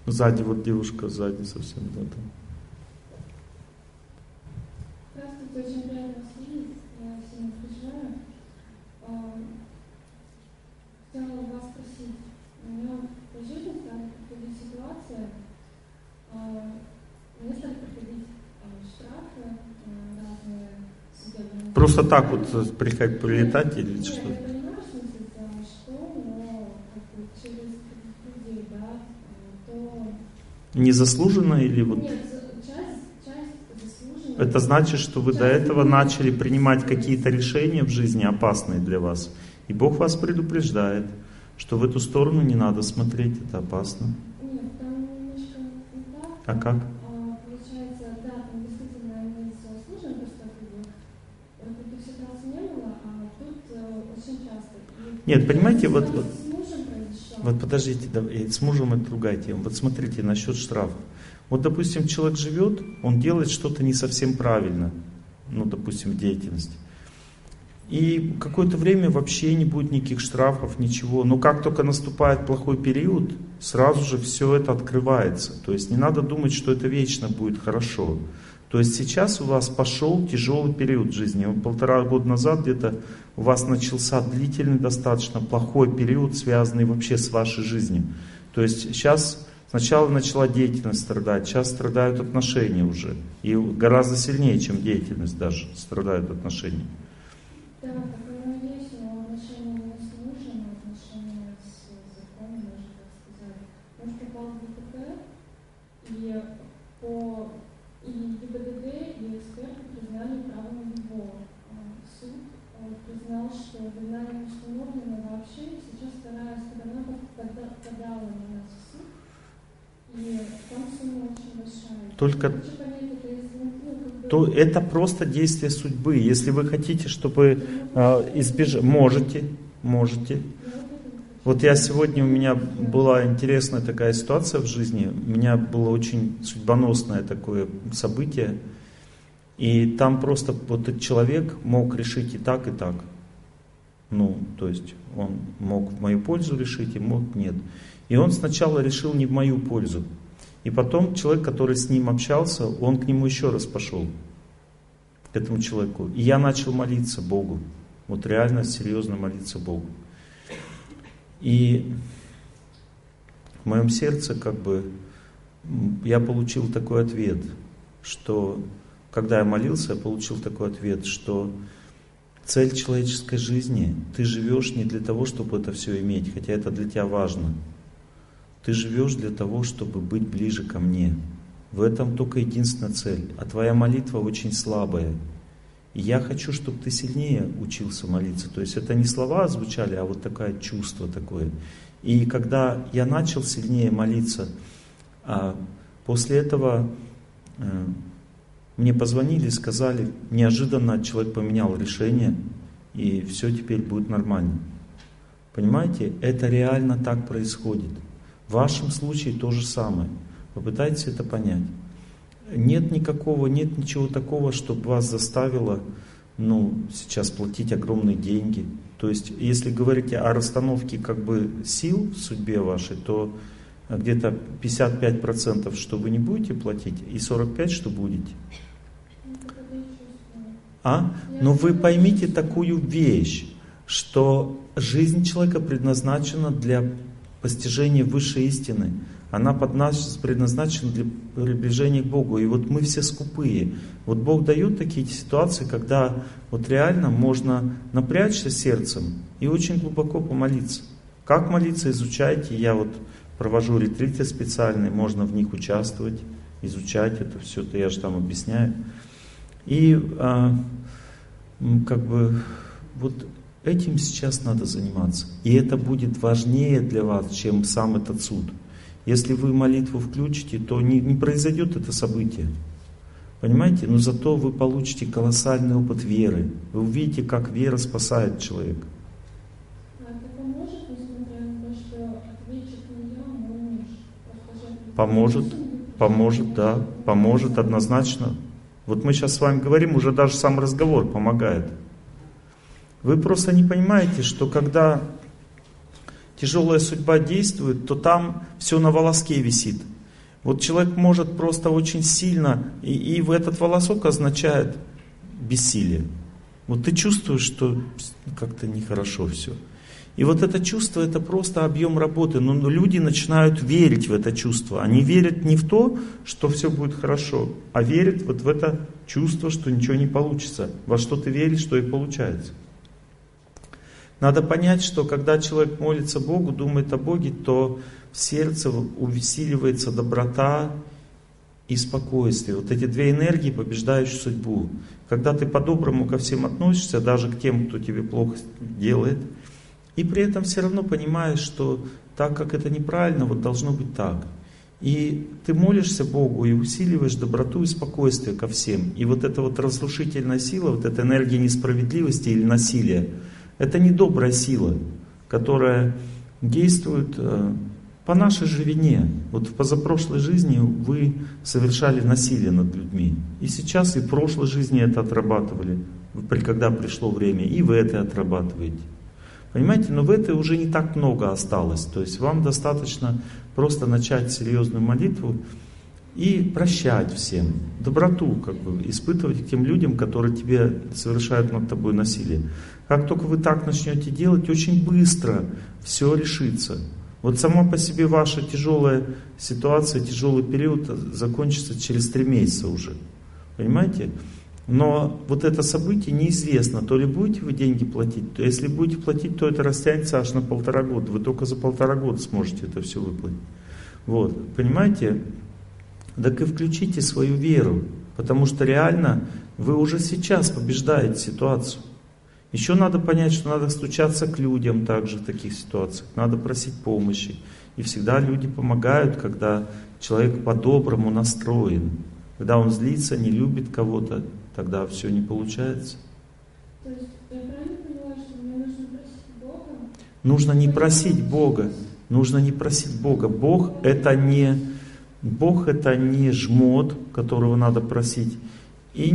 Сзади вот девушка, сзади совсем, да, там. Здравствуйте, очень приятно вас видеть, я всем приезжаю. Хотела вас спросить, у меня по жизни стали проходить ситуации, мне стали проходить штрафы, разные судебные... Просто так вот прилетать или Нет, что? я понимаю, в смысле, за что, но как бы через таких людей, да, то... Незаслуженно или вот? Нет, часть заслуженно. Это значит, что вы до этого начали принимать какие-то решения в жизни опасные для вас. И Бог вас предупреждает, что в эту сторону не надо смотреть, это опасно. Нет, там немножко не так. А как? Получается, да, там действительно имеется заслуженно, просто таких ситуаций не было, а тут очень часто. Нет, понимаете, вот с мужем произошло. Вот подождите, с мужем это другая тема. Вот смотрите, насчет штрафов. Вот, допустим, человек живет, он делает что-то не совсем правильно, ну, допустим, в деятельности. И какое-то время вообще не будет никаких штрафов, ничего. Но как только наступает плохой период, сразу же все это открывается. То есть не надо думать, что это вечно будет хорошо. То есть сейчас у вас пошел тяжелый период в жизни. 1,5 года назад где-то у вас начался длительный, достаточно плохой период, связанный вообще с вашей жизнью. То есть сейчас сначала начала деятельность страдать, сейчас страдают отношения уже. И гораздо сильнее, чем деятельность даже, страдают отношения. Да, такое есть, но отношения не с мужем, а отношения с законом, даже так сказать. Муж попал в ДТП, и по ГИБДД и эксперты признали правом его. Суд признал, что вина не установлена вообще, и сейчас вторая сторона подала на нас в суд, и там сумма очень большая. Только хочу понять, это если, то это просто действие судьбы. Если вы хотите, чтобы избежать, можете. Вот я сегодня, у меня была интересная такая ситуация в жизни, у меня было очень судьбоносное такое событие, и там просто вот этот человек мог решить и так, и так. Ну, то есть он мог в мою пользу решить, и мог нет. И он сначала решил не в мою пользу. И потом человек, который с ним общался, он к нему еще раз пошел, к этому человеку. И я начал молиться Богу. Вот реально, серьезно молиться Богу. И в моем сердце как бы я получил такой ответ, что когда я молился, я получил такой ответ, что цель человеческой жизни, ты живешь не для того, чтобы это все иметь, хотя это для тебя важно. Ты живешь для того, чтобы быть ближе ко мне. В этом только единственная цель. А твоя молитва очень слабая. И я хочу, чтобы ты сильнее учился молиться. То есть это не слова звучали, а вот такое чувство такое. И когда я начал сильнее молиться, после этого мне позвонили, сказали, неожиданно человек поменял решение, и все теперь будет нормально. Понимаете, это реально так происходит. В вашем случае то же самое. Попытайтесь это понять. Нет ничего такого, чтобы вас заставило, сейчас платить огромные деньги. То есть, если говорите о расстановке сил в судьбе вашей, то где-то 55%, что вы не будете платить, и 45%, что будете. Но вы поймите такую вещь, что жизнь человека предназначена для постижения высшей истины. Она предназначена для приближения к Богу. И вот мы все скупые. Вот Бог дает такие ситуации, когда вот реально можно напрячься сердцем и очень глубоко помолиться. Как молиться, изучайте. Я вот провожу ретриты специальные, можно в них участвовать, изучать это все, это я же там объясняю. И вот этим сейчас надо заниматься. И это будет важнее для вас, чем сам этот суд. Если вы молитву включите, то не произойдет это событие. Понимаете? Но зато вы получите колоссальный опыт веры. Вы увидите, как вера спасает человека. А это поможет, несмотря на то, что ответчик не я, а мой муж? Поможет, да. Поможет однозначно. Вот мы сейчас с вами говорим, уже даже сам разговор помогает. Вы просто не понимаете, что когда тяжелая судьба действует, то там все на волоске висит. Вот человек может просто очень сильно, и в этот волосок означает бессилие. Вот ты чувствуешь, что как-то нехорошо все. И вот это чувство, это просто объем работы. Но люди начинают верить в это чувство. Они верят не в то, что все будет хорошо, а верят вот в это чувство, что ничего не получится. Во что ты веришь, то и получается. Надо понять, что когда человек молится Богу, думает о Боге, то в сердце усиливается доброта и спокойствие. Вот эти две энергии, побеждающие судьбу. Когда ты по-доброму ко всем относишься, даже к тем, кто тебе плохо делает, и при этом все равно понимаешь, что так как это неправильно, вот должно быть так. И ты молишься Богу и усиливаешь доброту и спокойствие ко всем. И вот эта вот разрушительная сила, вот эта энергия несправедливости или насилия, это не добрая сила, которая действует по нашей же вине. Вот в позапрошлой жизни вы совершали насилие над людьми. И сейчас, и в прошлой жизни это отрабатывали, когда пришло время, и вы это отрабатываете. Понимаете, но в этой уже не так много осталось. То есть вам достаточно просто начать серьезную молитву и прощать всем. Доброту испытывать к тем людям, которые тебе совершают над тобой насилие. Как только вы так начнете делать, очень быстро все решится. Вот сама по себе ваша тяжелая ситуация, тяжелый период закончится через 3 месяца уже. Понимаете? Но вот это событие неизвестно, то ли будете вы деньги платить, то если будете платить, то это растянется аж на 1,5 года. Вы только за 1,5 года сможете это все выплатить. Вот, понимаете? Так и включите свою веру, потому что реально вы уже сейчас побеждаете ситуацию. Еще надо понять, что надо стучаться к людям также в таких ситуациях, надо просить помощи. И всегда люди помогают, когда человек по-доброму настроен. Когда он злится, не любит кого-то, тогда все не получается. То есть я правильно поняла, что мне нужно просить Бога? Нужно не просить Бога. Нужно не просить Бога. Бог это не жмот, которого надо просить. И,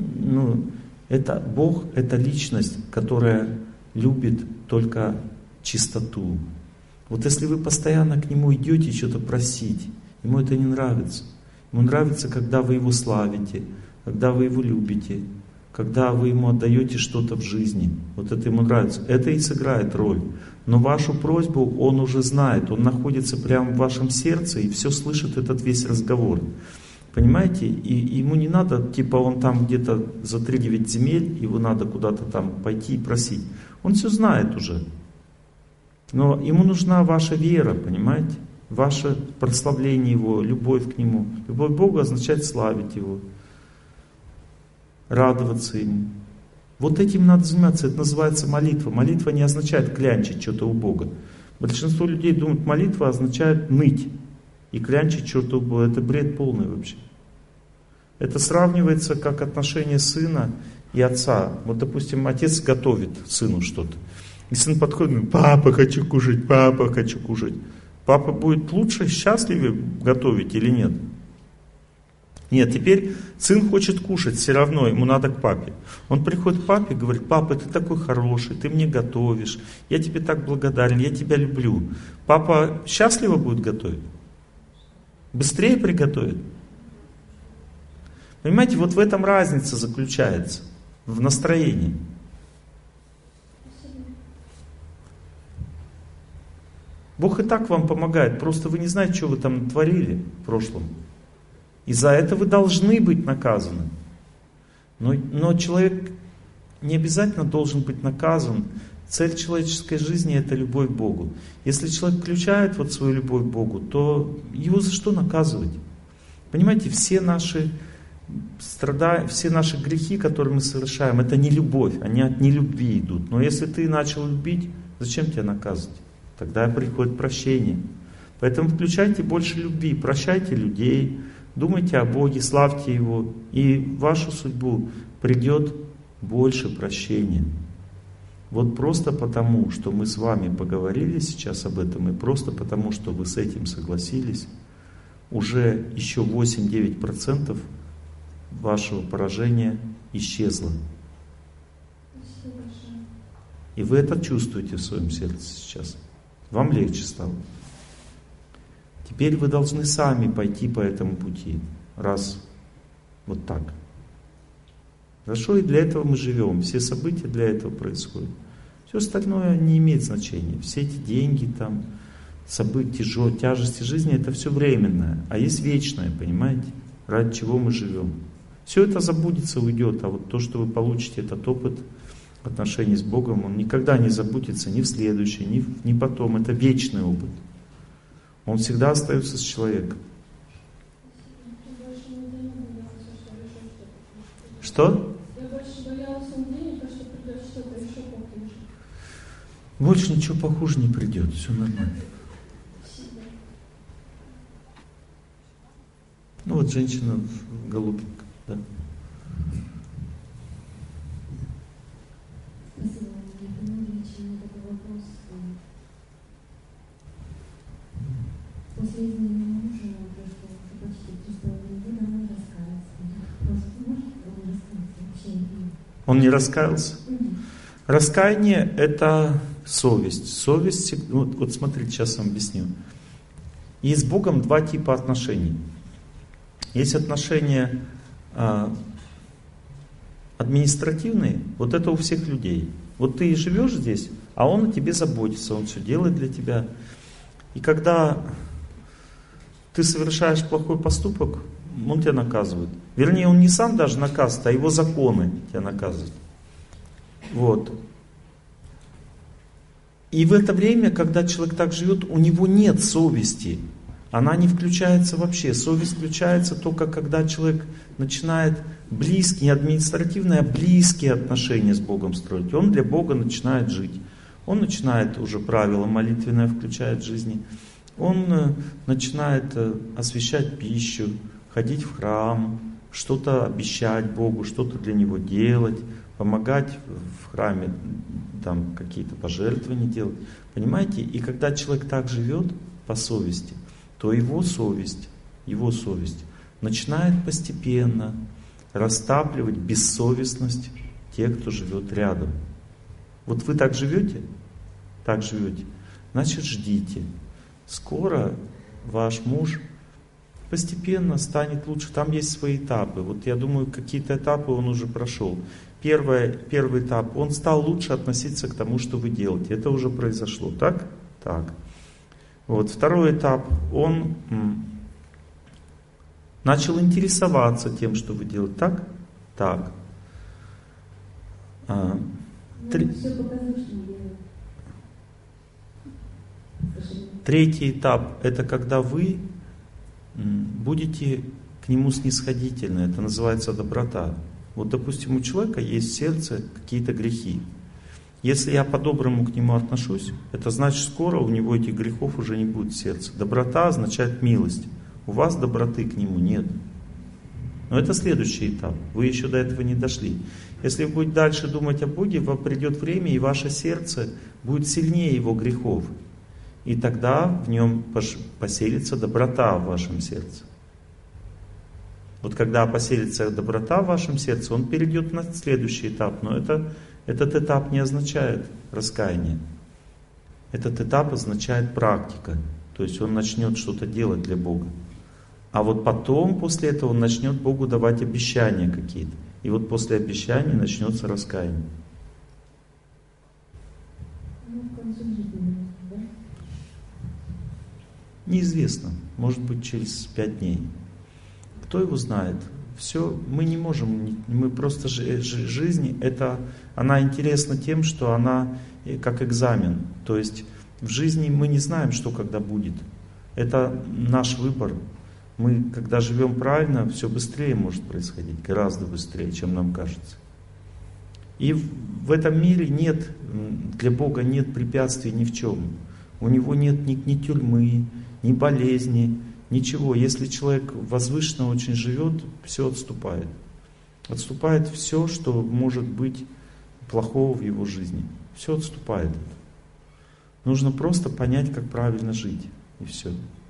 Бог это личность, которая любит только чистоту. Вот если вы постоянно к Нему идете что-то просить, Ему это не нравится. Ему нравится, когда вы Его славите, когда вы Его любите, когда вы Ему отдаете что-то в жизни. Вот это Ему нравится. Это и сыграет роль. Но вашу просьбу Он уже знает. Он находится прямо в вашем сердце и все слышит этот весь разговор. Понимаете? И ему не надо, он там где-то за 3-9 земель, его надо куда-то там пойти и просить. Он все знает уже. Но ему нужна ваша вера, понимаете? Ваше прославление Его, любовь к Нему. Любовь к Богу означает славить Его, радоваться Ему. Вот этим надо заниматься, это называется молитва. Молитва не означает клянчить что-то у Бога. Большинство людей думают, молитва означает ныть и клянчить что-то у Бога. Это бред полный вообще. Это сравнивается как отношение сына и отца. Вот, допустим, отец готовит сыну что-то. И сын подходит и говорит: папа, хочу кушать, папа, хочу кушать. Папа будет лучше, счастливее готовить или нет? Нет, теперь сын хочет кушать, все равно ему надо к папе. Он приходит к папе и говорит: папа, ты такой хороший, ты мне готовишь, я тебе так благодарен, я тебя люблю. Папа счастливо будет готовить? Быстрее приготовит? Понимаете, вот в этом разница заключается, в настроении. Бог и так вам помогает, просто вы не знаете, что вы там натворили в прошлом. И за это вы должны быть наказаны. Но человек не обязательно должен быть наказан. Цель человеческой жизни — это любовь к Богу. Если человек включает вот свою любовь к Богу, то его за что наказывать? Понимаете, все наши грехи, которые мы совершаем, это не любовь, они от нелюбви идут. Но если ты начал любить, зачем тебя наказывать? Тогда приходит прощение. Поэтому включайте больше любви, прощайте людей, думайте о Боге, славьте Его, и в вашу судьбу придет больше прощения. Вот просто потому, что мы с вами поговорили сейчас об этом, и просто потому, что вы с этим согласились, уже еще 8-9% вашего поражения исчезло. И вы это чувствуете в своем сердце сейчас. Вам легче стало. Теперь вы должны сами пойти по этому пути. Раз. Вот так. Хорошо, и для этого мы живем. Все события для этого происходят. Все остальное не имеет значения. Все эти деньги, там, события, тяжести жизни, это все временное. А есть вечное, понимаете? Ради чего мы живем. Все это забудется, уйдет. А вот то, что вы получите, этот опыт отношений с Богом, он никогда не забудется ни в следующий, ни потом. Это вечный опыт. Он всегда остается с человеком. Что? Я больше боялась денег, а что придет что-то еще похуже. Больше ничего похуже не придет, все нормально. Ну вот женщина в голубеньком, да. Спасибо. Я понимаю, лично такой вопрос. После изменения мужа прошло почти 3,5 года, он не раскаялся. Просто может он раскаяться вообще? Он не раскаялся? Раскаяние – это совесть. Совесть, вот смотрите, сейчас вам объясню. Есть с Богом два типа отношений. Есть отношения административные, вот это у всех людей. Вот ты живешь здесь, а он о тебе заботится, он все делает для тебя. И когда ты совершаешь плохой поступок, он тебя наказывает. Вернее, он не сам даже наказывает, а его законы тебя наказывают. Вот. И в это время, когда человек так живет, у него нет совести. Она не включается вообще. Совесть включается только когда человек начинает близкие, не административные, а близкие отношения с Богом строить. Он для Бога начинает жить. Он начинает уже правила молитвенное включать в жизни. Он начинает освящать пищу, ходить в храм, что-то обещать Богу, что-то для Него делать, помогать в храме, там какие-то пожертвования делать. Понимаете? И когда человек так живет по совести, то его совесть начинает постепенно растапливать бессовестность тех, кто живет рядом. Вот вы так живете, значит ждите. Скоро ваш муж постепенно станет лучше. Там есть свои этапы. Вот я думаю, какие-то этапы он уже прошел. Первый этап, он стал лучше относиться к тому, что вы делаете. Это уже произошло, так? Так. Вот. Второй этап, он начал интересоваться тем, что вы делаете. Так? Так. Третий этап, это когда вы будете к нему снисходительны. Это называется доброта. Вот, допустим, у человека есть в сердце какие-то грехи. Если я по-доброму к нему отношусь, это значит, скоро у него этих грехов уже не будет в сердце. Доброта означает милость. У вас доброты к нему нет. Но это следующий этап. Вы еще до этого не дошли. Если вы будете дальше думать о Боге, вам придет время, и ваше сердце будет сильнее его грехов. И тогда в нем поселится доброта в вашем сердце. Вот когда поселится доброта в вашем сердце, он перейдет на следующий этап. Но этот этап не означает раскаяние. Этот этап означает практика. То есть он начнет что-то делать для Бога. А вот потом, после этого, он начнет Богу давать обещания какие-то. И вот после обещаний начнется раскаяние. Неизвестно. Может быть, через 5 дней. Кто его знает? Все, мы не можем, мы просто жизнь, она интересна тем, что она как экзамен. То есть в жизни мы не знаем, что когда будет. Это наш выбор. Мы, когда живем правильно, все быстрее может происходить, гораздо быстрее, чем нам кажется. И в этом мире для Бога нет препятствий ни в чем. У Него нет ни тюрьмы, ни болезни, ничего. Если человек возвышенно очень живет, все отступает. Отступает все, что может быть плохого в его жизни. Все отступает. Нужно просто понять, как правильно жить. И все.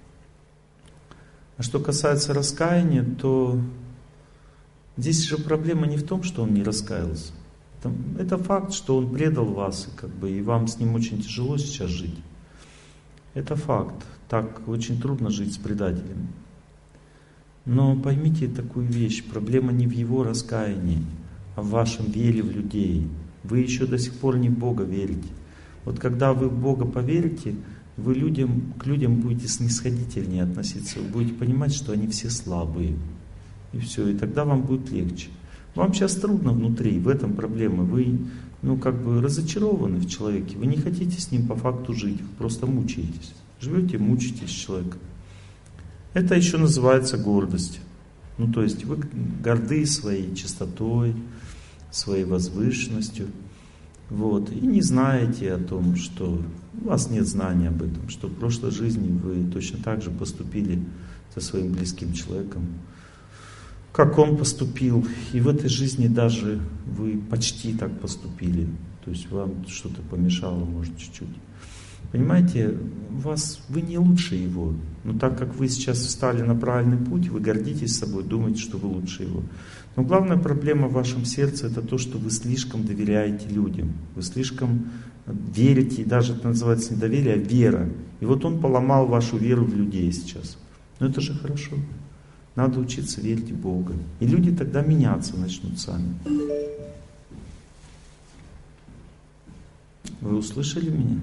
А что касается раскаяния, то здесь же проблема не в том, что он не раскаялся. Это факт, что он предал вас, и вам с ним очень тяжело сейчас жить. Это факт. Так очень трудно жить с предателем. Но поймите такую вещь, проблема не в его раскаянии, а в вашем вере в людей. Вы еще до сих пор не в Бога верите. Вот когда вы в Бога поверите, вы к людям будете снисходительнее относиться, вы будете понимать, что они все слабые. И все, и тогда вам будет легче. Вам сейчас трудно внутри, в этом проблема. Вы, разочарованы в человеке, вы не хотите с ним по факту жить, вы просто мучаетесь. Живете, мучаетесь человека. Это еще называется гордость. То есть вы горды своей чистотой, своей возвышенностью. И не знаете о том, что у вас нет знания об этом, что в прошлой жизни вы точно так же поступили со своим близким человеком, как он поступил. И в этой жизни даже вы почти так поступили. То есть вам что-то помешало, может, чуть-чуть. Понимаете, вы не лучше его. Но так как вы сейчас встали на правильный путь, вы гордитесь собой, думаете, что вы лучше его. Но главная проблема в вашем сердце — это то, что вы слишком доверяете людям. Вы слишком верите, и даже это называется не доверие, а вера. И вот он поломал вашу веру в людей сейчас. Но это же хорошо. Надо учиться верить в Бога. И люди тогда меняться начнут сами. Вы услышали меня?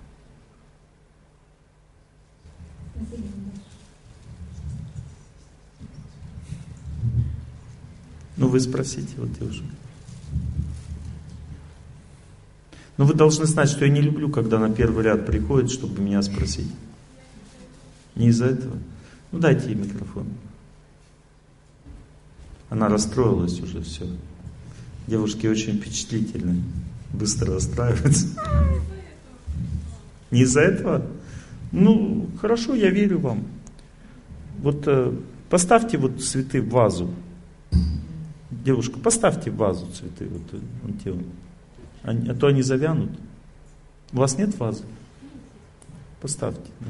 Вы спросите, девушка. Вы должны знать, что я не люблю, когда на первый ряд приходит, чтобы меня спросить. Не из-за этого. Дайте ей микрофон. Она расстроилась уже, все. Девушки очень впечатлительны, быстро расстраиваются. Не из-за этого? Хорошо, я верю вам. Поставьте цветы в вазу. Девушка, поставьте в вазу цветы. А то они завянут. У вас нет вазы? Поставьте. Да.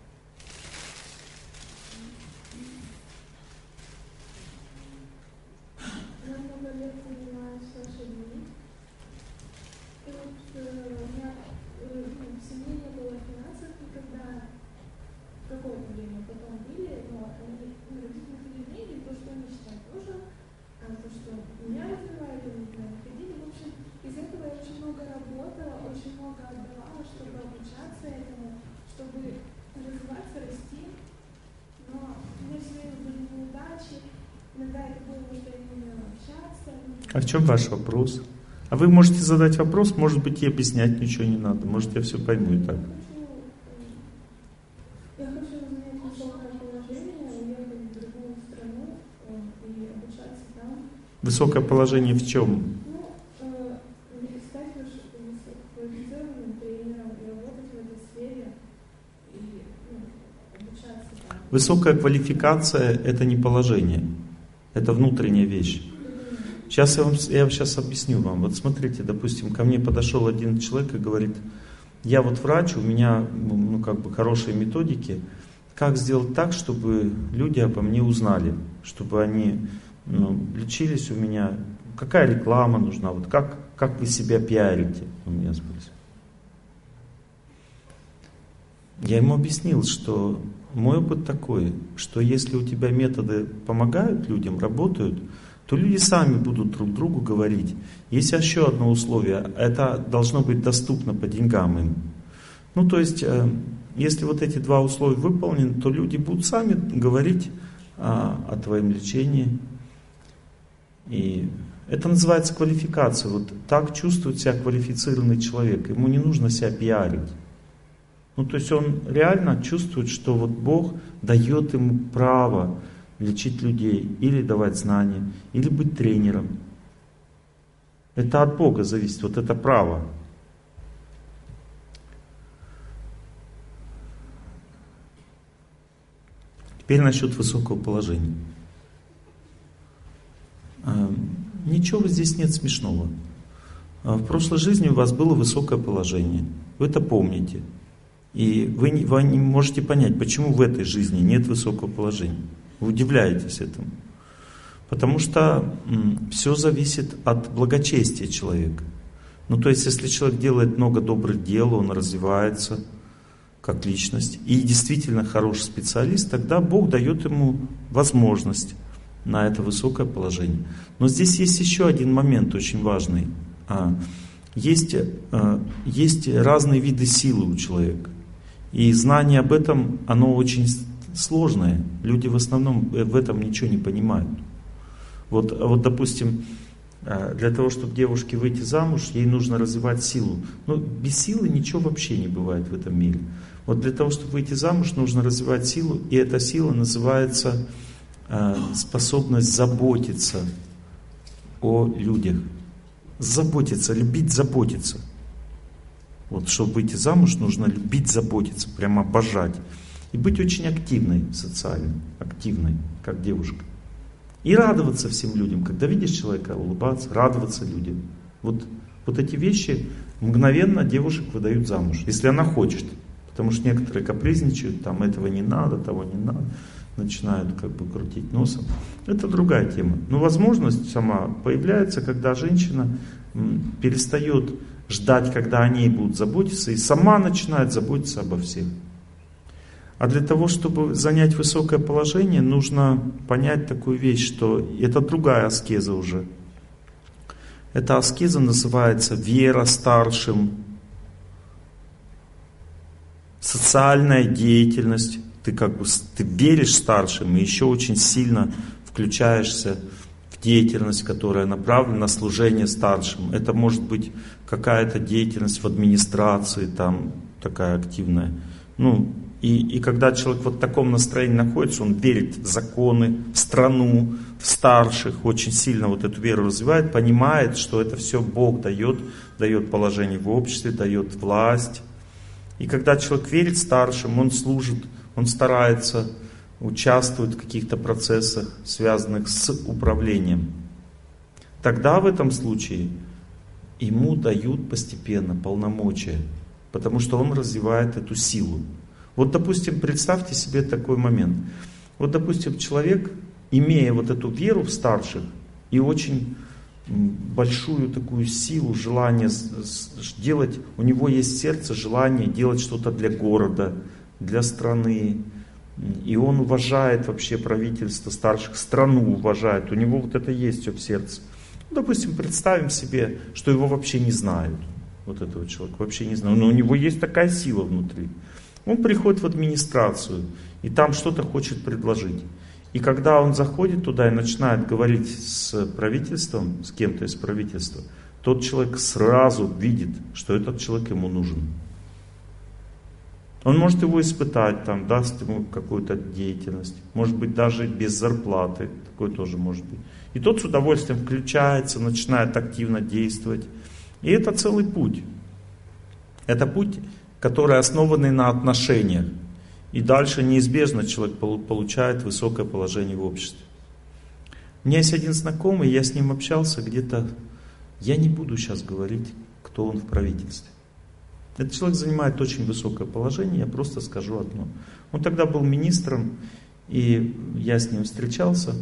А в чем ваш вопрос? А вы можете задать вопрос, может быть, и объяснять ничего не надо. Может, я все пойму и так. Я хочу занять высокое положение, уехать в другую страну и обучаться там. Высокое положение в чем? Стать квалифицированным тренером и работать в этой сфере и обучаться там. Высокая квалификация — это не положение, это внутренняя вещь. Сейчас я вам сейчас объясню вам. Смотрите, допустим, ко мне подошел один человек и говорит: я врач, у меня хорошие методики, как сделать так, чтобы люди обо мне узнали, чтобы они лечились у меня, какая реклама нужна, как вы себя пиарите, он меня спросил. Я ему объяснил, что мой опыт такой, что если у тебя методы помогают людям, работают, то люди сами будут друг другу говорить. Есть еще одно условие, это должно быть доступно по деньгам им. То есть, если эти два условия выполнены, то люди будут сами говорить о твоем лечении. И это называется квалификация. Так чувствует себя квалифицированный человек. Ему не нужно себя пиарить. То есть он реально чувствует, что Бог дает ему право лечить людей, или давать знания, или быть тренером. Это от Бога зависит, это право. Теперь насчет высокого положения. Ничего здесь нет смешного. В прошлой жизни у вас было высокое положение. Вы это помните. И вы не можете понять, почему в этой жизни нет высокого положения. Вы удивляетесь этому. Потому что все зависит от благочестия человека. То есть, если человек делает много добрых дел, он развивается, как личность, и действительно хороший специалист, тогда Бог дает ему возможность на это высокое положение. Но здесь есть еще один момент очень важный. Есть разные виды силы у человека. И знание об этом, оно очень сложное. Люди в основном в этом ничего не понимают. Вот допустим, для того, чтобы девушке выйти замуж, ей нужно развивать силу. Но без силы ничего вообще не бывает в этом мире. Вот для того, чтобы выйти замуж, нужно развивать силу, и эта сила называется способность заботиться о людях. Заботиться, любить, заботиться. Вот, чтобы выйти замуж, нужно любить, заботиться, прямо обожать. И быть очень активной социально, активной, как девушка. И радоваться всем людям. Когда видишь человека, улыбаться, радоваться людям. Вот эти вещи мгновенно девушек выдают замуж, если она хочет. Потому что некоторые капризничают, там этого не надо, того не надо. Начинают как бы крутить носом. Это другая тема. Но возможность сама появляется, когда женщина перестает ждать, когда о ней будут заботиться, и сама начинает заботиться обо всех. А для того, чтобы занять высокое положение, нужно понять такую вещь, что это другая аскеза уже. Эта аскеза называется вера старшим, социальная деятельность. Ты веришь старшим и еще очень сильно включаешься в деятельность, которая направлена на служение старшим. Это может быть какая-то деятельность в администрации, там такая активная. И когда человек вот в таком настроении находится, он верит в законы, в страну, в старших, очень сильно вот эту веру развивает, понимает, что это все Бог дает положение в обществе, дает власть. И когда человек верит старшим, он служит, он старается, участвует в каких-то процессах, связанных с управлением. Тогда в этом случае ему дают постепенно полномочия, потому что он развивает эту силу. Вот, допустим, представьте себе такой момент. Вот, допустим, человек, имея вот эту веру в старших и очень большую такую силу, желание делать, у него есть в сердце желание делать что-то для города, для страны. И он уважает вообще правительство старших, страну уважает, у него вот это есть все в сердце. Допустим, представим себе, что его вообще не знают, вот этого человека вообще не знают, но у него есть такая сила внутри. Он приходит в администрацию и там что-то хочет предложить. И когда он заходит туда и начинает говорить с правительством, с кем-то из правительства, тот человек сразу видит, что этот человек ему нужен. Он может его испытать, там, даст ему какую-то деятельность, может быть даже без зарплаты, такое тоже может быть. И тот с удовольствием включается, начинает активно действовать. И это целый путь. Это путь, который основан на отношениях. И дальше неизбежно человек получает высокое положение в обществе. У меня есть один знакомый, я с ним общался где-то, я не буду сейчас говорить, кто он в правительстве. Этот человек занимает очень высокое положение, я просто скажу одно. Он тогда был министром, и я с ним встречался.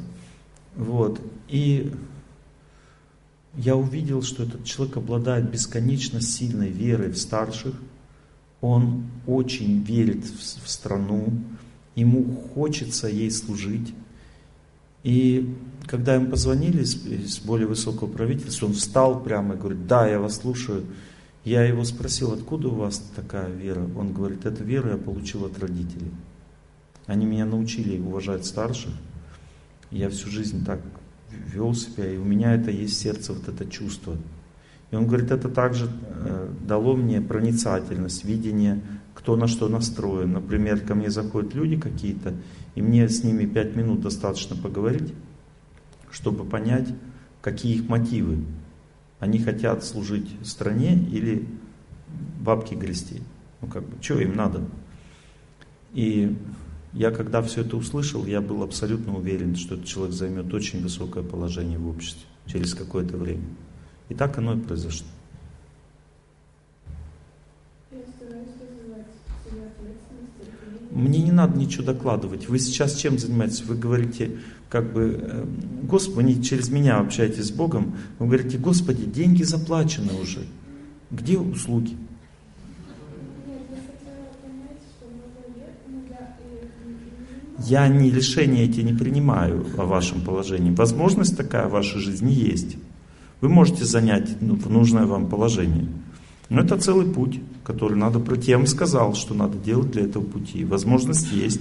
И я увидел, что этот человек обладает бесконечно сильной верой в старших. Он очень верит в страну, ему хочется ей служить. И когда ему позвонили из более высокого правительства, он встал прямо и говорит: да, я вас слушаю. Я его спросил: откуда у вас такая вера? Он говорит: эту веру я получил от родителей. Они меня научили уважать старших. Я всю жизнь так вел себя, и у меня это есть в сердце, вот это чувство. И он говорит, это также дало мне проницательность, видение, кто на что настроен. Например, ко мне заходят люди какие-то, и мне с ними 5 минут достаточно поговорить, чтобы понять, какие их мотивы. Они хотят служить стране или бабки грести. Что им надо? И я, когда все это услышал, я был абсолютно уверен, что этот человек займет очень высокое положение в обществе через какое-то время. И так оно и произошло. Мне не надо ничего докладывать. Вы сейчас чем занимаетесь? Вы говорите, Господи, через меня общаетесь с Богом. Вы говорите: Господи, деньги заплачены уже. Где услуги? Нет, я хотела понять, Я решения эти не принимаю о вашем положении. Возможность такая в вашей жизни есть. Вы можете занять нужное вам положение. Но это целый путь, который надо пройти. Я вам сказал, что надо делать для этого пути. Возможность есть.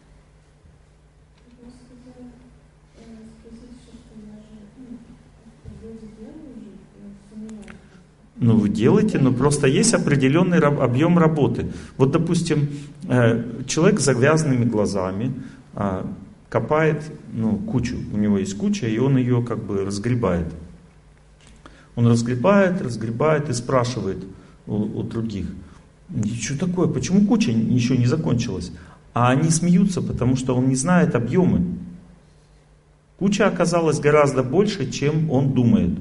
Вы делаете, но просто есть определенный объем работы. Вот, допустим, человек с завязанными глазами копает кучу, у него есть куча, и он ее как бы разгребает. Он разгребает и спрашивает у других: что такое, почему куча еще не закончилась? А они смеются, потому что он не знает объемы. Куча оказалась гораздо больше, чем он думает.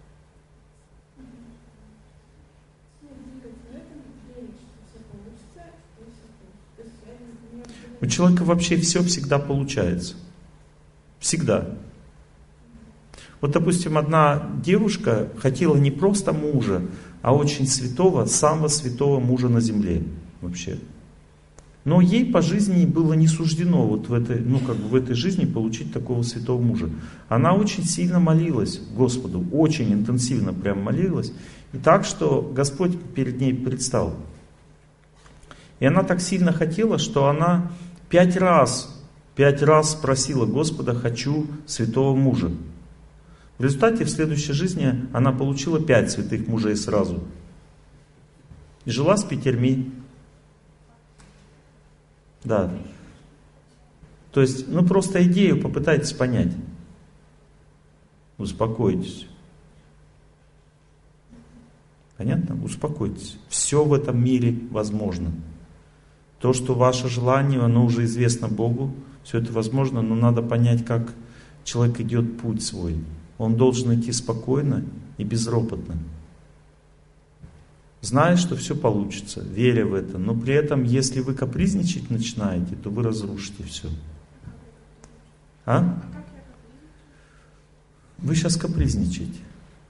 У человека вообще все всегда получается. Всегда. Вот, допустим, одна девушка хотела не просто мужа, а очень святого, самого святого мужа на земле вообще. Но ей по жизни было не суждено вот в этой жизни получить такого святого мужа. Она очень сильно молилась Господу, очень интенсивно прям молилась. И так, что Господь перед ней предстал. И она так сильно хотела, что она 5 раз спросила Господа: хочу святого мужа. В результате в следующей жизни она получила 5 святых мужей сразу. И жила с 5. Да. То есть, просто идею попытайтесь понять. Успокойтесь. Понятно? Успокойтесь. Все в этом мире возможно. То, что ваше желание, оно уже известно Богу, все это возможно, но надо понять, как человек идет путь свой. Он должен идти спокойно и безропотно, зная, что все получится, веря в это. Но при этом, если вы капризничать начинаете, то вы разрушите все. А? Вы сейчас капризничаете.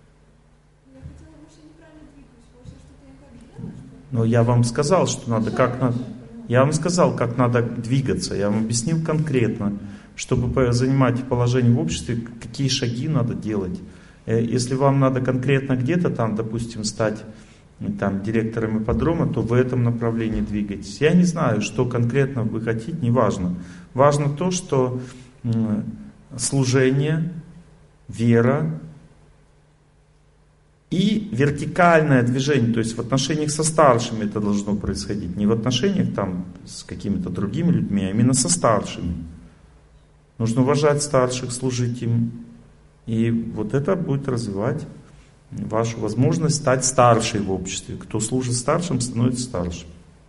Но я вам сказал, что надо, Я вам сказал, как надо двигаться. Я вам объяснил конкретно, чтобы занимать положение в обществе, какие шаги надо делать. Если вам надо конкретно где-то там, допустим, стать директором ипподрома, то в этом направлении двигайтесь. Я не знаю, что конкретно вы хотите, не важно. Важно то, что служение, вера и вертикальное движение, то есть в отношениях со старшими это должно происходить, не в отношениях с какими-то другими людьми, а именно со старшими. Нужно уважать старших, служить им. И вот это будет развивать вашу возможность стать старшей в обществе. Кто служит старшим, становится старшим.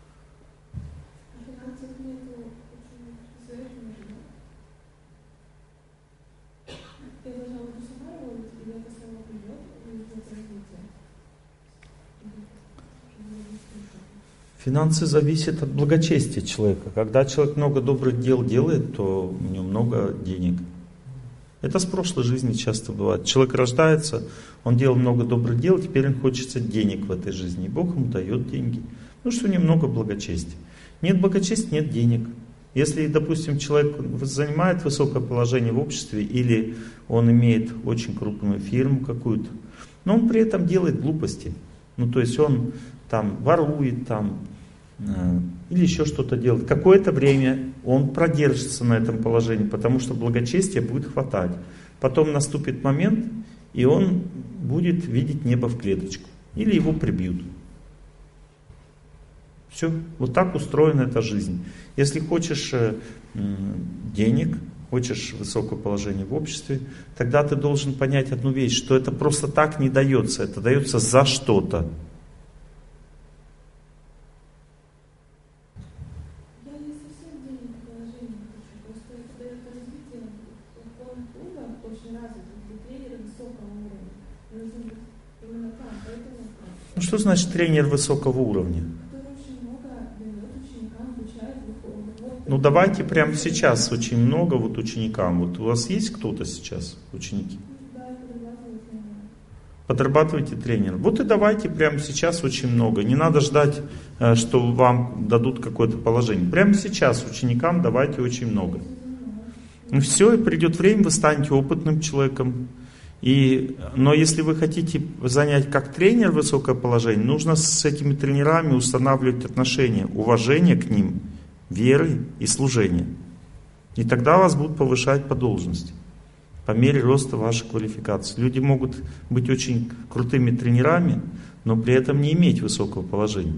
Финансы зависят от благочестия человека. Когда человек много добрых дел делает, то у него много денег. Это с прошлой жизни часто бывает. Человек рождается, он делал много добрых дел, теперь он хочется денег в этой жизни. И Бог ему дает деньги. Потому что у него много благочестия. Нет благочестия, нет денег. Если, допустим, человек занимает высокое положение в обществе, или он имеет очень крупную фирму какую-то, но он при этом делает глупости. То есть он ворует, или еще что-то делает. Какое-то время он продержится на этом положении, потому что благочестия будет хватать. Потом наступит момент, и он будет видеть небо в клеточку. Или его прибьют. Все. Вот так устроена эта жизнь. Если хочешь денег, хочешь высокое положение в обществе, тогда ты должен понять одну вещь, что это просто так не дается. Это дается за что-то. Что значит тренер высокого уровня? Давайте прямо сейчас очень много ученикам. У вас есть кто-то сейчас, ученики? Подрабатывайте тренера. Вот и давайте прямо сейчас очень много. Не надо ждать, что вам дадут какое-то положение. Прямо сейчас ученикам давайте очень много. И все, и придет время, вы станете опытным человеком. Но если вы хотите занять как тренер высокое положение, нужно с этими тренерами устанавливать отношения, уважение к ним, веры и служения. И тогда вас будут повышать по должности, по мере роста вашей квалификации. Люди могут быть очень крутыми тренерами, но при этом не иметь высокого положения.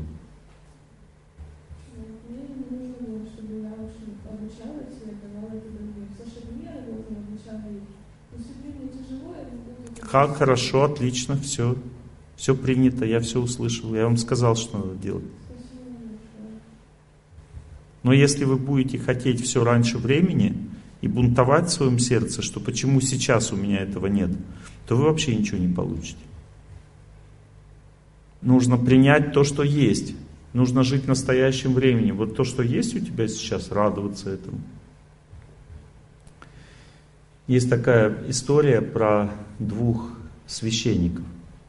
Как хорошо, отлично, все. Все принято, я все услышал. Я вам сказал, что надо делать. Но если вы будете хотеть все раньше времени и бунтовать в своем сердце, что почему сейчас у меня этого нет, то вы вообще ничего не получите. Нужно принять то, что есть. Нужно жить настоящим временем. Вот то, что есть у тебя сейчас, радоваться этому. Есть такая история про двух священников.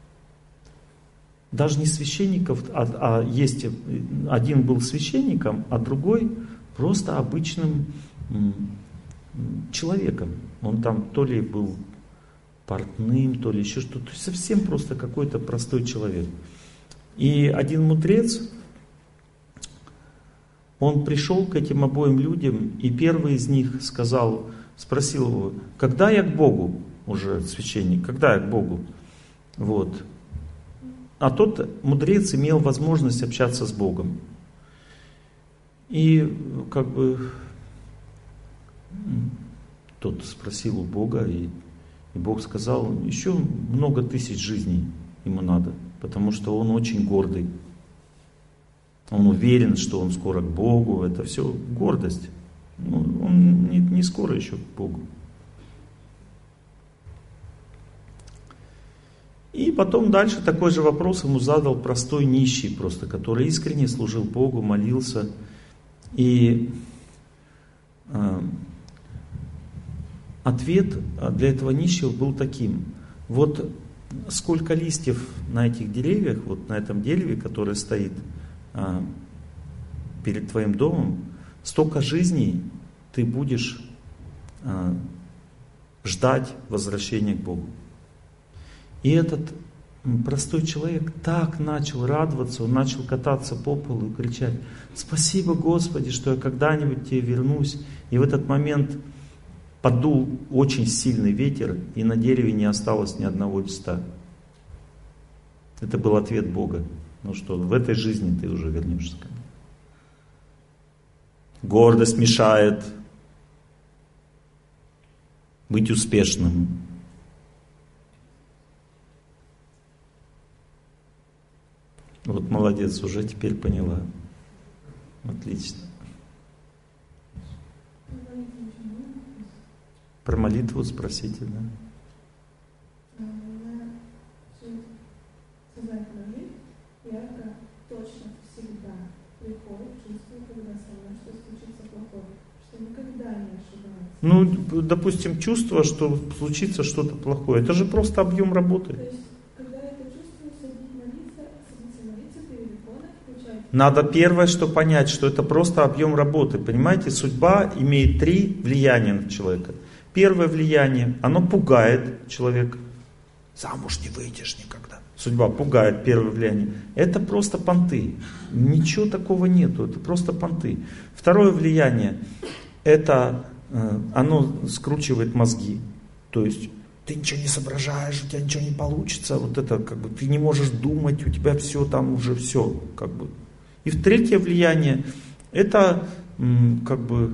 Даже не священников, а есть один был священником, а другой просто обычным человеком. Он там то ли был портным, то ли еще что-то. То есть совсем просто какой-то простой человек. И один мудрец, он пришел к этим обоим людям, и первый из них спросил его: когда я к Богу, уже священник, когда я к Богу? Вот. А тот мудрец имел возможность общаться с Богом. И как бы тот спросил у Бога, и Бог сказал, еще много тысяч жизней ему надо, потому что он очень гордый. Он уверен, что он скоро к Богу, это все гордость. Он не скоро еще к Богу. И потом дальше такой же вопрос ему задал простой нищий, просто, который искренне служил Богу, молился. И ответ для этого нищего был таким: вот сколько листьев на этих деревьях, вот на этом дереве, которое стоит перед твоим домом, столько жизней ты будешь ждать возвращения к Богу. И этот простой человек так начал радоваться, он начал кататься по полу и кричать: «Спасибо, Господи, что я когда-нибудь Тебе вернусь». И в этот момент подул очень сильный ветер, и на дереве не осталось ни одного листа. Это был ответ Бога. Ну что, в этой жизни ты уже вернешься ко мне. Гордость мешает быть успешным. Вот молодец, уже теперь поняла. Отлично. Про молитву спросите, да? ярко, точно, всегда приходит чувство, когда со мной что случится плохое, что никогда не ошибается. Ну, допустим, чувство, что случится что-то плохое, это же просто объем работы. То есть, когда это чувство, садиться молиться перед иконой, включать... Надо первое, что понять, что это просто объем работы. Понимаете, судьба имеет 3 влияния на человека. Первое влияние, оно пугает человека. Замуж не выйдешь никогда. Судьба пугает, первое влияние. Это просто понты. Ничего такого нету, это просто понты. Второе влияние, это оно скручивает мозги. То есть ты ничего не соображаешь, у тебя ничего не получится. Вот это как бы ты не можешь думать, у тебя все там уже все как бы. И третье влияние, это как бы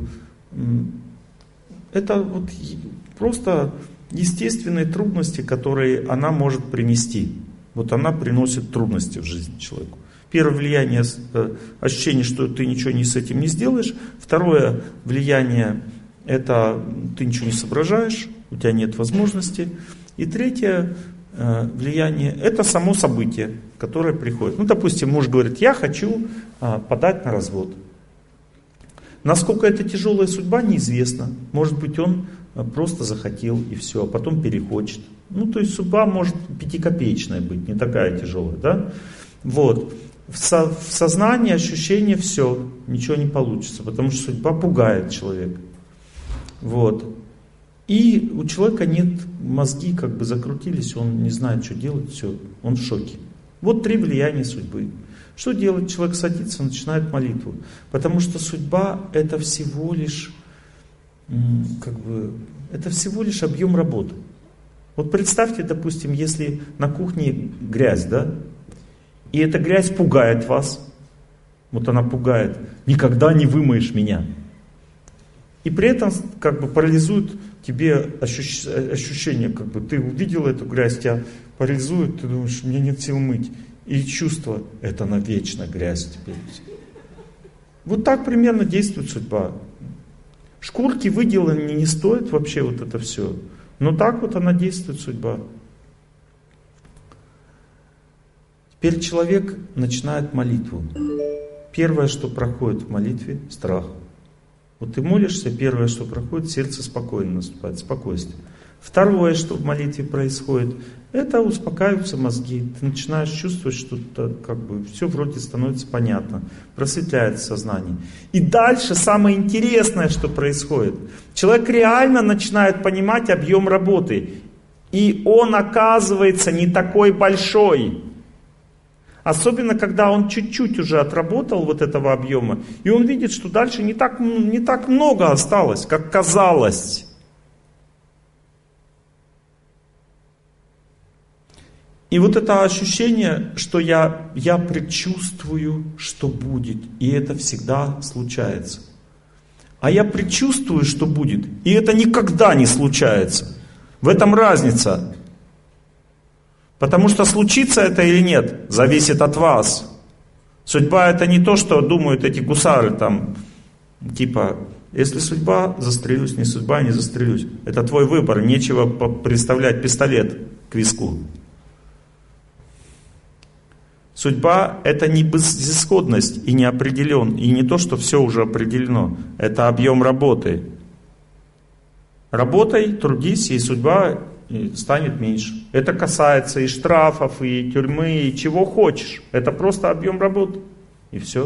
это вот просто естественные трудности, которые она может принести. Вот она приносит трудности в жизнь человеку. Первое влияние, ощущение, что ты ничего с этим не сделаешь. Второе влияние, это ты ничего не соображаешь, у тебя нет возможности. И третье влияние, это само событие, которое приходит. Ну, допустим, муж говорит, я хочу подать на развод. Насколько это тяжелая судьба, неизвестно. Может быть, он просто захотел и все, а потом перехочет. Ну, то есть судьба может 5-копеечная быть, не такая тяжелая, да? Вот. В сознании, ощущение, все, ничего не получится, потому что судьба пугает человека. Вот. И у человека нет, мозги как бы закрутились, он не знает, что делать, все, он в шоке. Вот 3 влияния судьбы. Что делать? Человек садится, начинает молитву. Потому что судьба это всего лишь, это всего лишь объем работы. Вот представьте, допустим, если на кухне грязь, да? И эта грязь пугает вас. Вот она пугает. Никогда не вымоешь меня. И при этом как бы парализует тебе ощущение, как бы ты увидел эту грязь, тебя парализует, ты думаешь, мне нет сил мыть. И чувство, это навечно грязь теперь. Вот так примерно действует судьба. Шкурки выделаны не стоит вообще вот это все. Но так вот она действует, судьба. Теперь человек начинает молитву. Первое, что проходит в молитве, страх. Вот ты молишься, первое, что проходит, сердце спокойно наступает, спокойствие. Второе, что в молитве происходит, это успокаиваются мозги. Ты начинаешь чувствовать, что как бы все вроде становится понятно, просветляется сознание. И дальше самое интересное, что происходит. Человек реально начинает понимать объем работы. И он оказывается не такой большой. Особенно, когда он чуть-чуть уже отработал вот этого объема, и он видит, что дальше не так много осталось, как казалось. И вот это ощущение, что я предчувствую, что будет, и это всегда случается. А я предчувствую, что будет, и это никогда не случается. В этом разница. Потому что случится это или нет, зависит от вас. Судьба это не то, что думают эти гусары там, типа, если судьба, застрелюсь, не судьба, не застрелюсь. Это твой выбор, нечего приставлять пистолет к виску. Судьба это не безысходность и не определен, и не то, что все уже определено. Это объем работы. Работай, трудись, и судьба станет меньше. Это касается и штрафов, и тюрьмы, и чего хочешь. Это просто объем работы. И все.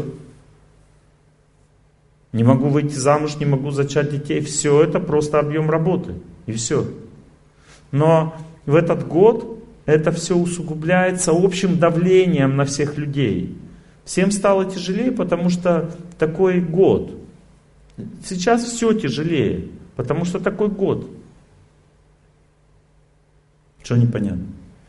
Не могу выйти замуж, не могу зачать детей. Все это просто объем работы. И все. Но в этот год это все усугубляется общим давлением на всех людей. Всем стало тяжелее, потому что такой год. Сейчас все тяжелее, потому что такой год. Что непонятно?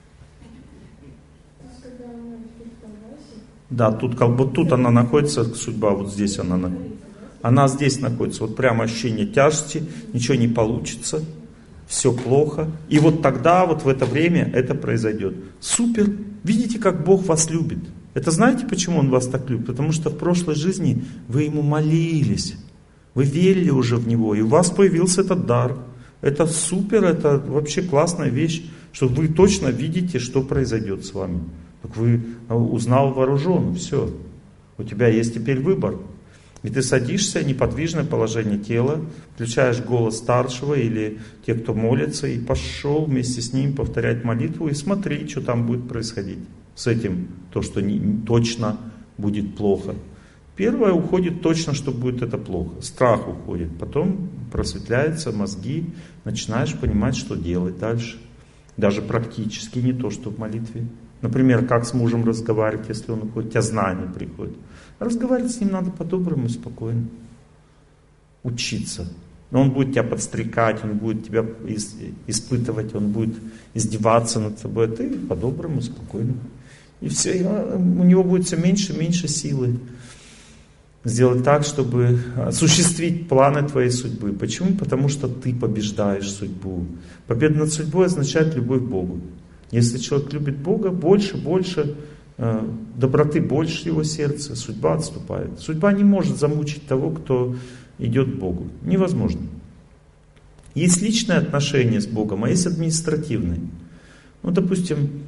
Да, тут как бы тут она находится, судьба, вот здесь она находится. Она здесь находится, вот прямо ощущение тяжести, ничего не получится, все плохо. И вот тогда, вот в это время это произойдет. Супер! Видите, как Бог вас любит. Это знаете, почему Он вас так любит? Потому что в прошлой жизни вы Ему молились, вы верили уже в Него, и у вас появился этот дар. Это супер, это вообще классная вещь, что вы точно видите, что произойдет с вами. Так вы узнал, вооружен, все. У тебя есть теперь выбор. И ты садишься, неподвижное положение тела, включаешь голос старшего или те, кто молится, и пошел вместе с ним повторять молитву и смотри, что там будет происходить с этим, то, что точно будет плохо. Первое уходит точно, что будет это плохо. Страх уходит. Потом просветляются мозги, начинаешь понимать, что делать дальше. Даже практически, не то, что в молитве. Например, как с мужем разговаривать, если он уходит, у тебя знание приходит. Разговаривать с ним надо по-доброму, спокойно. Учиться. Но он будет тебя подстрекать, он будет тебя испытывать, он будет издеваться над тобой. А ты по-доброму, спокойно. И все, и у него будет все меньше и меньше силы сделать так, чтобы осуществить планы твоей судьбы. Почему? Потому что ты побеждаешь судьбу. Победа над судьбой означает любовь к Богу. Если человек любит Бога, больше доброты, больше в его сердце, судьба отступает. Судьба не может замучить того, кто идет к Богу. Невозможно. Есть личные отношения с Богом, а есть административные. Ну, допустим,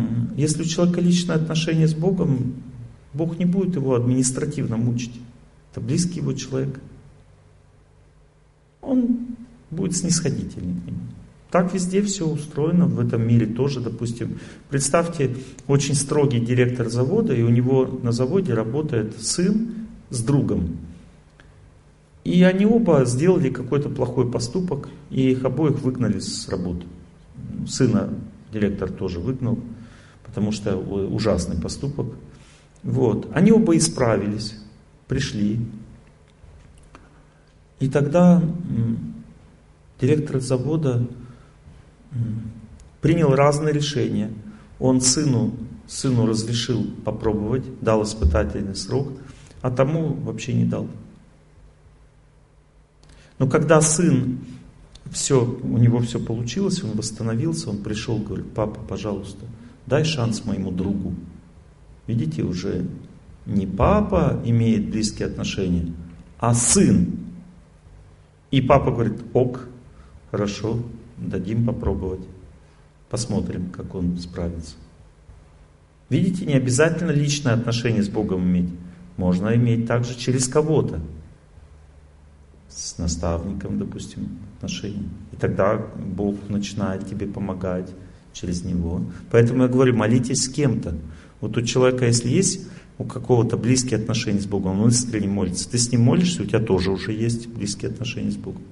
если у человека личные отношения с Богом, Бог не будет его административно мучить. это близкий его человек, он будет снисходительный к нему. Так везде все устроено, в этом мире тоже, допустим. Представьте, очень строгий директор завода, и у него на заводе работает сын с другом. И они оба сделали какой-то плохой поступок, и их обоих выгнали с работы. Сына директор тоже выгнал, потому что ужасный поступок. Вот. Они оба исправились, пришли. И тогда директор завода принял разные решения. Он сыну разрешил попробовать, дал испытательный срок, а тому вообще не дал. Но когда сын, у него все получилось, он восстановился, он пришел, говорит: папа, пожалуйста, дай шанс моему другу. Видите, уже не папа имеет близкие отношения, а сын. И папа говорит: ок, хорошо, дадим попробовать. Посмотрим, как он справится. Видите, не обязательно личное отношение с Богом иметь. Можно иметь также через кого-то. С наставником, допустим, отношения. И тогда Бог начинает тебе помогать через него. Поэтому я говорю, молитесь с кем-то. Вот у человека, если есть у какого-то близкие отношения с Богом, он искренне молится. Ты с ним молишься, у тебя тоже уже есть близкие отношения с Богом.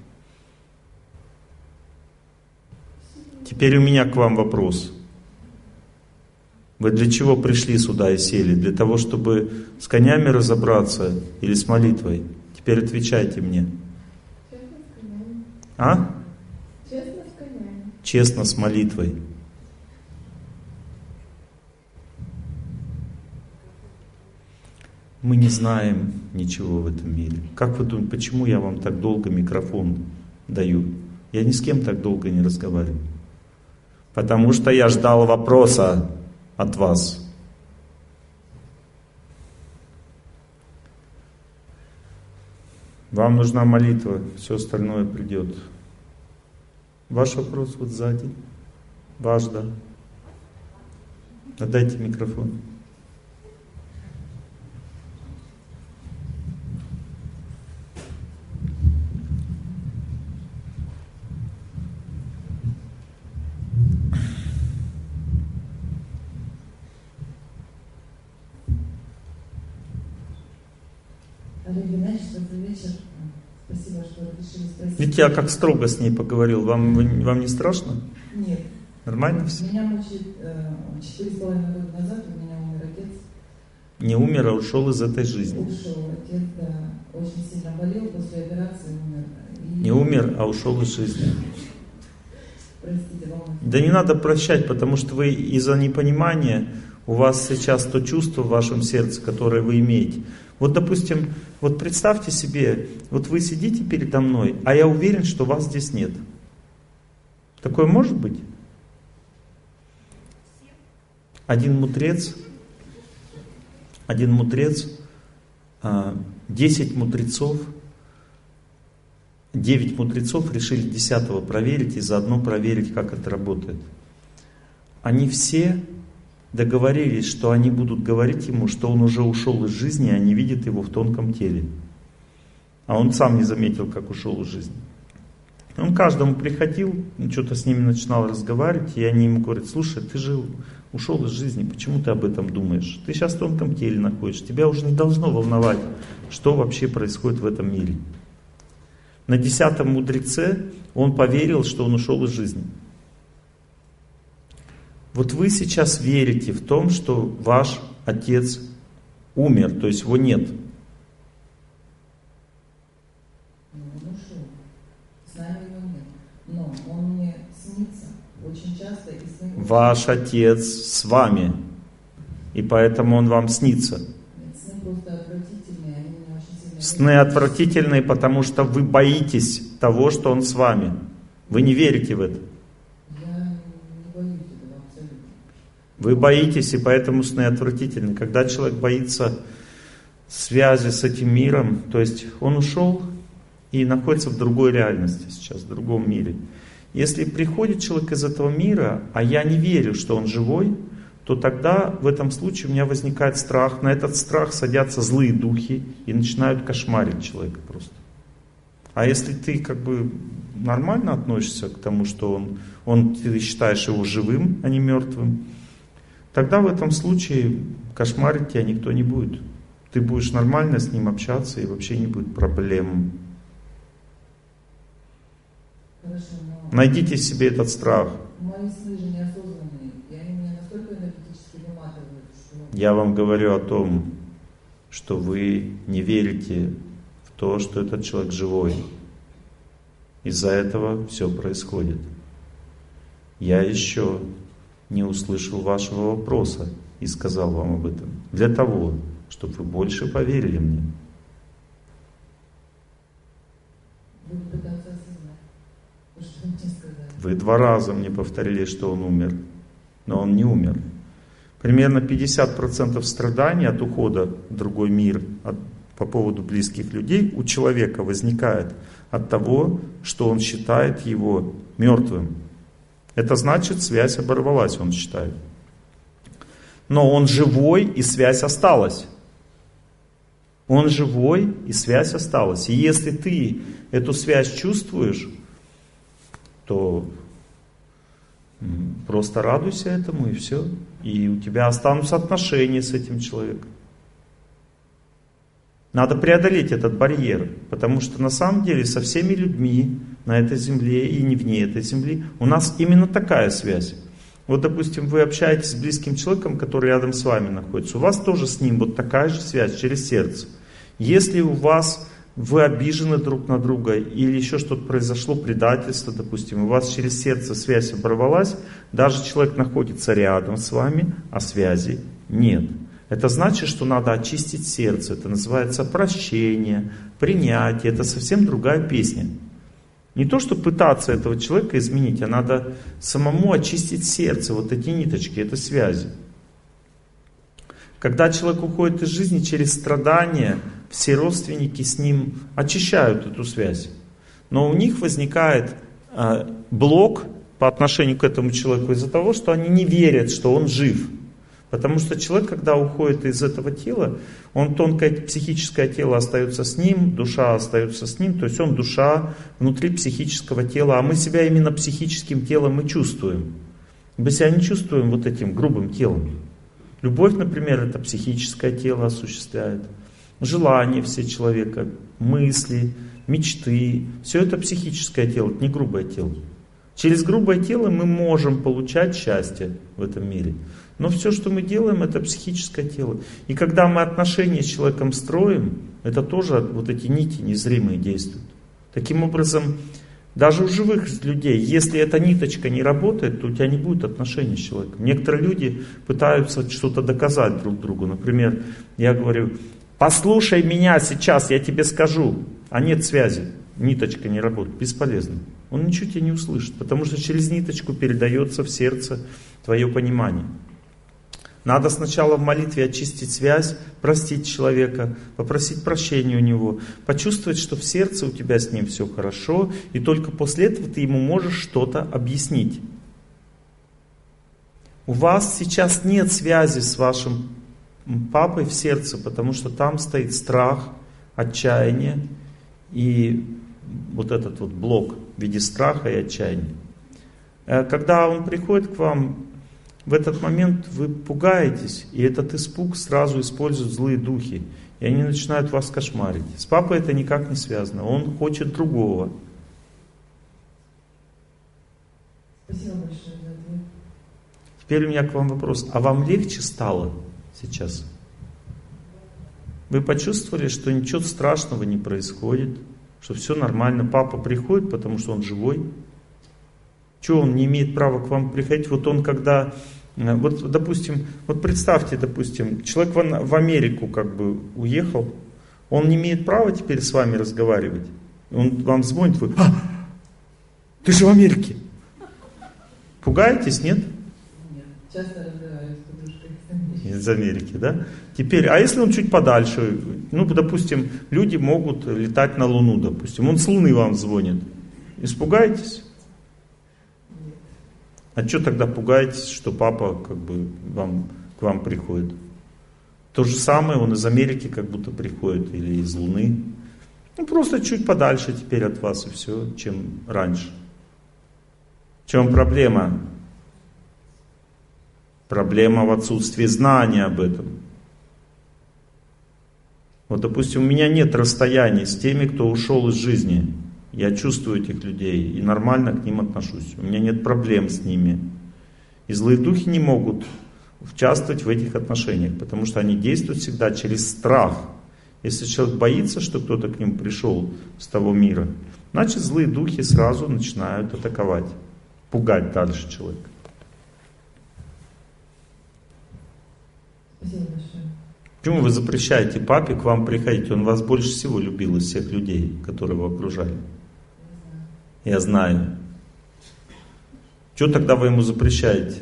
Теперь у меня к вам вопрос. Вы для чего пришли сюда и сели? Для того, чтобы с конями разобраться или с молитвой? Теперь отвечайте мне. А? Честно с конями. Честно с молитвой. Мы не знаем ничего в этом мире. Как вы думаете, почему я вам так долго микрофон даю? Я ни с кем так долго не разговариваю. Потому что я ждал вопроса от вас. Вам нужна молитва, все остальное придет. Ваш вопрос вот сзади. Ваш, да. Отдайте микрофон. Спасибо, что решили спросить. Ведь я как строго с ней поговорил. Вам не страшно? Нет. Нормально все? Меня мучает 4,5 года назад, у меня умер отец. Не умер, а ушел из этой жизни. Ушел отец, да. Очень сильно болел, после операции умер. Не умер, а ушел из жизни. Простите, вам. Да не надо прощать, потому что вы из-за непонимания, у вас сейчас то чувство в вашем сердце, которое вы имеете. Вот, допустим, вот представьте себе, вот вы сидите передо мной, а я уверен, что вас здесь нет. Такое может быть? Один мудрец, 10 мудрецов, 9 мудрецов решили 10-го проверить и заодно проверить, как это работает. Они все договорились, что они будут говорить ему, что он уже ушел из жизни, и они видят его в тонком теле. А он сам не заметил, как ушел из жизни. Он каждому приходил, что-то с ними начинал разговаривать, и они ему говорят: слушай, ты же ушел из жизни, почему ты об этом думаешь? Ты сейчас в тонком теле находишься, тебя уже не должно волновать, что вообще происходит в этом мире. На 10-м мудреце он поверил, что он ушел из жизни. Вот вы сейчас верите в том, что ваш отец умер, то есть его нет. Он ушел. С нами его нет. Но он мне снится очень часто. И сны... Ваш отец с вами, и поэтому он вам снится. Нет, сны просто отвратительные, они меня очень сильно... Сны отвратительные, потому что вы боитесь того, что он с вами. Вы не верите в это. Вы боитесь, и поэтому сны отвратительны. Когда человек боится связи с этим миром, то есть он ушел и находится в другой реальности сейчас, в другом мире. Если приходит человек из этого мира, а я не верю, что он живой, то тогда в этом случае у меня возникает страх. На этот страх садятся злые духи и начинают кошмарить человека просто. А если ты как бы нормально относишься к тому, что ты считаешь его живым, а не мертвым, тогда в этом случае кошмарить тебя никто не будет. Ты будешь нормально с ним общаться, и вообще не будет проблем. Хорошо, Найдите в себе этот страх. Мои сны же неосознанные, и они меня настолько энергетически выматывают, что... Я вам говорю о том, что вы не верите в то, что этот человек живой. Из-за этого все происходит. Я еще не услышал вашего вопроса и сказал вам об этом. Для того, чтобы вы больше поверили мне. Буду пытаться осознать. Что вы мне сказали? Вы 2 раза мне повторили, что он умер. Но он не умер. Примерно 50% страданий от ухода в другой мир по поводу близких людей у человека возникает от того, что он считает его мертвым. Это значит, связь оборвалась, он считает. Но он живой, и связь осталась. Он живой, и связь осталась. И если ты эту связь чувствуешь, то просто радуйся этому, и все. И у тебя останутся отношения с этим человеком. Надо преодолеть этот барьер, потому что на самом деле со всеми людьми на этой земле и не вне этой земли у нас именно такая связь. Вот, допустим, вы общаетесь с близким человеком, который рядом с вами находится, у вас тоже с ним вот такая же связь через сердце. Если вы обижены друг на друга или еще что-то произошло, предательство, допустим, у вас через сердце связь оборвалась, даже человек находится рядом с вами, а связи нет. Это значит, что надо очистить сердце. Это называется прощение, принятие. Это совсем другая песня. Не то, что пытаться этого человека изменить, а надо самому очистить сердце. Вот эти ниточки, это связи. Когда человек уходит из жизни через страдания, все родственники с ним очищают эту связь. Но у них возникает блок по отношению к этому человеку из-за того, что они не верят, что он жив. Потому что человек, когда уходит из этого тела, он тонкое психическое тело остается с ним, душа остается с ним, то есть он душа внутри психического тела, а мы себя именно психическим телом и чувствуем. Мы себя не чувствуем вот этим грубым телом. Любовь, например, это психическое тело осуществляет. Желания все человека, мысли, мечты, все это психическое тело, это не грубое тело. Через грубое тело мы можем получать счастье в этом мире. Но все, что мы делаем, это психическое тело. И когда мы отношения с человеком строим, это тоже вот эти нити незримые действуют. Таким образом, даже у живых людей, если эта ниточка не работает, то у тебя не будет отношений с человеком. Некоторые люди пытаются что-то доказать друг другу. Например, я говорю: послушай меня сейчас, я тебе скажу. А нет связи, ниточка не работает, бесполезно. Он ничего тебя не услышит, потому что через ниточку передается в сердце твое понимание. Надо сначала в молитве очистить связь, простить человека, попросить прощения у него, почувствовать, что в сердце у тебя с ним все хорошо, и только после этого ты ему можешь что-то объяснить. У вас сейчас нет связи с вашим папой в сердце, потому что там стоит страх, отчаяние и вот этот вот блок в виде страха и отчаяния. Когда он приходит к вам, в этот момент вы пугаетесь, и этот испуг сразу используют злые духи, и они начинают вас кошмарить. С папой это никак не связано, он хочет другого. Спасибо большое за ответ. Теперь у меня к вам вопрос, а вам легче стало сейчас? Вы почувствовали, что ничего страшного не происходит, что все нормально, папа приходит, потому что он живой? Чего он не имеет права к вам приходить? Вот он когда, вот допустим, вот представьте, допустим, человек в Америку как бы уехал, он не имеет права теперь с вами разговаривать. Он вам звонит, вы: ты же в Америке. Пугаетесь, нет? Нет, часто разговариваю с подружкой из Америки, да? Теперь, а если он чуть подальше, ну, допустим, люди могут летать на Луну, допустим, он с Луны вам звонит. Испугаетесь? А что тогда пугаетесь, что папа к вам приходит? То же самое, он из Америки как будто приходит или из Луны. Ну просто чуть подальше теперь от вас и все, чем раньше. В чем проблема? Проблема в отсутствии знания об этом. Вот, допустим, у меня нет расстояний с теми, кто ушел из жизни. Я чувствую этих людей и нормально к ним отношусь. У меня нет проблем с ними. И злые духи не могут участвовать в этих отношениях, потому что они действуют всегда через страх. Если человек боится, что кто-то к нему пришел с того мира, значит злые духи сразу начинают атаковать, пугать дальше человека. Спасибо большое. Почему вы запрещаете папе к вам приходить? Он вас больше всего любил из всех людей, которые его окружали. Я знаю. Что тогда вы ему запрещаете?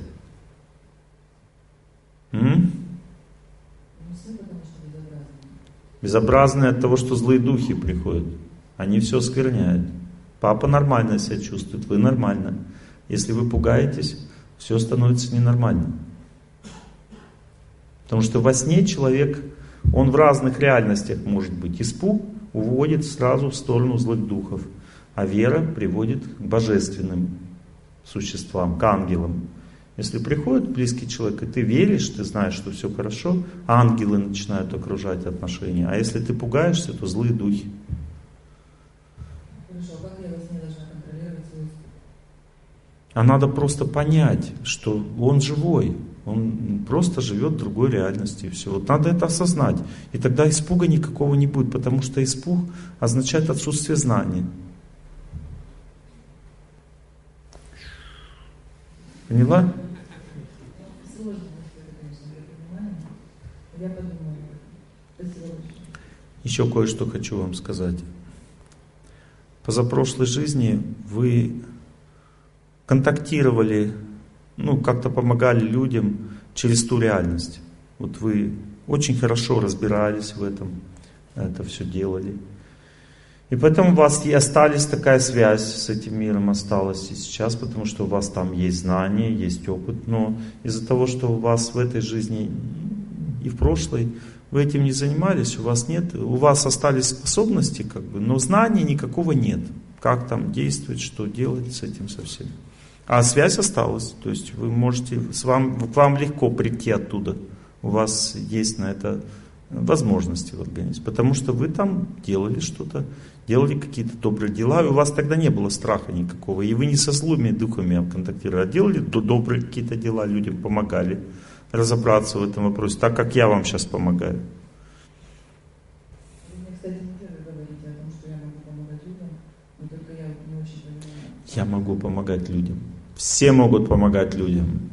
Безобразные от того, что злые духи приходят. Они все оскверняют. Папа нормально себя чувствует, вы нормально. Если вы пугаетесь, все становится ненормально. Потому что во сне человек, он в разных реальностях может быть. Испуг уводит сразу в сторону злых духов, а вера приводит к божественным существам, к ангелам. Если приходит близкий человек, и ты веришь, ты знаешь, что все хорошо, ангелы начинают окружать отношения. А если ты пугаешься, то злые духи. Хорошо, как я во сне должна контролировать свой испуг? А надо просто понять, что он живой, он просто живет в другой реальности. И все. Вот надо это осознать. И тогда испуга никакого не будет, потому что испуг означает отсутствие знания. Поняла? Сложно, конечно, я понимаю. Я подумаю. Спасибо большое. Еще кое-что хочу вам сказать. В позапрошлой жизни вы контактировали, как-то помогали людям через ту реальность. Вот вы очень хорошо разбирались в этом, это все делали. И поэтому у вас и осталась такая связь с этим миром, осталась и сейчас, потому что у вас там есть знания, есть опыт. Но из-за того, что у вас в этой жизни и в прошлой вы этим не занимались, у вас остались способности, но знаний никакого нет. Как там действовать, что делать с этим совсем. А связь осталась, то есть вы можете, к вам легко прийти оттуда. У вас есть на это возможности в организме, потому что вы там делали что-то, делали какие-то добрые дела, и у вас тогда не было страха никакого, и вы не со злыми духами контактировали, а делали добрые какие-то дела, людям помогали разобраться в этом вопросе, так как я вам сейчас помогаю. Вы мне, кстати, не первый говорите о том, что я могу помогать людям, но только я не очень понимаю. Я могу помогать людям. Все могут помогать людям.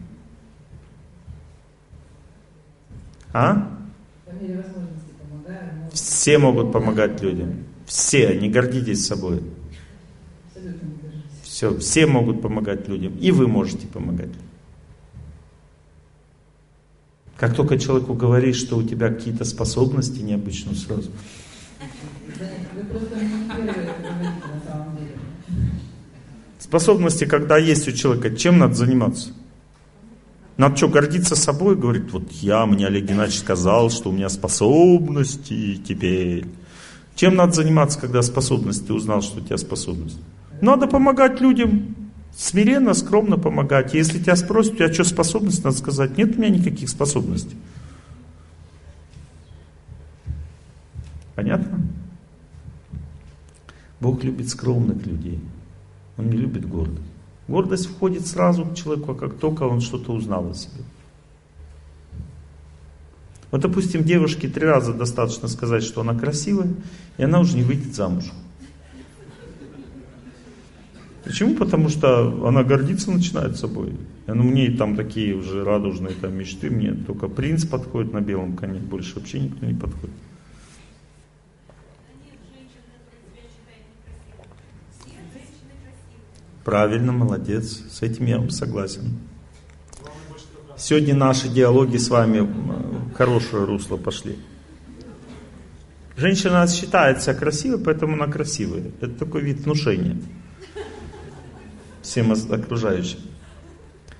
А? По мере возможности помогаю. Но... Все могут помогать людям. Все, не гордитесь собой. Абсолютно не горжусь. Все могут помогать людям. И вы можете помогать. Как только человеку говоришь, что у тебя какие-то способности необычные, сразу. Вы просто мне не первые это говорите на самом деле. Способности, когда есть у человека, чем надо заниматься? Надо что, гордиться собой? Говорит, вот мне Олег Геннадьевич сказал, что у меня способности теперь. Чем надо заниматься, когда способность? Ты узнал, что у тебя способность. Надо помогать людям. Смиренно, скромно помогать. Если тебя спросят, у тебя что способность, надо сказать, нет у меня никаких способностей. Понятно? Бог любит скромных людей. Он не любит гордых. Гордость входит сразу к человеку, как только он что-то узнал о себе. Вот, допустим, девушке 3 раза достаточно сказать, что она красивая, и она уже не выйдет замуж. Почему? Потому что она гордиться начинает собой. Мне там такие уже радужные мечты, мне только принц подходит на белом коне, больше вообще никто не подходит. Правильно, молодец. С этим я вам согласен. Сегодня наши диалоги с вами в хорошее русло пошли. Женщина считает себя красивой, поэтому она красивая. Это такой вид внушения всем окружающим.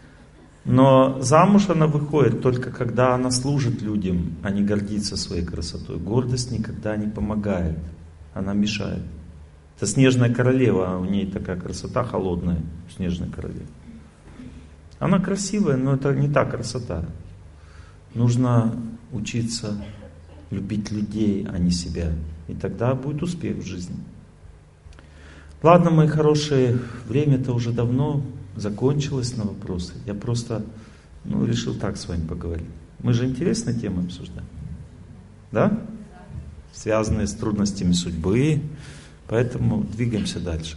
Но замуж она выходит только когда она служит людям, а не гордится своей красотой. Гордость никогда не помогает, она мешает. Это снежная королева, а у ней такая красота холодная, снежная королева. Она красивая, но это не та красота. Нужно учиться любить людей, а не себя. И тогда будет успех в жизни. Ладно, мои хорошие, время-то уже давно закончилось на вопросы. Я просто решил так с вами поговорить. Мы же интересные темы обсуждаем. Да? Связанные с трудностями судьбы. Поэтому двигаемся дальше.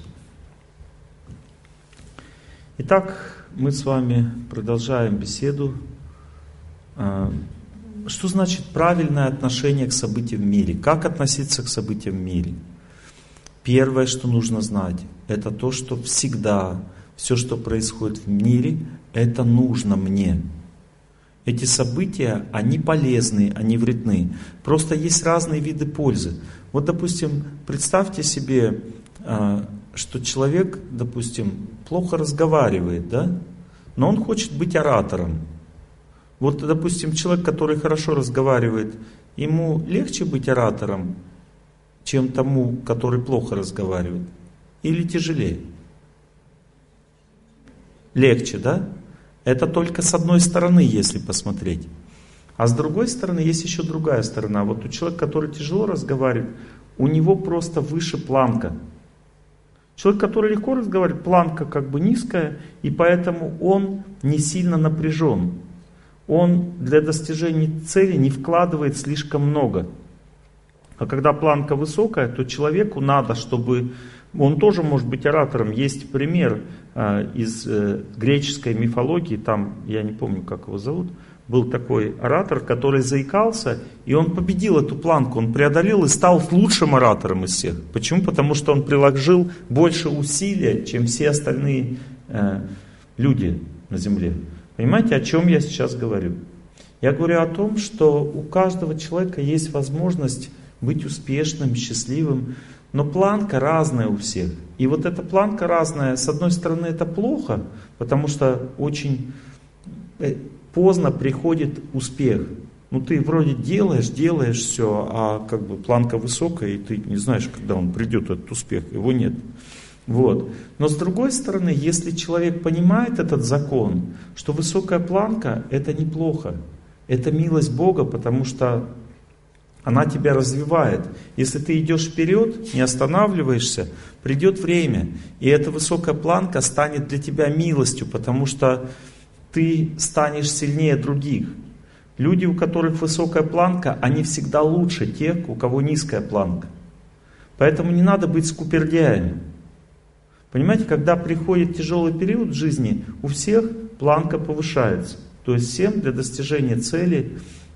Итак, мы с вами продолжаем беседу. Что значит правильное отношение к событиям в мире? Как относиться к событиям в мире? Первое, что нужно знать, это то, что всегда все, что происходит в мире, это нужно мне. Эти события, они полезны, они вредны. Просто есть разные виды пользы. Вот, допустим, представьте себе, что человек, допустим, плохо разговаривает, да? Но он хочет быть оратором. Вот, допустим, человек, который хорошо разговаривает, ему легче быть оратором, чем тому, который плохо разговаривает? Или тяжелее? Легче, да? Это только с одной стороны, если посмотреть. А с другой стороны, есть еще другая сторона. Вот у человека, который тяжело разговаривает, у него просто выше планка. Человек, который легко разговаривает, планка как бы низкая, и поэтому он не сильно напряжен. Он для достижения цели не вкладывает слишком много. А когда планка высокая, то человеку надо, чтобы... Он тоже может быть оратором. Есть пример из греческой мифологии, там, я не помню, как его зовут, был такой оратор, который заикался, и он победил эту планку, он преодолел и стал лучшим оратором из всех. Почему? Потому что он приложил больше усилия, чем все остальные люди на земле. Понимаете, о чем я сейчас говорю? Я говорю о том, что у каждого человека есть возможность быть успешным, счастливым, но планка разная у всех. И вот эта планка разная, с одной стороны, это плохо, потому что очень поздно приходит успех. Ну ты вроде делаешь все, а как бы планка высокая, и ты не знаешь, когда он придет, этот успех, его нет. Вот. Но с другой стороны, если человек понимает этот закон, что высокая планка это неплохо, это милость Бога, потому что она тебя развивает. Если ты идешь вперед, не останавливаешься, придет время, и эта высокая планка станет для тебя милостью, потому что ты станешь сильнее других. Люди, у которых высокая планка, они всегда лучше тех, у кого низкая планка. Поэтому не надо быть скупердяями. Понимаете, когда приходит тяжелый период в жизни, у всех планка повышается. То есть всем для достижения цели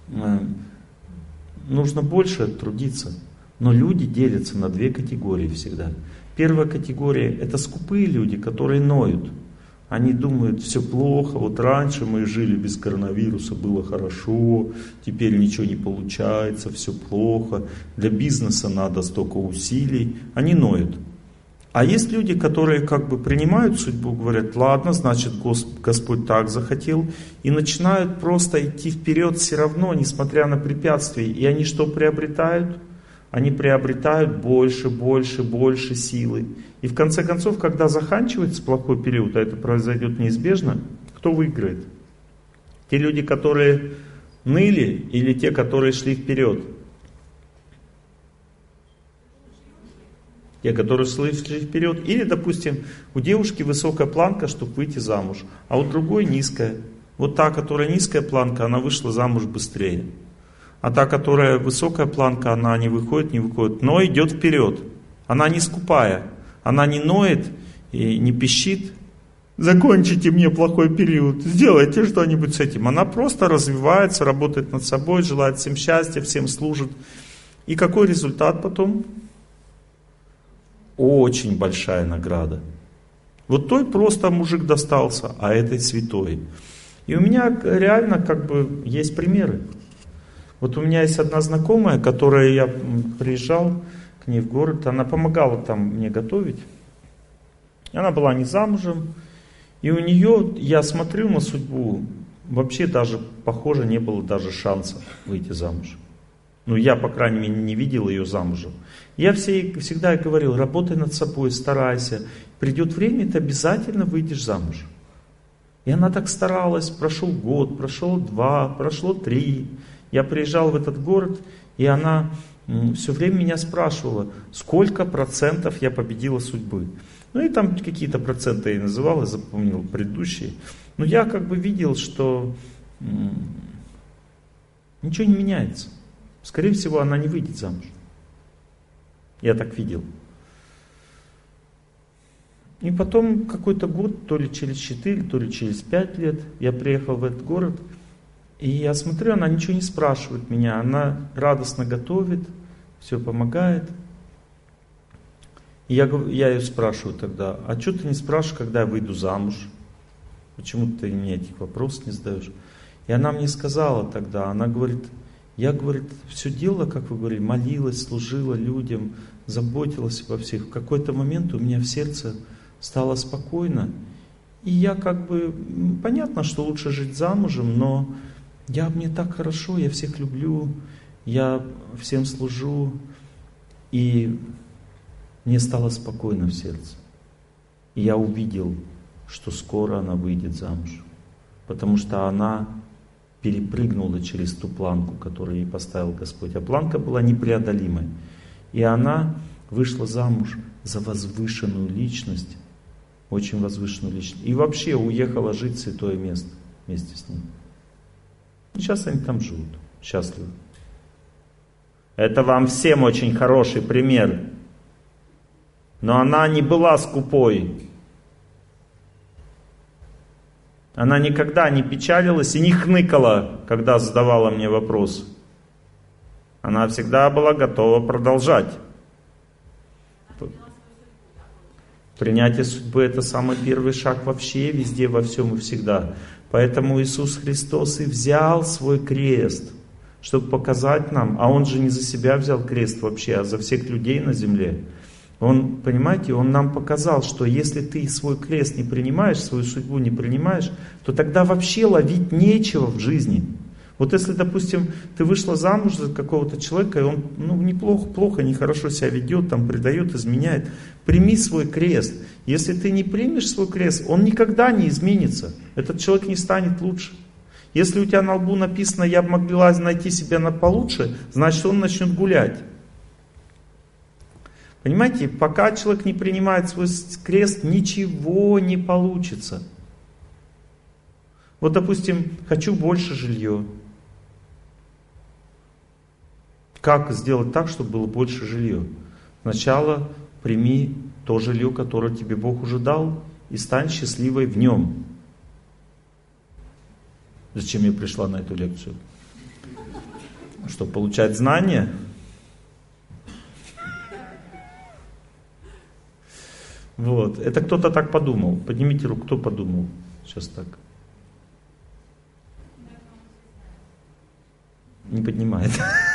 нужно больше трудиться. Но люди делятся на две категории всегда. Первая категория — это скупые люди, которые ноют. Они думают, все плохо, вот раньше мы жили без коронавируса, было хорошо, теперь ничего не получается, все плохо, для бизнеса надо столько усилий. Они ноют. А есть люди, которые как бы принимают судьбу, говорят, ладно, значит Господь так захотел, и начинают просто идти вперед все равно, несмотря на препятствия. И они что приобретают? Они приобретают больше силы. И в конце концов, когда заканчивается плохой период, а это произойдет неизбежно, кто выиграет? Те люди, которые ныли, или те, которые шли вперед? Те, которые шли вперед. Или, допустим, у девушки высокая планка, чтобы выйти замуж, а у другой низкая. Вот та, которая низкая планка, она вышла замуж быстрее. А та, которая высокая планка, она не выходит, но идет вперед. Она не скупая, она не ноет и не пищит. Закончите мне плохой период, сделайте что-нибудь с этим. Она просто развивается, работает над собой, желает всем счастья, всем служит. И какой результат потом? Очень большая награда. Вот той просто мужик достался, а этой святой. И у меня реально как бы есть примеры. Вот у меня есть одна знакомая, которая, я приезжал к ней в город, она помогала там мне готовить. Она была не замужем, И у нее, я смотрю на судьбу, вообще даже, похоже, не было даже шанса выйти замуж. Ну, я, по крайней мере, не видел ее замужем. Я всегда говорил, работай над собой, старайся. Придет время, ты обязательно выйдешь замуж. И она так старалась, прошел год, прошел 2, прошло 3. Я приезжал в этот город, и она все время меня спрашивала, сколько процентов я победила судьбы. Ну и там какие-то проценты я называл, я запомнил предыдущие. Но я как бы видел, что ничего не меняется. Скорее всего, она не выйдет замуж. Я так видел. И потом какой-то год, то ли через 4, то ли через 5 лет, я приехал в этот город, и я смотрю, она ничего не спрашивает меня, она радостно готовит, все помогает. И я ее спрашиваю тогда, а что ты не спрашиваешь, когда я выйду замуж? Почему ты мне этих вопросов не задаешь? И она мне сказала тогда, она говорит, я, говорит, все делала, как вы говорили, молилась, служила людям, заботилась обо всех. В какой-то момент у меня в сердце стало спокойно. И я как бы, понятно, что лучше жить замужем, но мне так хорошо, я всех люблю, я всем служу. И мне стало спокойно в сердце. И я увидел, что скоро она выйдет замуж. Потому что она перепрыгнула через ту планку, которую ей поставил Господь. А планка была непреодолимой. И она вышла замуж за возвышенную личность, очень возвышенную личность. И вообще уехала жить в святое место вместе с ним. И сейчас они там живут, счастливы. Это вам всем очень хороший пример. Но она не была скупой. Она никогда не печалилась и не хныкала, когда задавала мне вопрос. Она всегда была готова продолжать. Принятие судьбы — это самый первый шаг вообще, везде, во всем и всегда. Поэтому Иисус Христос и взял свой крест, чтобы показать нам, а Он же не за себя взял крест вообще, а за всех людей на земле. Он, понимаете, Он нам показал, что если ты свой крест не принимаешь, свою судьбу не принимаешь, то тогда вообще ловить нечего в жизни. Вот если, допустим, ты вышла замуж за какого-то человека, и он плохо, нехорошо себя ведет, там, предает, изменяет, прими свой крест. Если ты не примешь свой крест, он никогда не изменится. Этот человек не станет лучше. Если у тебя на лбу написано «я бы могла найти себя получше», значит он начнет гулять. Понимаете, пока человек не принимает свой крест, ничего не получится. Вот, допустим, хочу больше жилье. Как сделать так, чтобы было больше жилье? Сначала прими то жилье, которое тебе Бог уже дал, и стань счастливой в нем. Зачем я пришла на эту лекцию? Чтобы получать знания? Вот. Это кто-то так подумал. Поднимите руку, кто подумал? Сейчас так. Не поднимает.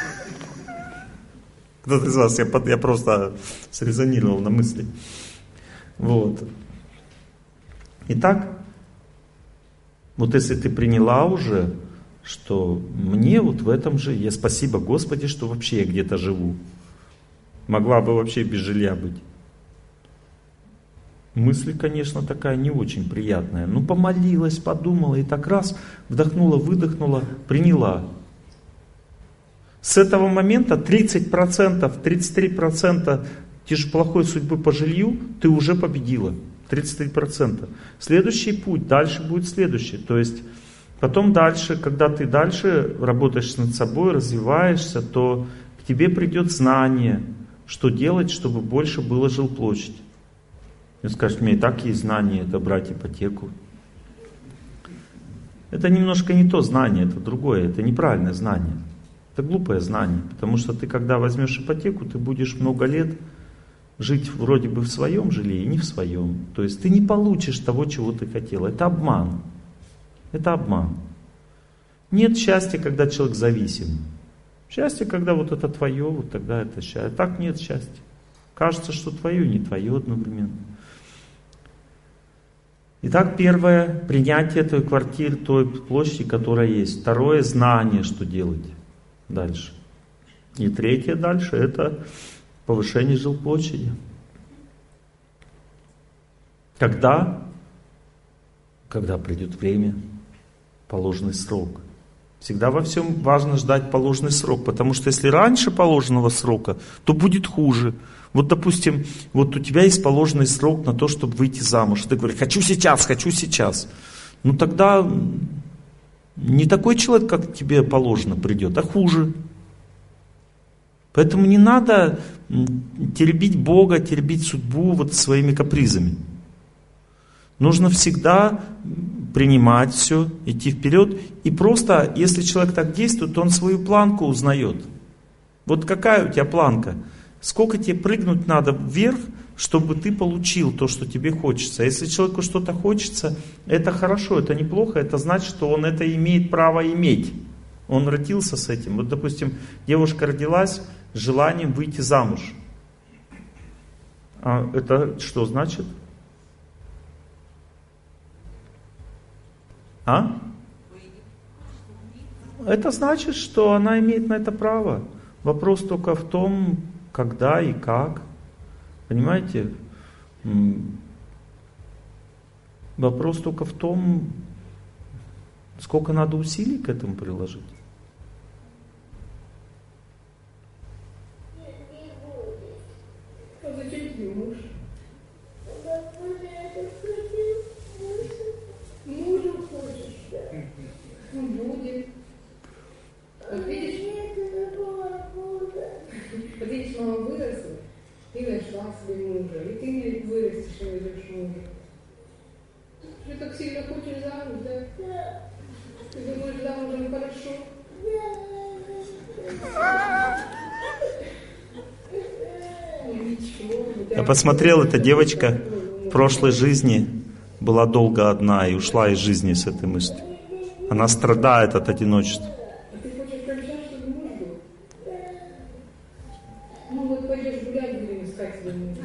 Кто-то из вас, я просто срезонировал на мысли. Вот. Итак, вот если ты приняла уже, что мне вот в этом же, я спасибо Господи, что вообще я где-то живу. Могла бы вообще без жилья быть. Мысль, конечно, такая не очень приятная. Ну, помолилась, подумала и так раз, вдохнула, выдохнула, приняла. С этого момента 30%, 33% плохой судьбы по жилью ты уже победила. 33%. Следующий путь, дальше будет следующий. То есть потом дальше, когда ты дальше работаешь над собой, развиваешься, то к тебе придет знание, что делать, чтобы больше было жилплощадь. И скажешь, мне и так есть знание, это брать ипотеку. Это немножко не то знание, это другое, это неправильное знание. Это глупое знание, потому что ты, когда возьмешь ипотеку, ты будешь много лет жить вроде бы в своем жилье и не в своем. То есть ты не получишь того, чего ты хотел. Это обман. Это обман. Нет счастья, когда человек зависим. Счастье, когда вот это твое, вот тогда это счастье. А так нет счастья. Кажется, что твое, не твое одновременно. Итак, первое — принятие той квартиры, той площади, которая есть. Второе — знание, что делать дальше. И третье дальше — это повышение жилплощади. Когда придет время, положенный срок. Всегда во всем важно ждать положенный срок, потому что если раньше положенного срока, то будет хуже. Вот, допустим, вот у тебя есть положенный срок на то, чтобы выйти замуж. Ты говоришь: хочу сейчас. Ну тогда не такой человек, как тебе положено, придет, а хуже. Поэтому не надо теребить Бога, теребить судьбу вот своими капризами. Нужно всегда принимать все, идти вперед. И просто, если человек так действует, то он свою планку узнает. Вот какая у тебя планка? Сколько тебе прыгнуть надо вверх, чтобы ты получил то, что тебе хочется. Если человеку что-то хочется, это хорошо, это неплохо, это значит, что он это имеет право иметь. Он родился с этим. Вот, допустим, девушка родилась с желанием выйти замуж. А это что значит? Это значит, что она имеет на это право. Вопрос только в том, когда и как. Понимаете? Вопрос только в том, сколько надо усилий к этому приложить. А зачем тебе муж? Мужем хочешь? Ну, будет. Вот видишь, мама выросла, ты нашла себе мужа, и ты вырастешь и найдешь мужа. Ты так сильно хочешь замуж, да? Ты думаешь, замужем хорошо? Я посмотрел, эта девочка в прошлой жизни была долго одна и ушла из жизни с этой мыслью. Она страдает от одиночества. А ты хочешь прощать, чтобы муж был? Ну вот пойдешь гулять, будем искать себе мужа.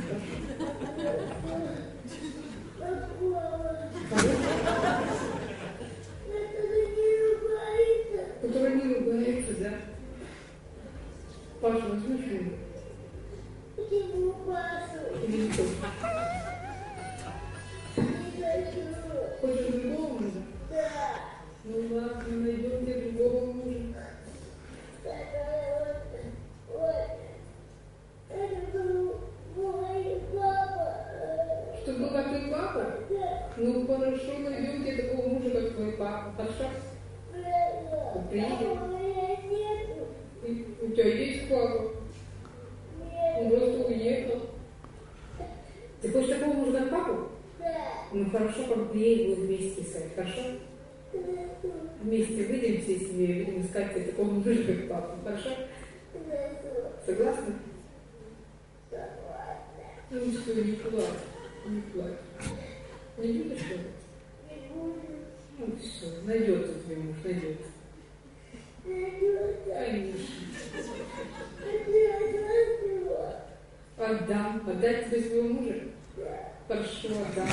Который не ругается, да? Паша, возьмешь мужа? Хочешь другого мужа? Да. Ну ладно, найдем тебе другого мужа. Чтобы был как твой папа? Да. Ну хорошо, найдем тебе такого мужа, как твой папа. Хорошо? Да. Приедем. У тебя есть папа? Он просто уехал. Ты хочешь такого мужа, как папу? Да. Ну хорошо, как приедем, будем вместе искать, хорошо? Да. Вместе выйдем все себе, будем искать тебе такого мужа, как папу, хорошо? Да. Согласна? Согласна. Ну что, не плачь, не плачь. Не будешь плакать? Не буду. Ну все, найдется тебе муж, найдется. Отдам. Отдать тебе своего мужа? Да. Хорошо, отдам.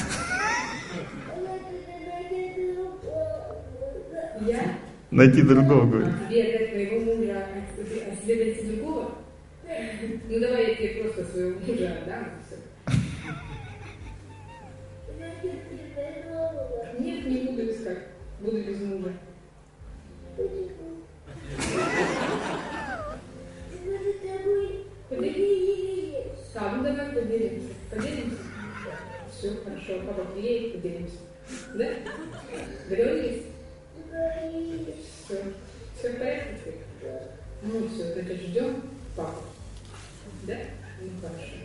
Я? Найти другого, говорит. А тебе отдать твоего мужа, а себе найти другого? Ну давай я тебе просто своего мужа отдам, и все. Нет, не буду искать. Буду без мужа. А, ну давай поделимся. Поделимся? Все, хорошо. Папа приедет, поделимся. Да? Договорились? Договорились. Все. Все в порядке теперь? Да. Ну все, тогда ждем папу. Да? Ну хорошо.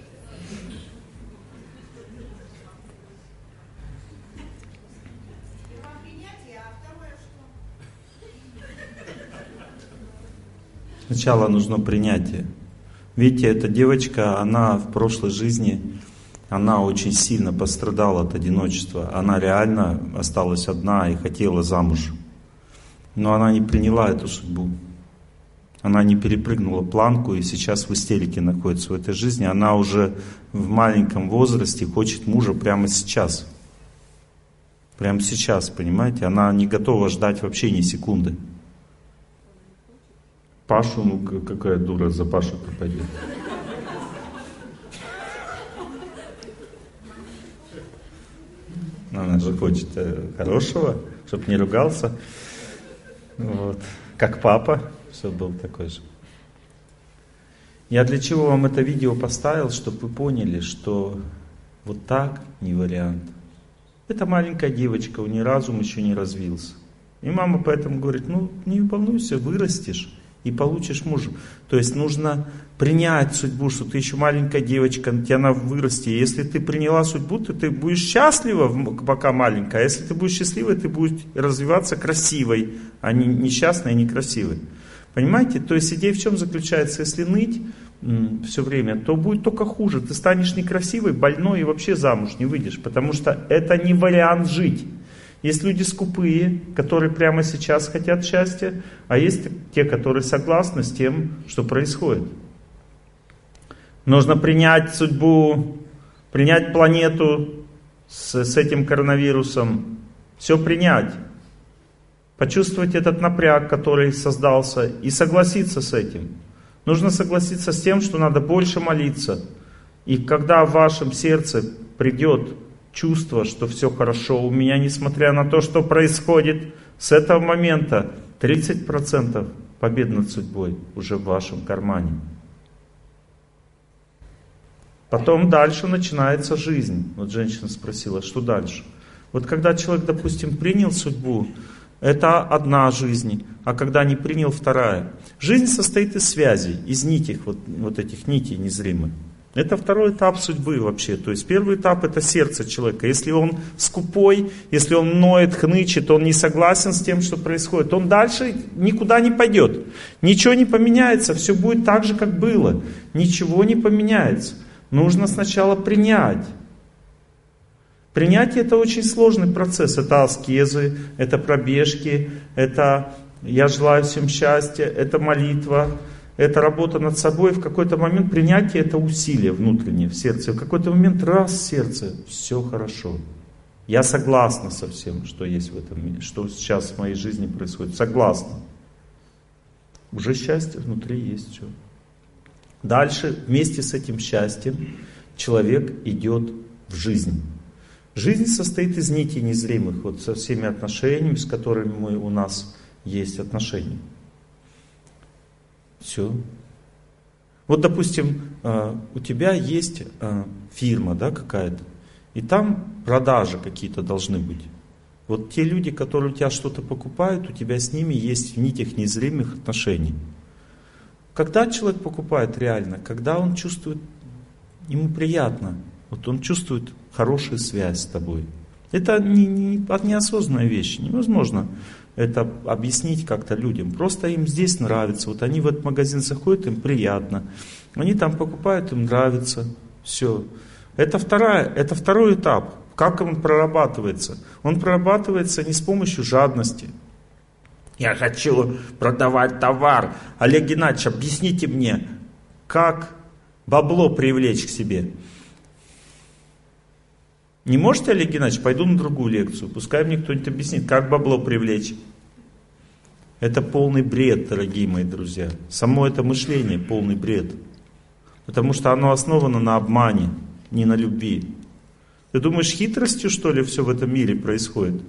Сначала нужно принятие. Видите, эта девочка, она в прошлой жизни, она очень сильно пострадала от одиночества. Она реально осталась одна и хотела замуж. Но она не приняла эту судьбу. Она не перепрыгнула планку и сейчас в истерике находится в этой жизни. Она уже в маленьком возрасте хочет мужа прямо сейчас. Прямо сейчас, понимаете? Она не готова ждать вообще ни секунды. Пашу, ну какая дура за Пашу-то пойдет. Она же хочет хорошего, чтобы не ругался. Вот. Как папа, чтобы был такой же. Я для чего вам это видео поставил, чтобы вы поняли, что вот так не вариант. Это маленькая девочка, у нее разум еще не развился. И мама поэтому говорит, ну не волнуйся, вырастешь и получишь мужа. То есть нужно принять судьбу, что ты еще маленькая девочка, тебе она вырасти. Если ты приняла судьбу, то ты будешь счастлива, пока маленькая. А если ты будешь счастливой, ты будешь развиваться красивой, а не несчастной и некрасивой. Понимаете? То есть идея в чем заключается? Если ныть все время, то будет только хуже. Ты станешь некрасивой, больной и вообще замуж не выйдешь. Потому что это не вариант жить. Есть люди скупые, которые прямо сейчас хотят счастья, а есть те, которые согласны с тем, что происходит. Нужно принять судьбу, принять планету с этим коронавирусом, все принять. Почувствовать этот напряг, который создался, и согласиться с этим. Нужно согласиться с тем, что надо больше молиться. И когда в вашем сердце придет чувство, что все хорошо у меня, несмотря на то, что происходит, с этого момента 30% побед над судьбой уже в вашем кармане. Потом дальше начинается жизнь. Вот женщина спросила, что дальше? Вот когда человек, допустим, принял судьбу, это одна жизнь, а когда не принял, вторая. Жизнь состоит из связей, из нитей, вот этих нитей незримых. Это второй этап судьбы вообще. То есть первый этап это сердце человека. Если он скупой, если он ноет, хнычет, он не согласен с тем, что происходит, он дальше никуда не пойдет. Ничего не поменяется, все будет так же, как было. Ничего не поменяется. Нужно сначала принять. Принятие это очень сложный процесс. Это аскезы, это пробежки, это я желаю всем счастья, это молитва. Это работа над собой. В какой-то момент принятие это усилие внутреннее в сердце. В какой-то момент раз в сердце, все хорошо. Я согласна со всем, что есть в этом мире, что сейчас в моей жизни происходит. Согласна. Уже счастье внутри есть все. Дальше вместе с этим счастьем человек идет в жизнь. Жизнь состоит из нитей незримых, вот со всеми отношениями, с которыми у нас есть отношения. Все. Вот, допустим, у тебя есть фирма, да, какая-то, и там продажи какие-то должны быть. Вот те люди, которые у тебя что-то покупают, у тебя с ними есть в нитях незримых отношений. Когда человек покупает реально? Когда он чувствует, ему приятно, вот он чувствует хорошую связь с тобой. Это неосознанная вещь, невозможно это объяснить как-то людям. Просто им здесь нравится. Вот они в этот магазин заходят, им приятно. Они там покупают, им нравится. Все. Это второй этап. Как он прорабатывается? Он прорабатывается не с помощью жадности. Я хочу продавать товар. Олег Геннадьевич, объясните мне, как бабло привлечь к себе? Не можете, Олег Геннадьевич, пойду на другую лекцию. Пускай мне кто-нибудь объяснит, как бабло привлечь. Это полный бред, дорогие мои друзья. Само это мышление полный бред. Потому что оно основано на обмане, не на любви. Ты думаешь, хитростью, что ли, все в этом мире происходит?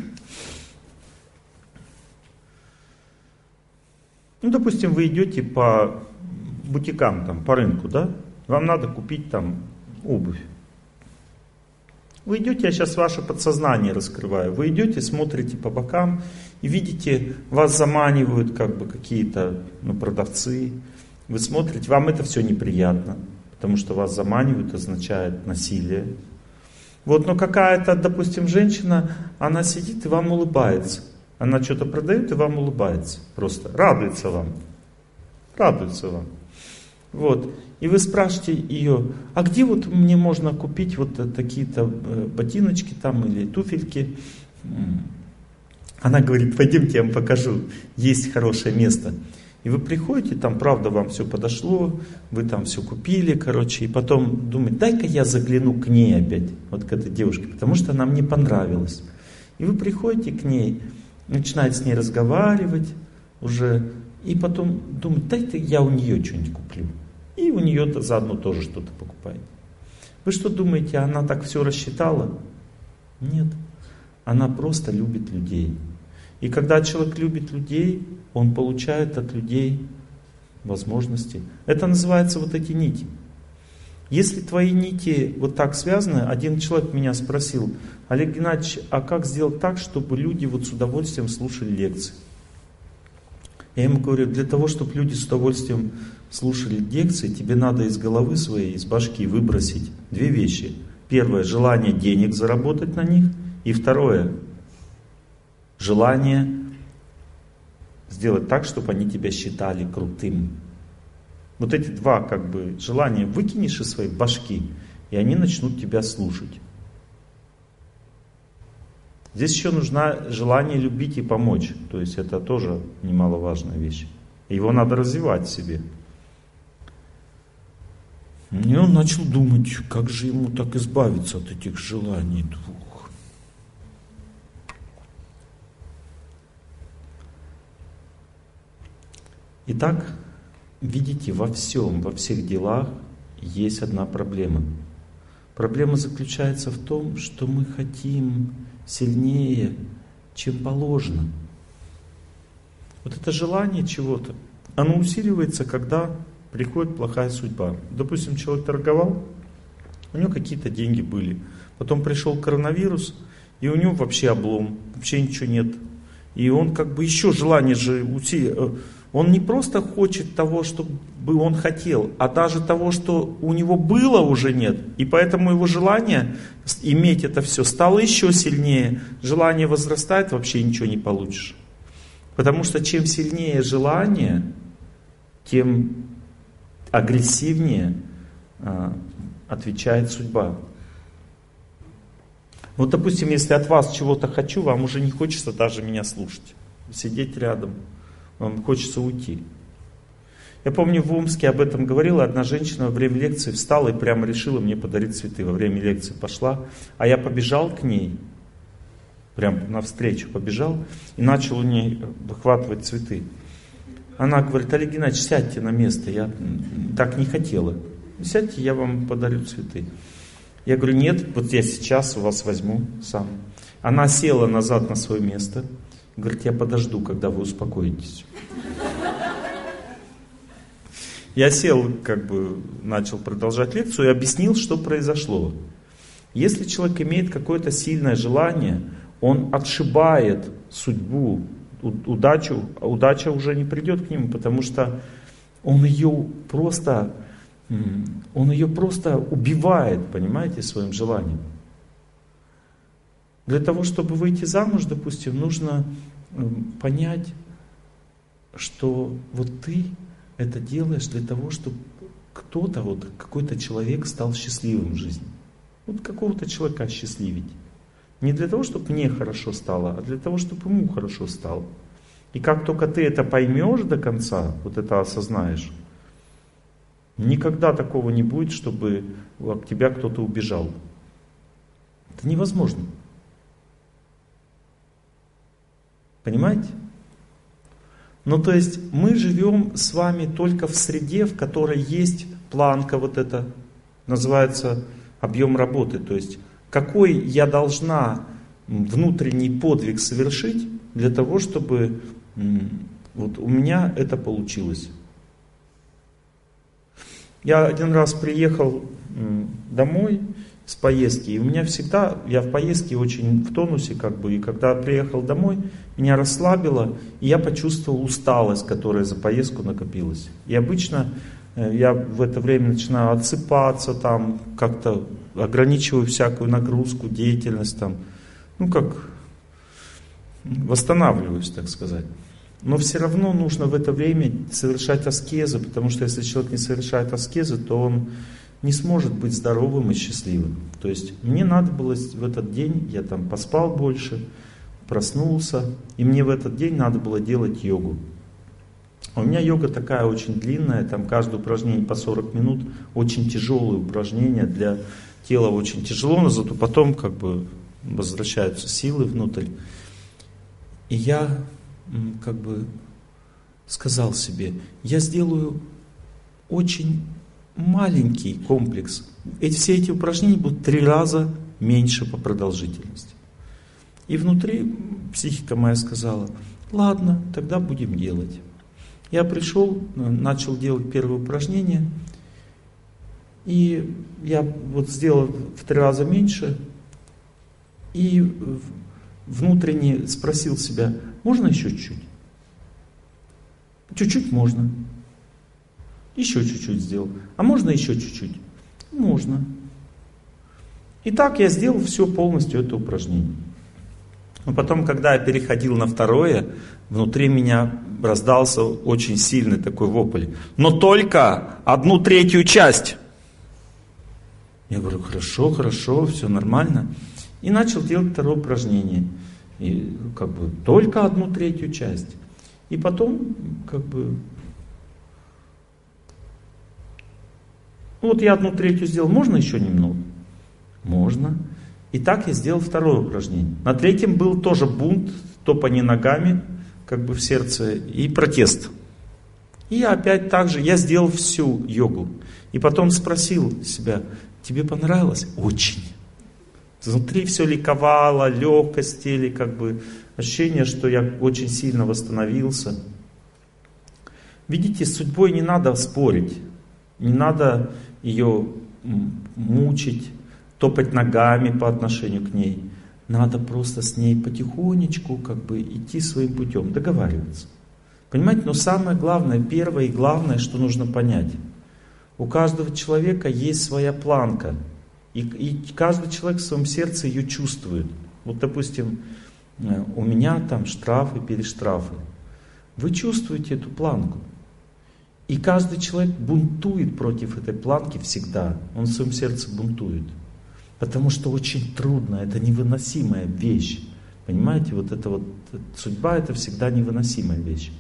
Ну, допустим, вы идете по бутикам, там, по рынку, да? Вам надо купить там обувь. Вы идете, я сейчас ваше подсознание раскрываю. Вы идете, смотрите по бокам и видите, вас заманивают как бы какие-то продавцы. Вы смотрите, вам это все неприятно, потому что вас заманивают, означает насилие. Вот, но какая-то, допустим, женщина, она сидит и вам улыбается. Она что-то продает и вам улыбается. Просто радуется вам. Радуется вам. Вот. И вы спрашиваете ее, а где вот мне можно купить вот такие-то ботиночки там или туфельки? Она говорит, пойдемте, я вам покажу, есть хорошее место. И вы приходите, там правда вам все подошло, вы там все купили, короче, и потом думаете, дай-ка я загляну к ней опять, вот к этой девушке, потому что она мне понравилась. И вы приходите к ней, начинаете с ней разговаривать уже, и потом думаете, дай-то я у нее что-нибудь куплю. И у нее заодно тоже что-то покупаете. Вы что думаете, она так все рассчитала? Нет. Она просто любит людей. И когда человек любит людей, он получает от людей возможности. Это называется вот эти нити. Если твои нити вот так связаны, один человек меня спросил: Олег Геннадьевич, а как сделать так, чтобы люди вот с удовольствием слушали лекции? Я ему говорю, для того, чтобы люди с удовольствием слушали лекции, тебе надо из головы своей, из башки выбросить две вещи. Первое, желание денег заработать на них. И второе, желание сделать так, чтобы они тебя считали крутым. Вот эти два желания выкинешь из своей башки, и они начнут тебя слушать. Здесь еще нужно желание любить и помочь. То есть это тоже немаловажная вещь. Его надо развивать в себе. И он начал думать, как же ему так избавиться от этих желаний двух. Итак, видите, во всем, во всех делах есть одна проблема. Проблема заключается в том, что мы хотим сильнее, чем положено. Вот это желание чего-то, оно усиливается, когда приходит плохая судьба. Допустим, человек торговал, у него какие-то деньги были. Потом пришел коронавирус, и у него вообще облом, вообще ничего нет. И он еще желание же усилия. Он не просто хочет того, что бы он хотел, а даже того, что у него было, уже нет. И поэтому его желание иметь это все стало еще сильнее. Желание возрастает, вообще ничего не получишь. Потому что чем сильнее желание, тем агрессивнее отвечает судьба. Вот, допустим, если от вас чего-то хочу, вам уже не хочется даже меня слушать. Сидеть рядом. Вам хочется уйти. Я помню, в Омске об этом говорила одна женщина во время лекции, встала и прямо решила мне подарить цветы. Во время лекции пошла, а я побежал к ней, прям навстречу побежал и начал у ней выхватывать цветы. Она говорит: Олег Геннадьевич, сядьте на место, я так не хотела. Сядьте, я вам подарю цветы. Я говорю: нет, вот я сейчас у вас возьму сам. Она села назад на свое место. Говорит: я подожду, когда вы успокоитесь. Я сел, начал продолжать лекцию и объяснил, что произошло. Если человек имеет какое-то сильное желание, он отшибает судьбу, удачу, а удача уже не придет к нему, потому что он ее просто убивает, понимаете, своим желанием. Для того, чтобы выйти замуж, допустим, нужно понять, что вот ты это делаешь для того, чтобы кто-то, какой-то человек стал счастливым в жизни. Вот какого-то человека осчастливить. Не для того, чтобы мне хорошо стало, а для того, чтобы ему хорошо стало. И как только ты это поймешь до конца, вот это осознаешь, никогда такого не будет, чтобы от тебя кто-то убежал. Это невозможно. Понимаете? Ну, то есть мы живем с вами только в среде, в которой есть планка вот эта, называется объем работы. То есть какой я должна внутренний подвиг совершить для того, чтобы вот у меня это получилось. Я один раз приехал домой с поездки, и у меня всегда, я в поездке очень в тонусе, и когда приехал домой, меня расслабило, и я почувствовал усталость, которая за поездку накопилась. И обычно я в это время начинаю отсыпаться, как-то ограничиваю всякую нагрузку, деятельность, восстанавливаюсь, так сказать. Но все равно нужно в это время совершать аскезы, потому что если человек не совершает аскезы, то он не сможет быть здоровым и счастливым. То есть мне надо было в этот день, я поспал больше, проснулся, и мне в этот день надо было делать йогу. У меня йога такая очень длинная, каждое упражнение по 40 минут, очень тяжелые упражнения, для тела очень тяжело, но зато потом возвращаются силы внутрь. И я как бы сказал себе, я сделаю очень маленький комплекс. Все эти упражнения будут 3 раза меньше по продолжительности. И внутри психика моя сказала, ладно, тогда будем делать. Я пришел, начал делать первое упражнение, и я вот сделал в 3 раза меньше, и внутренне спросил себя, можно еще чуть-чуть? Чуть-чуть можно. Еще чуть-чуть сделал. А можно еще чуть-чуть? Можно. И так я сделал все полностью это упражнение. Но потом, когда я переходил на второе, внутри меня раздался очень сильный такой вопль. Но только 1/3 часть. Я говорю, хорошо, хорошо, все нормально. И начал делать второе упражнение. И как бы только 1/3 часть. И потом, как бы, вот я 1/3 сделал, можно еще немного? Можно. И так я сделал второе упражнение. На третьем был тоже бунт, топание ногами, как бы в сердце, и протест. И опять так же я сделал всю йогу. И потом спросил себя, тебе понравилось? Очень. Внутри все ликовало, легкость или как бы ощущение, что я очень сильно восстановился. Видите, с судьбой не надо спорить, не надо ее мучить, топать ногами по отношению к ней. Надо просто с ней потихонечку как бы идти своим путем, договариваться. Понимаете, но самое главное, первое и главное, что нужно понять. У каждого человека есть своя планка. И каждый человек в своем сердце ее чувствует. Вот, допустим, у меня там штрафы, перештрафы. Вы чувствуете эту планку. И каждый человек бунтует против этой планки всегда. Он в своем сердце бунтует. Потому что очень трудно, это невыносимая вещь. Понимаете, вот эта вот судьба, это всегда невыносимая вещь.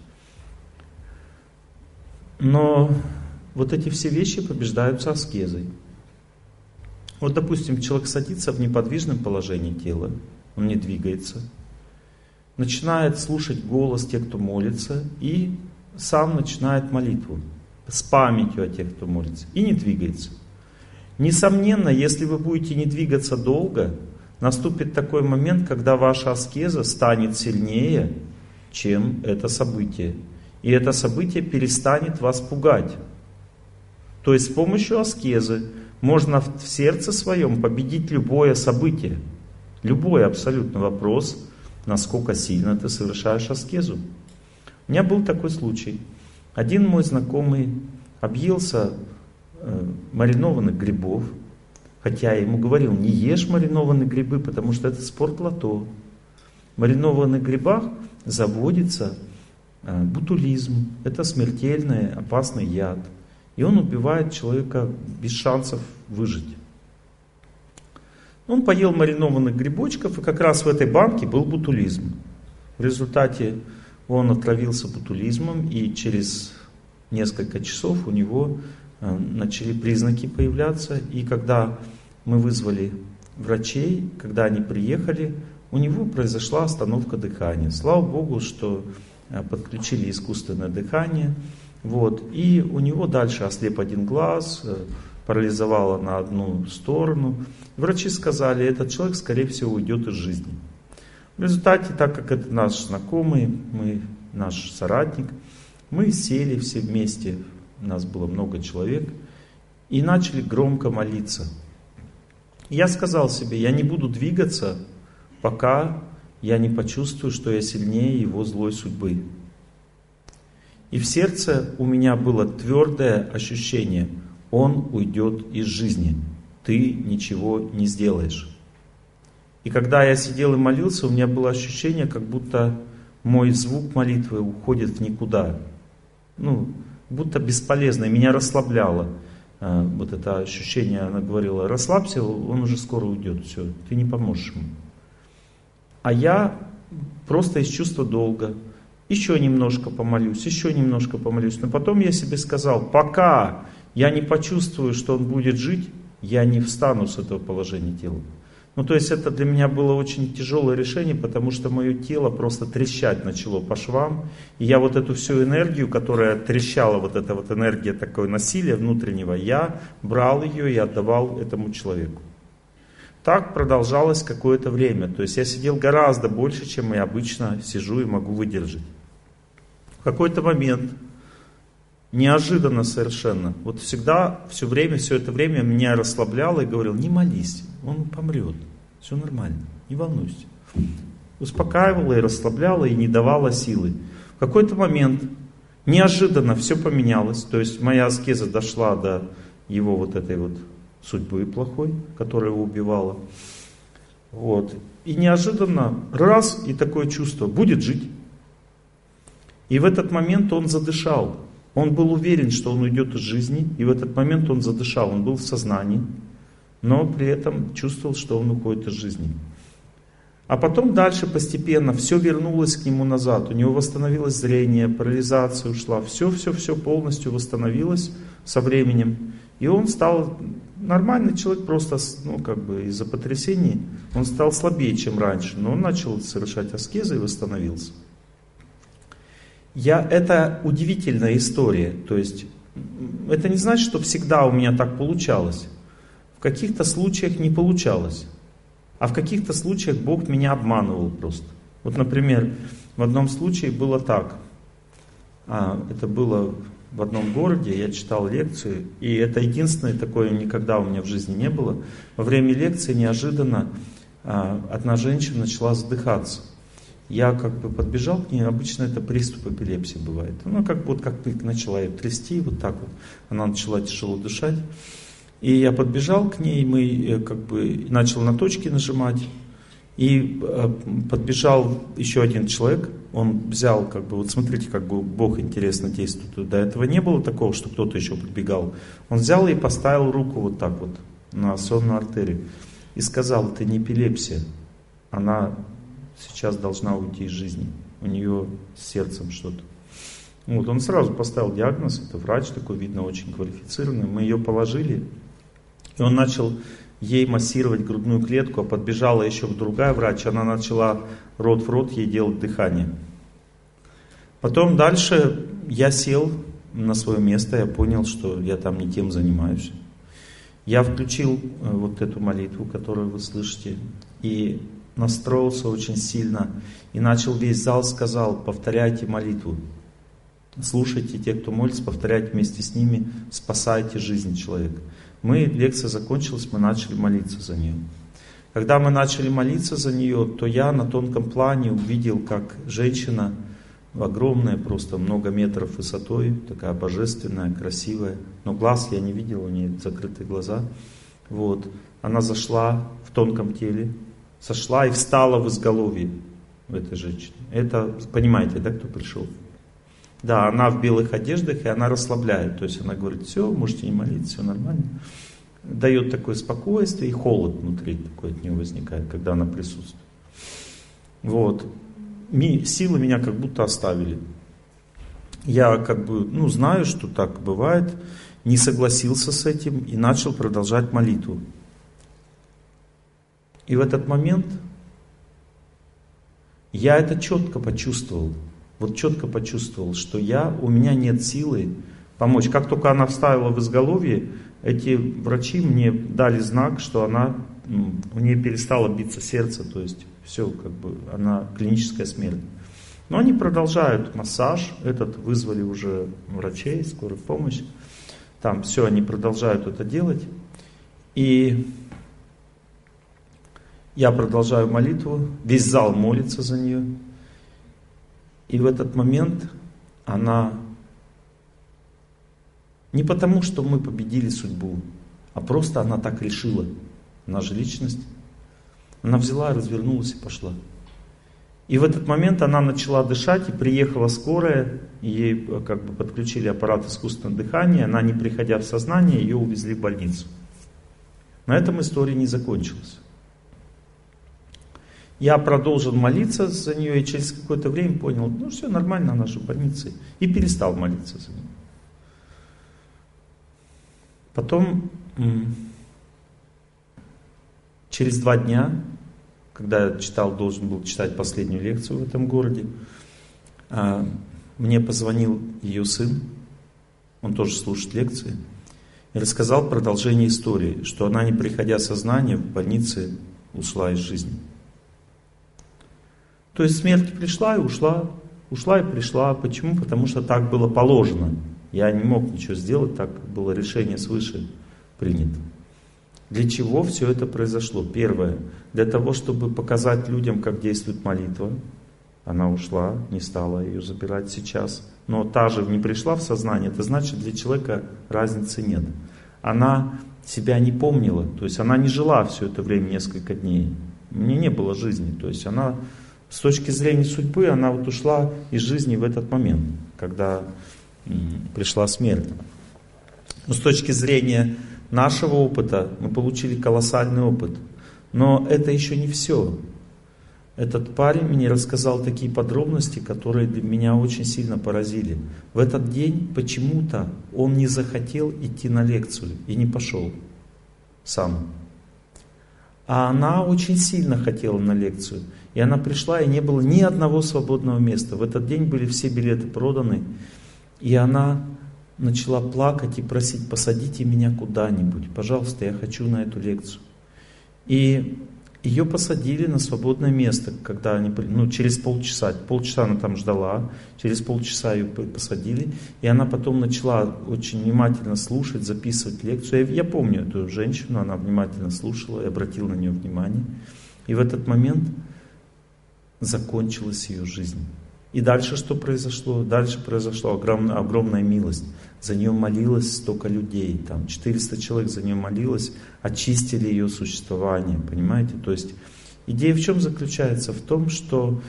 Но вот эти все вещи побеждаются аскезой. Вот, допустим, человек садится в неподвижном положении тела, он не двигается, начинает слушать голос тех, кто молится, и сам начинает молитву с памятью о тех, кто молится, и не двигается. Несомненно, если вы будете не двигаться долго, наступит такой момент, когда ваша аскеза станет сильнее, чем это событие. И это событие перестанет вас пугать. То есть с помощью аскезы можно в сердце своем победить любое событие. Любой абсолютно вопрос, насколько сильно ты совершаешь аскезу. У меня был такой случай. Один мой знакомый объелся маринованных грибов, хотя я ему говорил, не ешь маринованные грибы, потому что это спортлото. В маринованных грибах заводится ботулизм. Это смертельный, опасный яд. И он убивает человека без шансов выжить. Он поел маринованных грибочков, и как раз в этой банке был ботулизм. В результате он отравился ботулизмом, и через несколько часов у него начали признаки появляться. И когда мы вызвали врачей, когда они приехали, у него произошла остановка дыхания. Слава Богу, что подключили искусственное дыхание. Вот. И у него дальше ослеп один глаз, парализовало на одну сторону. Врачи сказали, этот человек, скорее всего, уйдет из жизни. В результате, так как это наш знакомый, наш соратник, мы сели все вместе, нас было много человек, и начали громко молиться. Я сказал себе, я не буду двигаться, пока я не почувствую, что я сильнее его злой судьбы. И в сердце у меня было твердое ощущение, он уйдет из жизни, ты ничего не сделаешь. И когда я сидел и молился, у меня было ощущение, как будто мой звук молитвы уходит в никуда. Будто бесполезно, и меня расслабляло. Вот это ощущение, она говорила, расслабься, он уже скоро уйдет, все, ты не поможешь ему. А я просто из чувства долга еще немножко помолюсь, но потом я себе сказал, пока я не почувствую, что он будет жить, я не встану с этого положения тела. Ну, то есть это для меня было очень тяжелое решение, потому что мое тело просто трещать начало по швам. И я вот эту всю энергию, которая трещала, вот эта вот энергия такое насилия внутреннего, я брал ее и отдавал этому человеку. Так продолжалось какое-то время. То есть я сидел гораздо больше, чем я обычно сижу и могу выдержать. В какой-то момент, неожиданно совершенно, вот всегда, все это время меня расслабляло и говорил: не молись, он помрет, все нормально, не волнуйся. Успокаивала и расслабляла, и не давала силы. В какой-то момент неожиданно все поменялось, то есть моя аскеза дошла до его вот этой вот судьбы плохой, которая его убивала. Вот. И неожиданно раз, и такое чувство: будет жить. И в этот момент он задышал. Он был уверен, что он уйдет из жизни, и в этот момент он задышал. Он был в сознании, но при этом чувствовал, что он уходит из жизни. А потом дальше постепенно все вернулось к нему назад. У него восстановилось зрение, парализация ушла. Все полностью восстановилось со временем. И он стал нормальный человек, просто из-за потрясений. Он стал слабее, чем раньше, но он начал совершать аскезы и восстановился. Это удивительная история. То есть это не значит, что всегда у меня так получалось. В каких-то случаях не получалось. А в каких-то случаях Бог меня обманывал просто. Вот, например, в одном случае было так. Это было в одном городе, я читал лекцию, и это единственное такое, никогда у меня в жизни не было. Во время лекции неожиданно одна женщина начала задыхаться. Я подбежал к ней, обычно это приступ эпилепсии бывает. Она как начала ее трясти, вот так вот. Она начала тяжело дышать. И я подбежал к ней, начал на точки нажимать. И подбежал еще один человек, он взял, вот смотрите, как Бог интересно действует. До этого не было такого, что кто-то еще подбегал. Он взял и поставил руку вот так вот на сонную артерию. И сказал: это не эпилепсия, она сейчас должна уйти из жизни. У нее с сердцем что-то. Вот, он сразу поставил диагноз, это врач такой, видно, очень квалифицированный. Мы ее положили, и он начал ей массировать грудную клетку, а подбежала еще другая врач, она начала рот в рот ей делать дыхание. Потом дальше я сел на свое место, я понял, что я там не тем занимаюсь. Я включил вот эту молитву, которую вы слышите, и настроился очень сильно, и начал весь зал, сказал: повторяйте молитву. Слушайте тех, кто молится, повторяйте вместе с ними, спасайте жизнь человека. Лекция закончилась, мы начали молиться за нее. Когда мы начали молиться за нее, то я на тонком плане увидел, как женщина, огромная, просто много метров высотой, такая божественная, красивая, но глаз я не видел, у нее закрытые глаза. Вот. Она зашла в тонком теле, сошла и встала в изголовье в этой женщине. Это, понимаете, да, кто пришел? Да, она в белых одеждах, и она расслабляет. То есть она говорит: все, можете не молиться, все нормально. Дает такое спокойствие, и холод внутри такой от нее возникает, когда она присутствует. Вот. Силы меня как будто оставили. Я знаю, что так бывает, не согласился с этим и начал продолжать молитву. И в этот момент я это четко почувствовал. Вот четко почувствовал, что у меня нет силы помочь. Как только она вставила в изголовье, эти врачи мне дали знак, что у нее перестало биться сердце, то есть все, она клиническая смерть. Но они продолжают массаж, вызвали уже врачей, скорую помощь. Там все, они продолжают это делать. И я продолжаю молитву, весь зал молится за нее. И в этот момент она, не потому, что мы победили судьбу, а просто она так решила. Она же личность. Она взяла, развернулась и пошла. И в этот момент она начала дышать, и приехала скорая, ей подключили аппарат искусственного дыхания, она, не приходя в сознание, ее увезли в больницу. На этом история не закончилась. Я продолжил молиться за нее, и через какое-то время понял: все нормально, она же в больнице. И перестал молиться за нее. Потом Через 2 дня, когда я должен был читать последнюю лекцию в этом городе, мне позвонил ее сын, он тоже слушает лекции, и рассказал продолжение истории, что она, не приходя в сознание, в больнице ушла из жизни. То есть смерть пришла и ушла, ушла и пришла. Почему? Потому что так было положено. Я не мог ничего сделать, так было решение свыше принято. Для чего все это произошло? Первое, для того, чтобы показать людям, как действует молитва. Она ушла, не стала ее забирать сейчас. Но та же не пришла в сознание, это значит, для человека разницы нет. Она себя не помнила, то есть она не жила все это время, несколько дней. У нее не было жизни, то есть она с точки зрения судьбы, она вот ушла из жизни в этот момент, когда пришла смерть. Но с точки зрения нашего опыта мы получили колоссальный опыт. Но это еще не все. Этот парень мне рассказал такие подробности, которые для меня очень сильно поразили. В этот день почему-то он не захотел идти на лекцию и не пошел сам. А она очень сильно хотела на лекцию. И она пришла, и не было ни одного свободного места. В этот день были все билеты проданы. И она начала плакать и просить: посадите меня куда-нибудь, пожалуйста, я хочу на эту лекцию. И ее посадили на свободное место, когда они, через полчаса она там ждала, через полчаса ее посадили, и она потом начала очень внимательно слушать, записывать лекцию. Я помню эту женщину, она внимательно слушала, я обратил на нее внимание. И в этот момент закончилась ее жизнь. И дальше что произошло? Дальше произошла огромная милость. За нее молилось столько людей, там 400 человек за нее молилось, очистили ее существование, понимаете? То есть идея в чем заключается? В том, что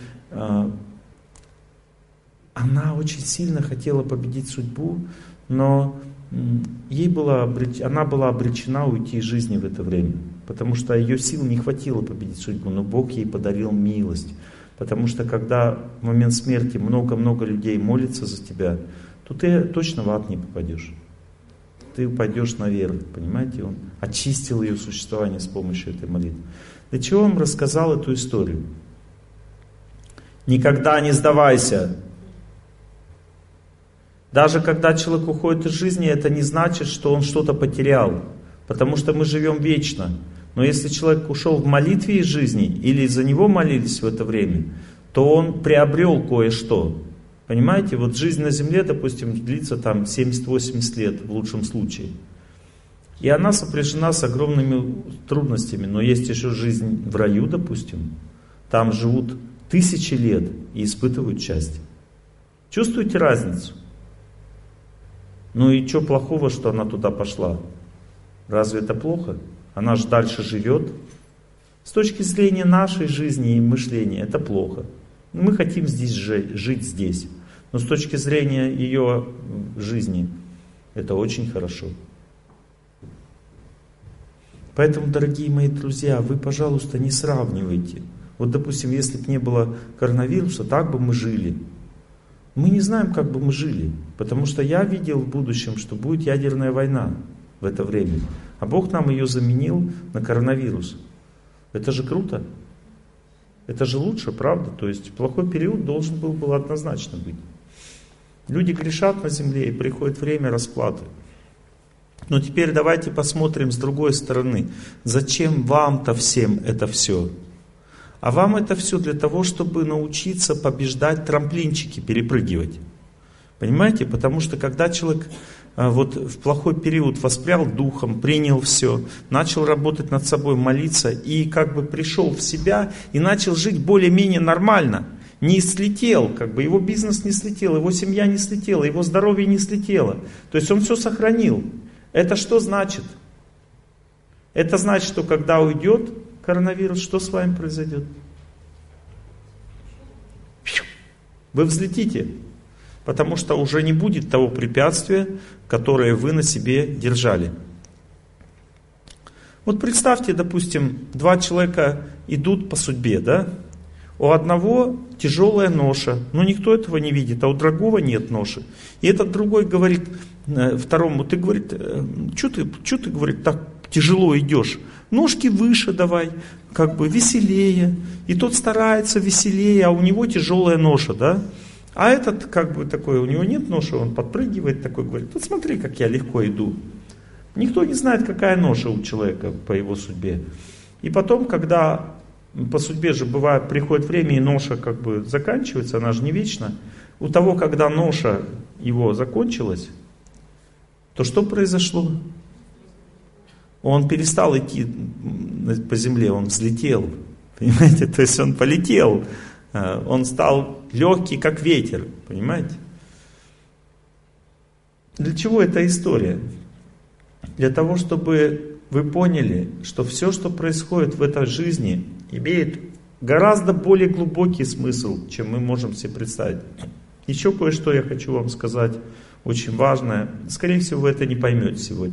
она очень сильно хотела победить судьбу, но она была обречена уйти из жизни в это время, потому что ее сил не хватило победить судьбу, но Бог ей подарил милость. Потому что когда в момент смерти много-много людей молится за тебя, то ты точно в ад не попадешь. Ты упадешь наверх, понимаете? Он очистил ее существование с помощью этой молитвы. Для чего он рассказал эту историю? Никогда не сдавайся. Даже когда человек уходит из жизни, это не значит, что он что-то потерял. Потому что мы живем вечно. Но если человек ушел в молитве из жизни, или за него молились в это время, то он приобрел кое-что. Понимаете, вот жизнь на земле, допустим, длится там 70-80 лет в лучшем случае. И она сопряжена с огромными трудностями. Но есть еще жизнь в раю, допустим. Там живут 1000 лет и испытывают счастье. Чувствуете разницу? Ну и что плохого, что она туда пошла? Разве это плохо? Она же дальше живет. С точки зрения нашей жизни и мышления это плохо. Мы хотим здесь жить здесь. Но с точки зрения ее жизни это очень хорошо. Поэтому, дорогие мои друзья, вы, пожалуйста, не сравнивайте. Вот, допустим, если бы не было коронавируса, так бы мы жили. Мы не знаем, как бы мы жили. Потому что я видел в будущем, что будет ядерная война в это время. А Бог нам ее заменил на коронавирус. Это же круто. Это же лучше, правда? То есть плохой период должен был однозначно быть. Люди грешат на земле, и приходит время расплаты. Но теперь давайте посмотрим с другой стороны. Зачем вам-то всем это все? А вам это все для того, чтобы научиться побеждать, трамплинчики перепрыгивать. Понимаете? Потому что когда человек вот в плохой период воспрял духом, принял все, начал работать над собой, молиться и как бы пришел в себя и начал жить более-менее нормально, не слетел, как бы его бизнес не слетел, его семья не слетела, его здоровье не слетело. То есть он все сохранил. Это что значит? Это значит, что когда уйдет коронавирус, что с вами произойдет? Вы взлетите. Потому что уже не будет того препятствия, которое вы на себе держали. Вот представьте, допустим, 2 человека идут по судьбе, да? У одного тяжелая ноша, но никто этого не видит, а у другого нет ноши. И этот другой говорит второму, ты, говорит, что ты, говорит, так тяжело идешь. Ножки выше давай, как бы веселее. И тот старается веселее, а у него тяжелая ноша, да? А этот как бы такой, у него нет ноши, он подпрыгивает такой, говорит, вот смотри, как я легко иду. Никто не знает, какая ноша у человека по его судьбе. И потом, когда по судьбе же бывает, приходит время, и ноша как бы заканчивается, она же не вечна. У того, когда ноша его закончилась, то что произошло? Он перестал идти по земле, он взлетел. Понимаете? То есть он полетел. Он стал легкий, как ветер. Понимаете? Для чего эта история? Для того, чтобы вы поняли, что все, что происходит в этой жизни, имеет гораздо более глубокий смысл, чем мы можем себе представить. Еще кое-что я хочу вам сказать, очень важное. Скорее всего, вы это не поймете сегодня.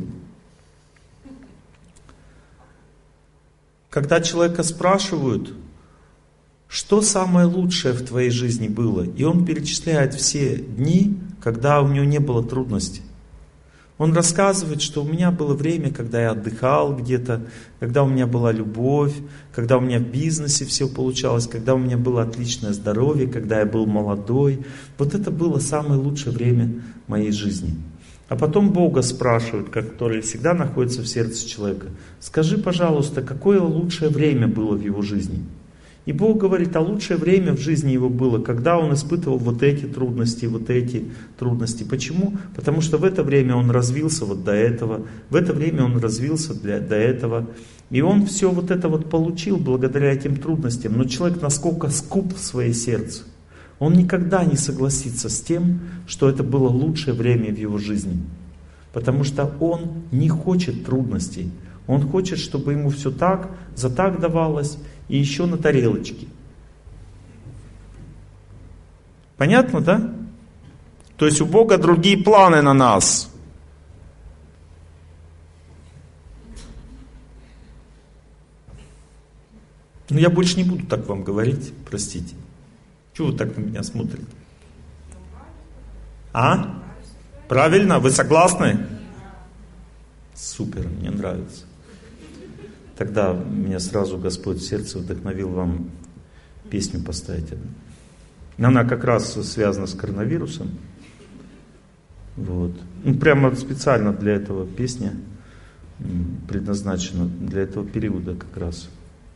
Когда человека спрашивают, что самое лучшее в твоей жизни было, и он перечисляет все дни, когда у него не было трудностей. Он рассказывает, что у меня было время, когда я отдыхал где-то, когда у меня была любовь, когда у меня в бизнесе все получалось, когда у меня было отличное здоровье, когда я был молодой. Вот это было самое лучшее время моей жизни. А потом Бога спрашивают, который всегда находится в сердце человека, скажи, пожалуйста, какое лучшее время было в его жизни? И Бог говорит, а лучшее время в жизни его было, когда он испытывал вот эти трудности. Почему? Потому что в это время он развился вот до этого, в это время он развился до этого. И он все вот это вот получил благодаря этим трудностям. Но человек насколько скуп в своей сердце, он никогда не согласится с тем, что это было лучшее время в его жизни. Потому что он не хочет трудностей. Он хочет, чтобы ему все так, за так давалось, и еще на тарелочке. Понятно, да? То есть у Бога другие планы на нас. Но я больше не буду так вам говорить, простите. Чего вы так на меня смотрите? А? Правильно? Вы согласны? Супер, мне нравится. Тогда меня сразу Господь в сердце вдохновил вам песню поставить. Она как раз связана с коронавирусом. Вот. Прямо специально для этого песня предназначена, для этого периода как раз.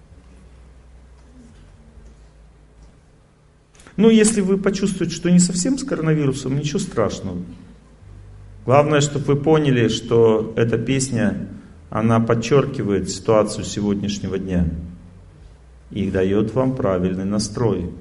Ну, если вы почувствуете, что не совсем с коронавирусом, ничего страшного. Главное, чтобы вы поняли, что эта песня, она подчеркивает ситуацию сегодняшнего дня и дает вам правильный настрой.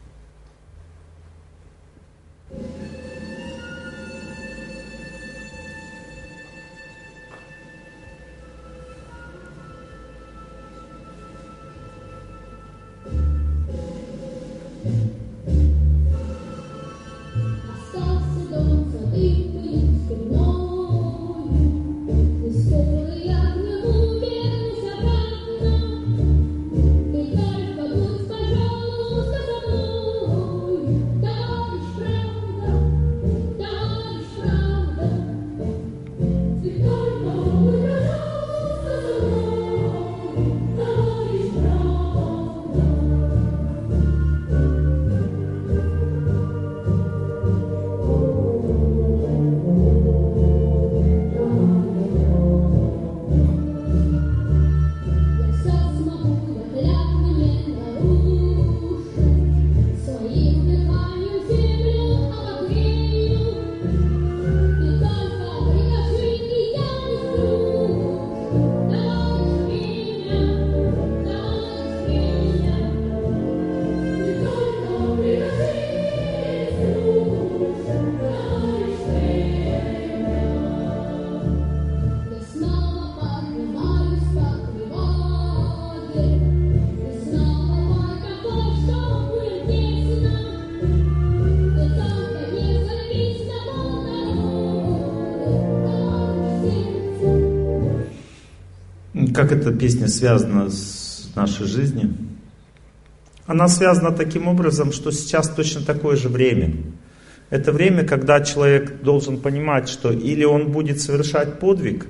Как эта песня связана с нашей жизнью? Она связана таким образом, что сейчас точно такое же время. Это время, когда человек должен понимать, что или он будет совершать подвиг,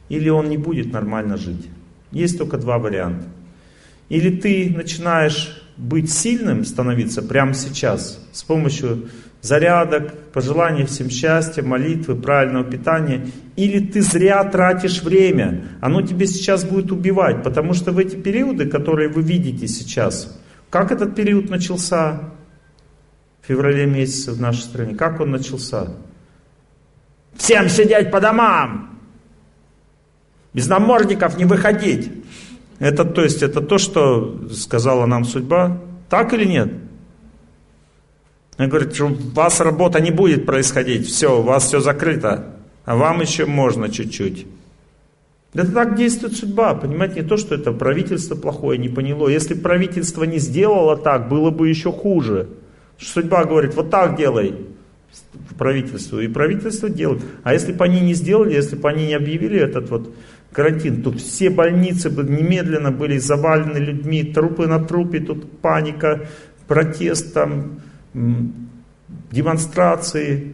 или он не будет нормально жить. Есть только два варианта. Или ты начинаешь быть сильным, становиться прямо сейчас, с помощью зарядок, пожеланий всем счастья, молитвы, правильного питания, или ты зря тратишь время. Оно тебе сейчас будет убивать, потому что в эти периоды, которые вы видите сейчас, как этот период начался в феврале месяце в нашей стране, как он начался? Всем сидеть по домам! Без намордников не выходить! Это, то есть, это то, что сказала нам судьба, так или нет? Она говорит, что у вас работа не будет происходить, все, у вас все закрыто, а вам еще можно чуть-чуть. Это так действует судьба, понимаете, не то, что это правительство плохое не поняло. Если правительство не сделало так, было бы еще хуже. Судьба говорит, вот так делай правительству, и правительство делает. А если бы они не сделали, если бы они не объявили этот вот карантин, то все больницы бы немедленно были завалены людьми, трупы на трупе, тут паника, протест, там, демонстрации.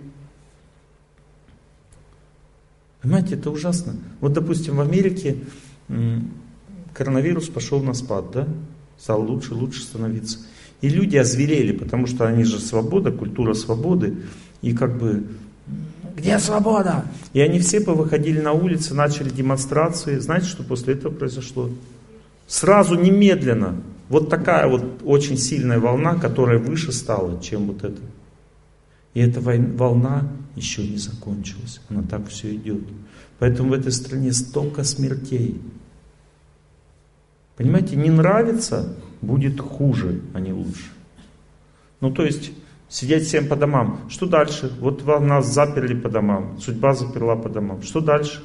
Понимаете, это ужасно. Вот, допустим, в Америке коронавирус пошел на спад, да? Стал лучше становиться. И люди озверели, потому что они же свобода, культура свободы. И как бы, где свобода? И они все повыходили на улицы, начали демонстрации. Знаете, что после этого произошло? Сразу, немедленно. Вот такая вот очень сильная волна, которая выше стала, чем вот эта. И эта волна еще не закончилась. Она так все идет. Поэтому в этой стране столько смертей. Понимаете, не нравится, будет хуже, а не лучше. Ну то есть, сидеть всем по домам. Что дальше? Вот нас заперли по домам. Судьба заперла по домам. Что дальше?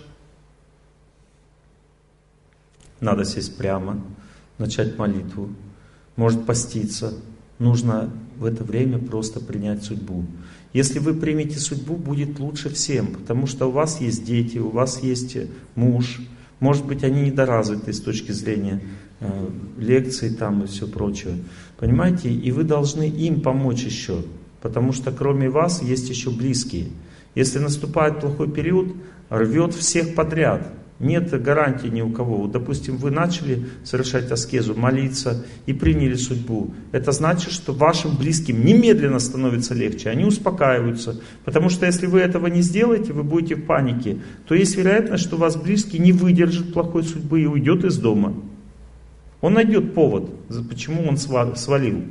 Надо сесть прямо, начать молитву. Может поститься. Нужно в это время просто принять судьбу. Если вы примете судьбу, будет лучше всем, потому что у вас есть дети, у вас есть муж. Может быть, они недоразвиты с точки зрения лекций там и все прочее. Понимаете? И вы должны им помочь еще, потому что кроме вас есть еще близкие. Если наступает плохой период, рвет всех подряд. Нет гарантии ни у кого. Вот, допустим, вы начали совершать аскезу, молиться и приняли судьбу. Это значит, что вашим близким немедленно становится легче. Они успокаиваются. Потому что если вы этого не сделаете, вы будете в панике, то есть вероятность, что вас близкий не выдержит плохой судьбы и уйдет из дома. Он найдет повод, почему он свалил.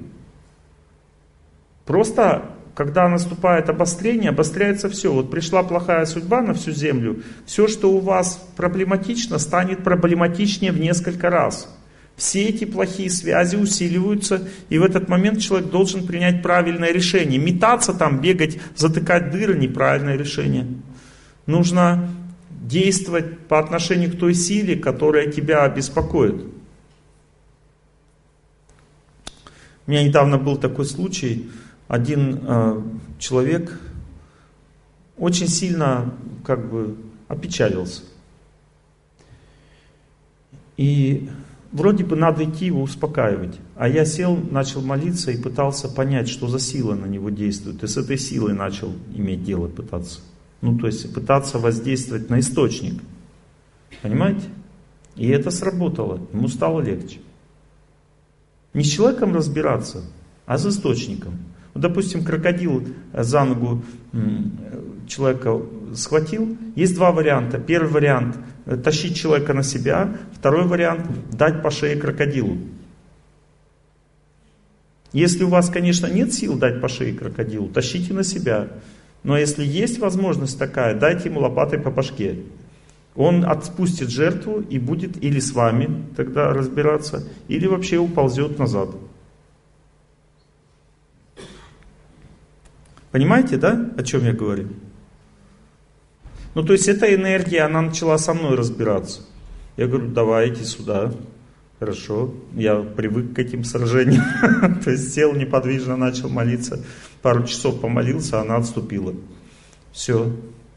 Просто когда наступает обострение, обостряется все. Вот пришла плохая судьба на всю землю, все, что у вас проблематично, станет проблематичнее в несколько раз. Все эти плохие связи усиливаются, и в этот момент человек должен принять правильное решение. Метаться там, бегать, затыкать дыры – неправильное решение. Нужно действовать по отношению к той силе, которая тебя беспокоит. У меня недавно был такой случай. Один человек очень сильно как бы опечалился. И вроде бы надо идти его успокаивать. А я сел, начал молиться и пытался понять, что за сила на него действует. И с этой силой начал иметь дело, пытаться. Ну, то есть пытаться воздействовать на источник. Понимаете? И это сработало. Ему стало легче. Не с человеком разбираться, а с источником. Вот, допустим, крокодил за ногу человека схватил. Есть два варианта. Первый вариант – тащить человека на себя. Второй вариант – дать по шее крокодилу. Если у вас, конечно, нет сил дать по шее крокодилу, тащите на себя. Но если есть возможность такая, дайте ему лопатой по башке. Он отпустит жертву и будет или с вами тогда разбираться, или вообще уползет назад. Понимаете, да, о чем я говорю? Ну, то есть эта энергия, она начала со мной разбираться. Я говорю, давайте сюда. Хорошо, я привык к этим сражениям. То есть сел неподвижно, начал молиться. Пару часов помолился, она отступила. Все.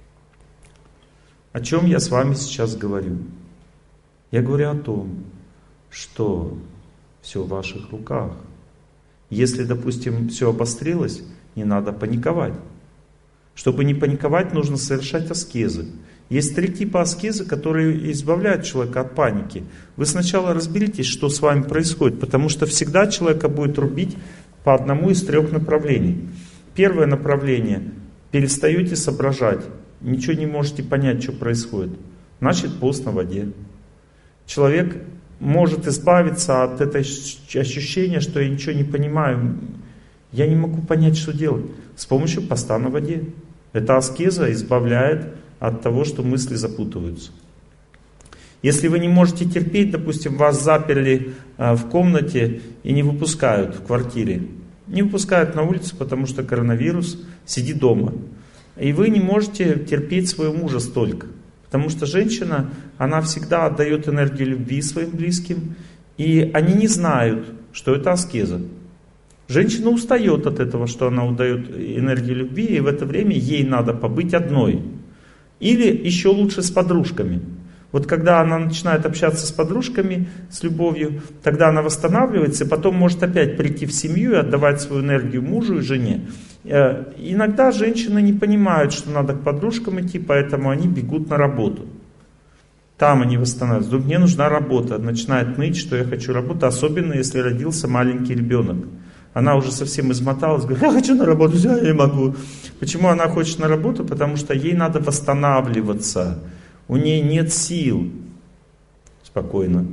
О чем я с вами сейчас говорю? Я говорю о том, что все в ваших руках. Если, допустим, все обострилось, не надо паниковать. Чтобы не паниковать, нужно совершать аскезы. Есть 3 типа аскезы, которые избавляют человека от паники. Вы сначала разберитесь, что с вами происходит, потому что всегда человека будет рубить по одному из 3 направлений. Первое направление – перестаете соображать, ничего не можете понять, что происходит. Значит, пост на воде. Человек может избавиться от этой ощущения, что я ничего не понимаю, я не могу понять, что делать, с помощью поста на воде. Эта аскеза избавляет от того, что мысли запутываются. Если вы не можете терпеть, допустим, вас заперли в комнате и не выпускают в квартире, не выпускают на улицу, потому что коронавирус, сиди дома. И вы не можете терпеть своего мужа столько. Потому что женщина, она всегда отдает энергию любви своим близким, и они не знают, что это аскеза. Женщина устает от этого, что она отдает энергию любви, и в это время ей надо побыть одной. Или еще лучше с подружками. Вот когда она начинает общаться с подружками, с любовью, тогда она восстанавливается, и потом может опять прийти в семью и отдавать свою энергию мужу и жене. Иногда женщины не понимают, что надо к подружкам идти, поэтому они бегут на работу. Там они восстанавливаются. Думают, мне нужна работа. Начинает ныть, что я хочу работу, особенно если родился маленький ребенок. Она уже совсем измоталась, говорит, я хочу на работу, я не могу. Почему она хочет на работу? Потому что ей надо восстанавливаться. У нее нет сил. Спокойно.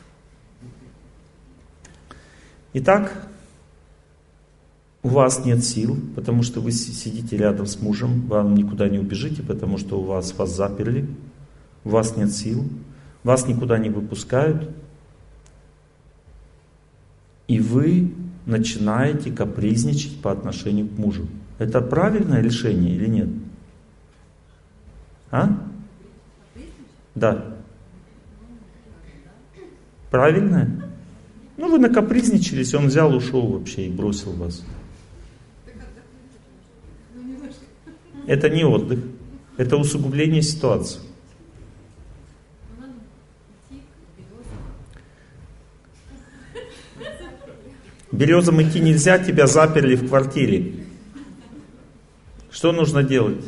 Итак, у вас нет сил, потому что вы сидите рядом с мужем, вам никуда не убежите, потому что вас заперли. У вас нет сил, вас никуда не выпускают. И вы начинаете капризничать по отношению к мужу. Это правильное решение или нет? А? Да. Правильное? Ну, вы накапризничались, он взял, ушел вообще и бросил вас. Это не отдых, это усугубление ситуации. Березам идти нельзя, тебя заперли в квартире. Что нужно делать?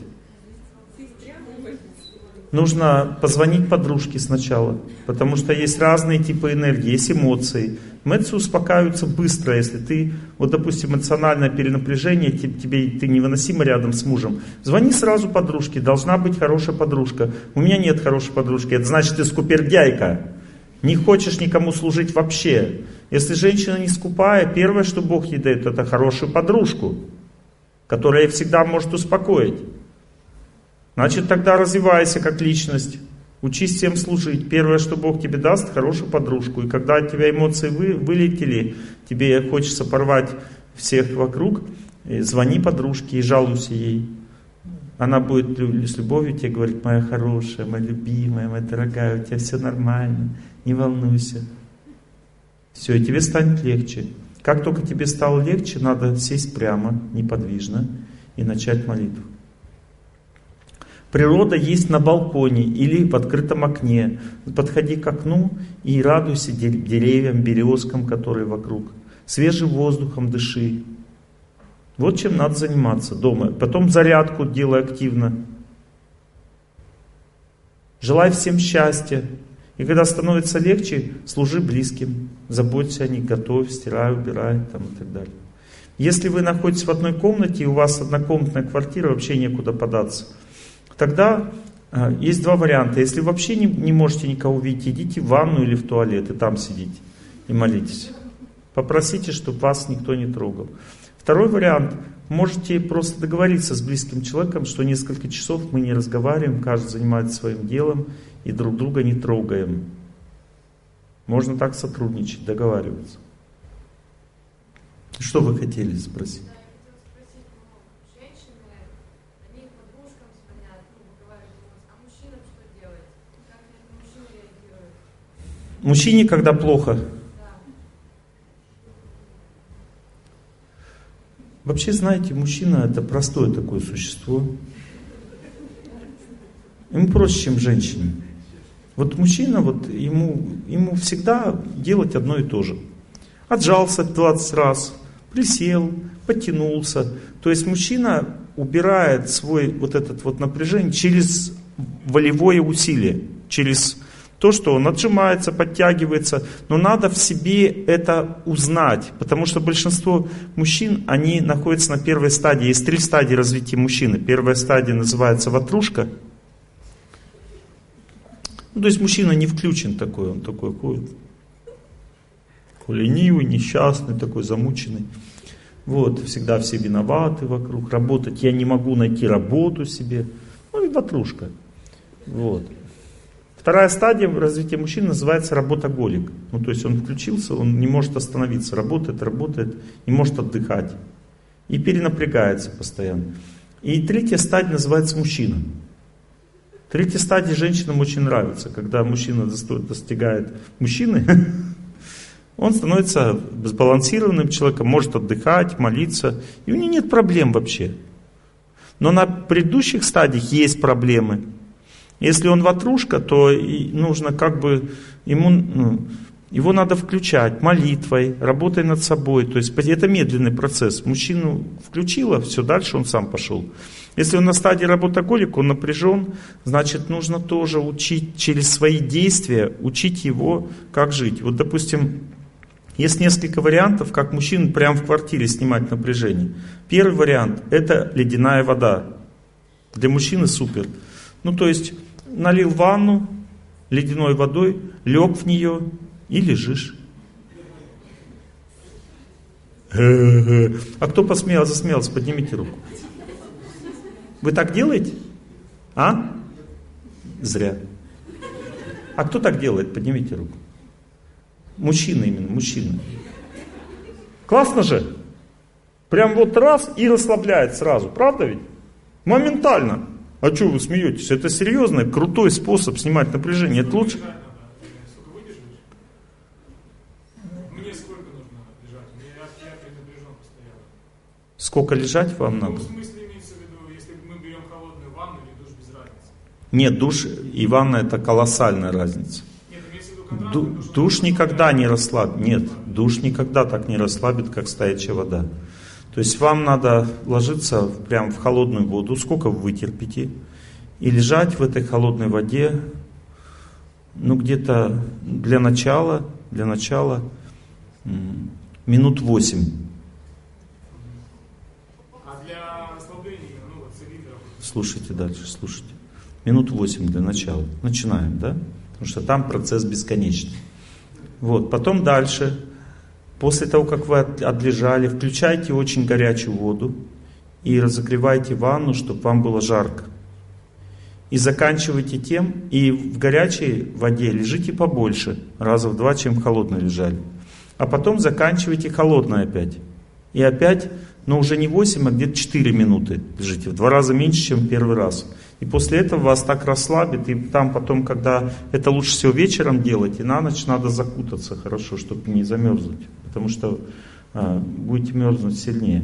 Нужно позвонить подружке сначала, потому что есть разные типы энергии, есть эмоции. Эмоции успокаиваются быстро, если ты, вот допустим, эмоциональное перенапряжение, ты невыносимо рядом с мужем. Звони сразу подружке, должна быть хорошая подружка. У меня нет хорошей подружки, это значит ты скупердяйка. Не хочешь никому служить вообще. Если женщина не скупая, первое, что Бог ей дает, это хорошую подружку, которая всегда может успокоить. Значит, тогда развивайся как личность, учись всем служить. Первое, что Бог тебе даст, хорошую подружку. И когда от тебя эмоции вылетели, тебе хочется порвать всех вокруг, звони подружке и жалуйся ей. Она будет с любовью тебе говорить, моя хорошая, моя любимая, моя дорогая, у тебя все нормально, не волнуйся. Все, и тебе станет легче. Как только тебе стало легче, надо сесть прямо, неподвижно и начать молитву. Природа есть на балконе или в открытом окне. Подходи к окну и радуйся деревьям, березкам, которые вокруг. Свежим воздухом дыши. Вот чем надо заниматься дома. Потом зарядку делай активно. Желай всем счастья. И когда становится легче, служи близким. Заботься о них, готовь, стирай, убирай там, и так далее. Если вы находитесь в одной комнате, и у вас однокомнатная квартира, вообще некуда податься, тогда есть 2 варианта. Если вообще не можете никого увидеть, идите в ванну или в туалет, и там сидите, и молитесь. Попросите, чтобы вас никто не трогал. Второй вариант. Можете просто договориться с близким человеком, что несколько часов мы не разговариваем, каждый занимается своим делом, и друг друга не трогаем. Можно так сотрудничать, договариваться. Что вы хотели спросить? Мужчине, когда плохо. Вообще, знаете, мужчина это простое такое существо. Ему проще, чем женщине. Вот мужчина, вот ему всегда делать одно и то же. Отжался 20 раз, присел, потянулся. То есть мужчина убирает свой вот этот вот напряжение через волевое усилие, через то, что он отжимается, подтягивается. Но надо в себе это узнать, потому что большинство мужчин, они находятся на первой стадии. Есть 3 стадии развития мужчины. Первая стадия называется ватрушка. То есть мужчина не включен такой, он такой ходит. Ленивый, несчастный, такой замученный. Вот, всегда все виноваты вокруг. Работать я не могу найти работу себе. Ну и ватрушка. Вот. Вторая стадия развития мужчины называется работоголик. То есть он включился, он не может остановиться. Работает, не может отдыхать. И перенапрягается постоянно. И 3-я стадия называется мужчина. 3-я стадия женщинам очень нравится. Когда мужчина достигает мужчины, он становится сбалансированным человеком, может отдыхать, молиться. И у него нет проблем вообще. Но на предыдущих стадиях есть проблемы. Если он ватрушка, то нужно его надо включать молитвой, работой над собой. То есть это медленный процесс. Мужчину включило, все, дальше он сам пошел. Если он на стадии работоголика, он напряжен, значит нужно тоже учить через свои действия, учить его, как жить. Вот, допустим, есть несколько вариантов, как мужчину прямо в квартире снимать напряжение. Первый вариант – это ледяная вода. Для мужчины супер. То есть налил ванну ледяной водой, лег в нее и лежишь. А кто засмеялся, поднимите руку. Вы так делаете? А? Зря. А кто так делает? Поднимите руку. Мужчина именно, мужчина. Классно же? Прям вот раз и расслабляет сразу. Правда ведь? Моментально. А что вы смеетесь? Это серьезный, крутой способ снимать напряжение. Это лучше. Мне сколько нужно лежать? Я перенапряжен постоянно. Сколько лежать вам надо? В смысле имеется в виду, если мы берем холодную ванну или душ, без разницы? Нет, душ и ванна это колоссальная разница. Нет, имеется в виду контрастный Душ никогда не расслабит. Нет, душ никогда так не расслабит, как стоячая вода. То есть вам надо ложиться прямо в холодную воду, сколько вы вытерпите, и лежать в этой холодной воде, где-то для начала минут 8. А для расслабления, цилиндров? Слушайте дальше, слушайте. Минут 8 для начала. Начинаем, да? Потому что там процесс бесконечный. Вот, потом дальше. После того, как вы отлежали, включайте очень горячую воду и разогревайте ванну, чтобы вам было жарко. И заканчивайте тем, и в горячей воде лежите побольше, раза в 2, чем в холодной лежали. А потом заканчивайте холодной опять. И опять, уже не 8, а где-то 4 минуты лежите, в 2 раза меньше, чем первый раз. И после этого вас так расслабит, и там потом, когда это лучше всего вечером делать, и на ночь надо закутаться хорошо, чтобы не замерзнуть, потому что будете мерзнуть сильнее.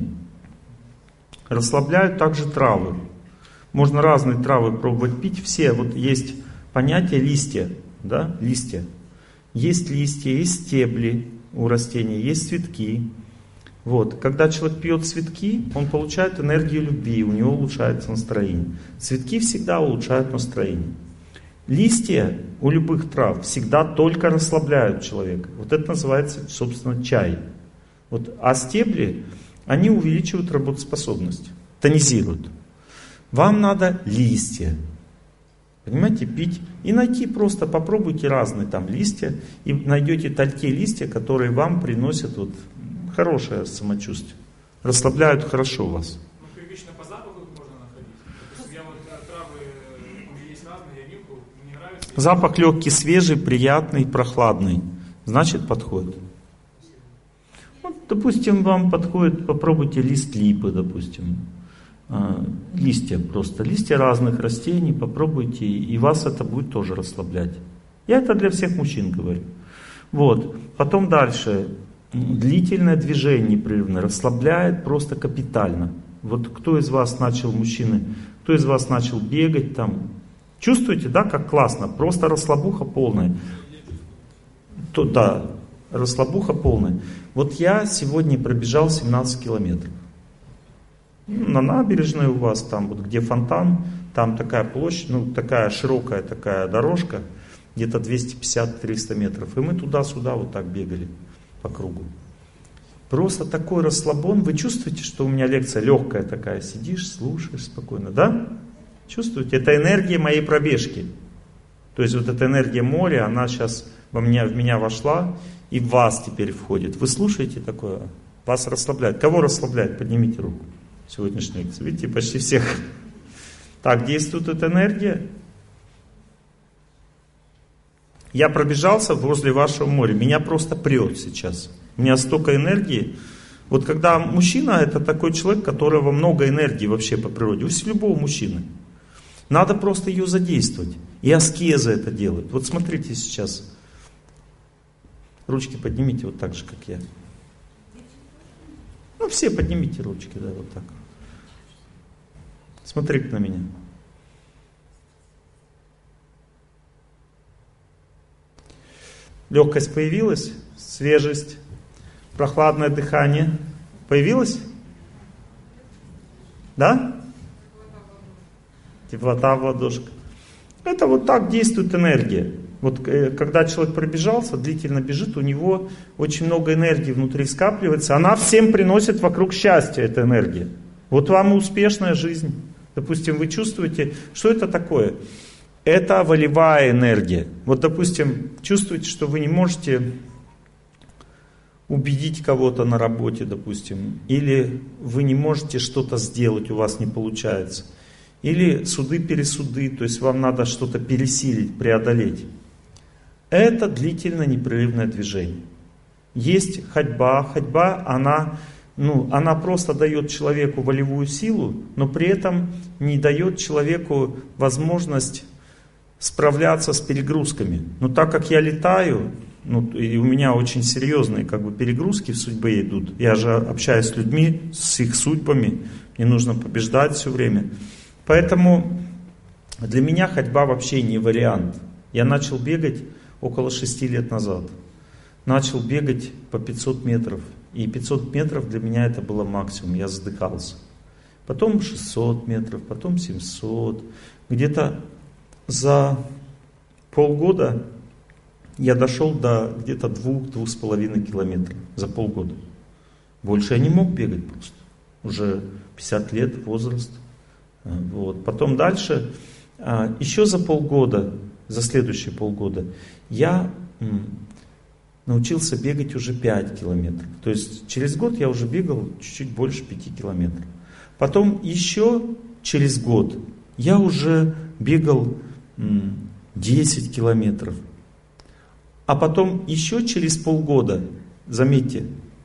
Расслабляют также травы. Можно разные травы пробовать пить, все. Вот есть понятие листья, да, листья. Есть листья, есть стебли у растений, есть цветки. Вот. Когда человек пьет цветки, он получает энергию любви, у него улучшается настроение. Цветки всегда улучшают настроение. Листья у любых трав всегда только расслабляют человека. Вот это называется, собственно, чай. А стебли, они увеличивают работоспособность, тонизируют. Вам надо листья. Понимаете, пить и найти просто, попробуйте разные там листья, и найдете те листья, которые вам приносят хорошее самочувствие. Расслабляют хорошо вас. Первично по запаху можно находить. Допустим, травы, у меня есть разные, я нюхаю, мне нравится. Запах легкий, свежий, приятный, прохладный. Значит, подходит. Допустим, вам подходит, попробуйте лист липы, допустим. Листья просто. Листья разных растений попробуйте, и вас это будет тоже расслаблять. Я это для всех мужчин говорю. Потом дальше. Длительное движение непрерывное расслабляет просто капитально. Кто из вас начал, мужчины, кто из вас начал бегать там? Чувствуете, да, как классно? Просто расслабуха полная. Да, расслабуха полная. Я сегодня пробежал 17 километров. На набережной у вас, там где фонтан, Там такая площадь, ну такая широкая такая дорожка, где-то 250-300 метров. И мы туда-сюда вот так бегали по кругу. Просто такой расслабон. Вы чувствуете, что у меня лекция легкая такая? Сидишь, слушаешь спокойно, да? Чувствуете? Это энергия моей пробежки. То есть вот эта энергия моря, она сейчас в меня вошла и в вас теперь входит. Вы слушаете такое? Вас расслабляет. Кого расслабляет? Поднимите руку. Сегодняшней лекции. Видите, почти всех. Так действует эта энергия. Я пробежался возле вашего моря. Меня просто прет сейчас. У меня столько энергии. Вот когда мужчина, это такой человек, у которого много энергии вообще по природе. У любого мужчины. Надо просто ее задействовать. И аскезы это делают. Вот смотрите сейчас. Ручки поднимите вот так же, как я. Ну все поднимите ручки, да, вот так. Смотрите на меня. Легкость появилась, свежесть, прохладное дыхание. Появилось? Да? Теплота в ладошках. Это вот так действует энергия. Вот когда человек пробежался, длительно бежит, у него очень много энергии внутри скапливается. Она всем приносит вокруг счастья, эта энергия. Вот вам и успешная жизнь. Допустим, вы чувствуете, что это такое? Это волевая энергия. Вот, допустим, чувствуете, что вы не можете убедить кого-то на работе, допустим, или вы не можете что-то сделать, у вас не получается. Или суды-пересуды, то есть вам надо что-то пересилить, преодолеть. Это длительное непрерывное движение. Есть ходьба. Ходьба, она просто дает человеку волевую силу, но при этом не дает человеку возможность справляться с перегрузками. Но так как я летаю, и у меня очень серьезные перегрузки в судьбе идут, я же общаюсь с людьми, с их судьбами, мне нужно побеждать все время. Поэтому для меня ходьба вообще не вариант. Я начал бегать около 6 лет назад. Начал бегать по 500 метров. И 500 метров для меня это было максимум, я задыхался. Потом 600 метров, потом 700. Где-то за полгода я дошел до где-то 2-2,5 километров. За полгода. Больше я не мог бегать просто. Уже 50 лет, возраст. Вот. Потом дальше, еще за полгода, за следующие полгода, я научился бегать уже 5 километров. То есть через год я уже бегал чуть-чуть больше 5 километров. Потом еще через год я уже бегал 10 километров. А потом еще через полгода, заметьте,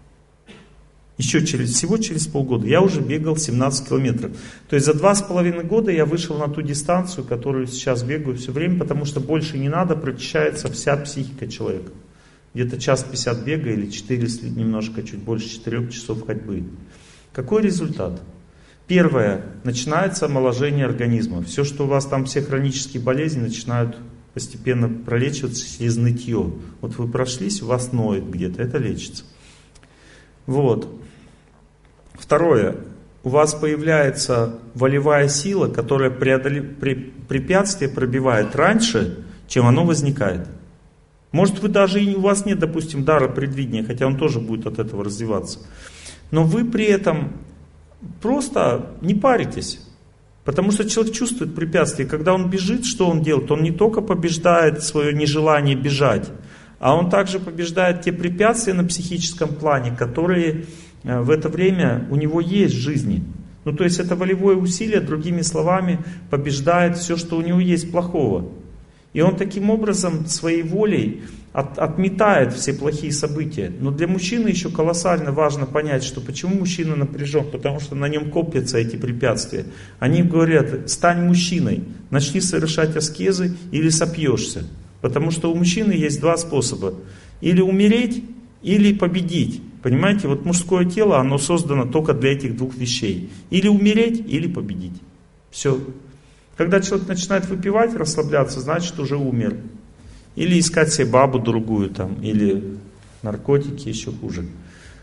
всего через полгода я уже бегал 17 километров. То есть за 2,5 года я вышел на ту дистанцию, которую сейчас бегаю все время, потому что больше не надо, прочищается вся психика человека. Где-то 1:50 бега или 4, немножко, чуть больше 4 часов ходьбы. Какой результат? Первое, начинается омоложение организма. Все, что у вас там, все хронические болезни начинают постепенно пролечиваться через нытье. Вот вы прошлись, у вас ноет где-то, это лечится. Вот. Второе, у вас появляется волевая сила, которая препятствие пробивает раньше, чем оно возникает. Может, вы даже и у вас нет, допустим, дара предвидения, хотя он тоже будет от этого развиваться. Но вы при этом просто не паритесь. Потому что человек чувствует препятствие. Когда он бежит, что он делает? Он не только побеждает свое нежелание бежать, а он также побеждает те препятствия на психическом плане, которые в это время у него есть в жизни. Ну, то есть это волевое усилие, другими словами, побеждает все, что у него есть плохого. И он таким образом своей волей отметает все плохие события. Но для мужчины еще колоссально важно понять, что почему мужчина напряжен, потому что на нем копятся эти препятствия. Они говорят: стань мужчиной, начни совершать аскезы или сопьешься. Потому что у мужчины есть два способа: или умереть, или победить. Понимаете, вот мужское тело, оно создано только для этих двух вещей: или умереть, или победить. Все. Когда человек начинает выпивать, расслабляться, значит уже умер. Или искать себе бабу другую там, или наркотики, еще хуже.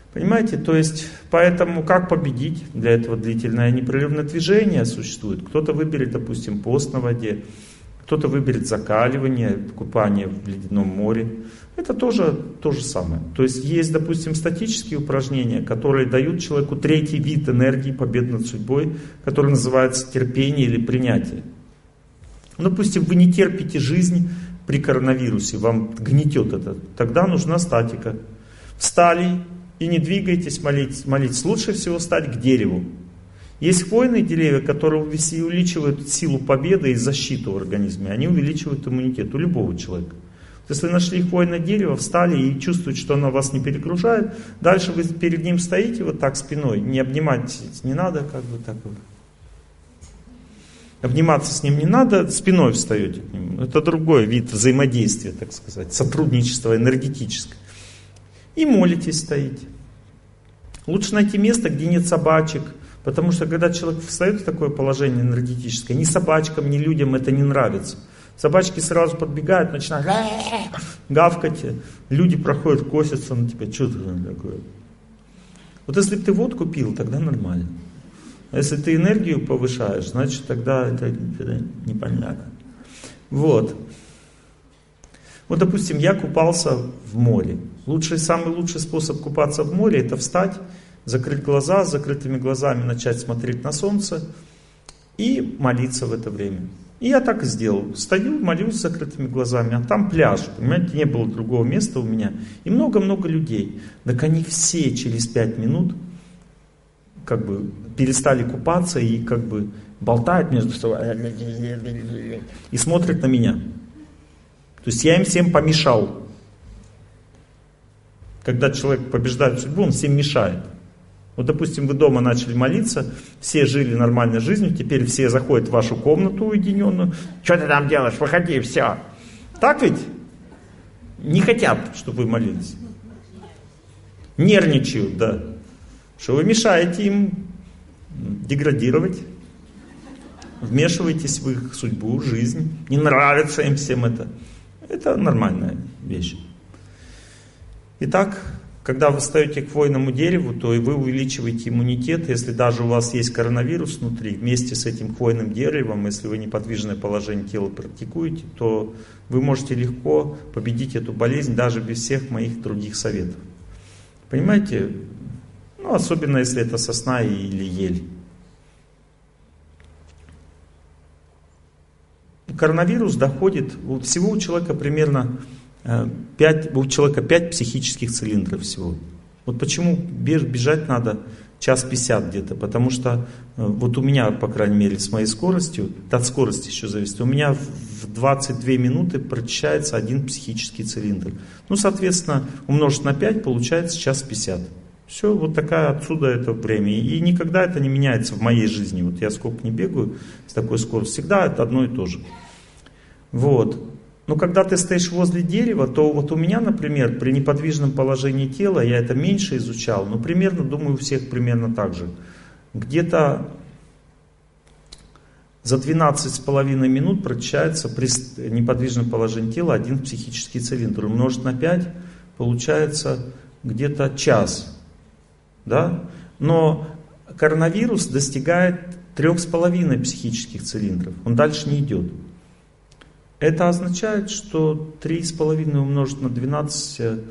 Понимаете? То есть, поэтому как победить? Для этого длительное непрерывное движение существует. Кто-то выберет, допустим, пост на воде, кто-то выберет закаливание, купание в ледяном море. Это тоже то же самое. То есть есть, допустим, статические упражнения, которые дают человеку третий вид энергии победы над судьбой, который называется терпение или принятие. Допустим, вы не терпите жизнь при коронавирусе, вам гнетет это. Тогда нужна статика. Встали и не двигайтесь, молитесь. Лучше всего встать к дереву. Есть хвойные деревья, которые увеличивают силу победы и защиту в организме. Они увеличивают иммунитет у любого человека. Если вы нашли хвойное дерево, встали и чувствуете, что оно вас не перегружает, дальше вы перед ним стоите вот так спиной, не обнимать не надо, как бы так вот. Обниматься с ним не надо, спиной встаете к нему. Это другой вид взаимодействия, так сказать, сотрудничества энергетическое. И молитесь, стоите. Лучше найти место, где нет собачек, потому что когда человек встает в такое положение энергетическое, ни собачкам, ни людям это не нравится. Собачки сразу подбегают, начинают гавкать, люди проходят, косятся на тебя, что ты такое? Вот если бы ты водку пил, тогда нормально. А если ты энергию повышаешь, значит тогда это непонятно. Вот. Вот, допустим, я купался в море. Самый лучший способ купаться в море — это встать, закрыть глаза, с закрытыми глазами начать смотреть на солнце и молиться в это время. И я так и сделал. Стою, молюсь с закрытыми глазами, а там пляж, понимаете, не было другого места у меня. И много-много людей. Так они все через 5 минут как бы перестали купаться и как бы болтают между собой и смотрят на меня. То есть я им всем помешал. Когда человек побеждает судьбу, он всем мешает. Вот, допустим, вы дома начали молиться, все жили нормальной жизнью, теперь все заходят в вашу комнату уединенную. Что ты там делаешь? Выходи, все. Так ведь? Не хотят, чтобы вы молились. Нервничают, да. Что вы мешаете им деградировать. Вмешиваетесь в их судьбу, жизнь. Не нравится им всем это. Это нормальная вещь. Итак, когда вы встаете к хвойному дереву, то и вы увеличиваете иммунитет. Если даже у вас есть коронавирус внутри, вместе с этим хвойным деревом, если вы неподвижное положение тела практикуете, то вы можете легко победить эту болезнь даже без всех моих других советов. Понимаете? Ну, особенно если это сосна или ель. Коронавирус доходит, всего у человека примерно 5 психических цилиндров всего. Вот почему бежать надо 1:50 где-то, потому что вот у меня, по крайней мере, с моей скоростью, от скорости еще зависит, у меня в 22 минуты прочищается 1 психический цилиндр. Ну, соответственно, умножить на 5 получается 1:50. Все, вот такая отсюда это время. И никогда это не меняется в моей жизни. Вот я сколько не бегаю с такой скоростью, всегда это одно и то же. Вот. Но когда ты стоишь возле дерева, то вот у меня, например, при неподвижном положении тела, я это меньше изучал, но примерно, думаю, у всех примерно так же. Где-то за 12,5 минут прочищается при неподвижном положении тела 1 психический цилиндр. Умножить на 5 получается где-то час. Да? Но коронавирус достигает 3,5 психических цилиндров. Он дальше не идет. Это означает, что 3,5 умножить на 12,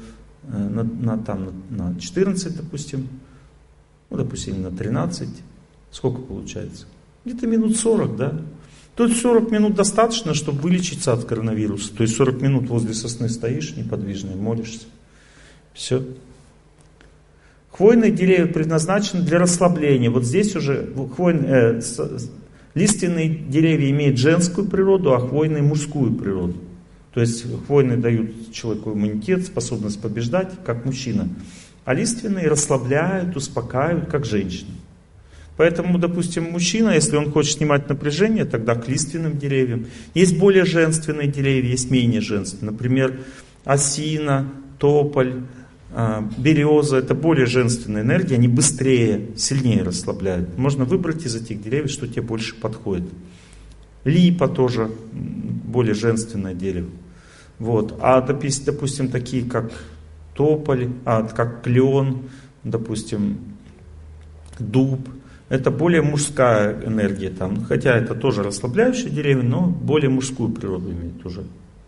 на 14, допустим, ну, допустим, на 13, сколько получается? Где-то минут 40, да? То есть 40 минут достаточно, чтобы вылечиться от коронавируса. То есть 40 минут возле сосны стоишь неподвижно, молишься. Все. Хвойные деревья предназначены для расслабления. Вот здесь уже лиственные деревья имеют женскую природу, а хвойные мужскую природу. То есть хвойные дают человеку иммунитет, способность побеждать, как мужчина. А лиственные расслабляют, успокаивают, как женщина. Поэтому, допустим, мужчина, если он хочет снимать напряжение, тогда к лиственным деревьям. Есть более женственные деревья, есть менее женственные. Например, осина, тополь, береза, это более женственная энергия, они быстрее, сильнее расслабляют. Можно выбрать из этих деревьев, что тебе больше подходит. Липа тоже более женственное дерево. Вот. А допустим, такие как тополь, как клен, допустим, дуб. Это более мужская энергия там, хотя это тоже расслабляющие деревья, но более мужскую природу имеет уже.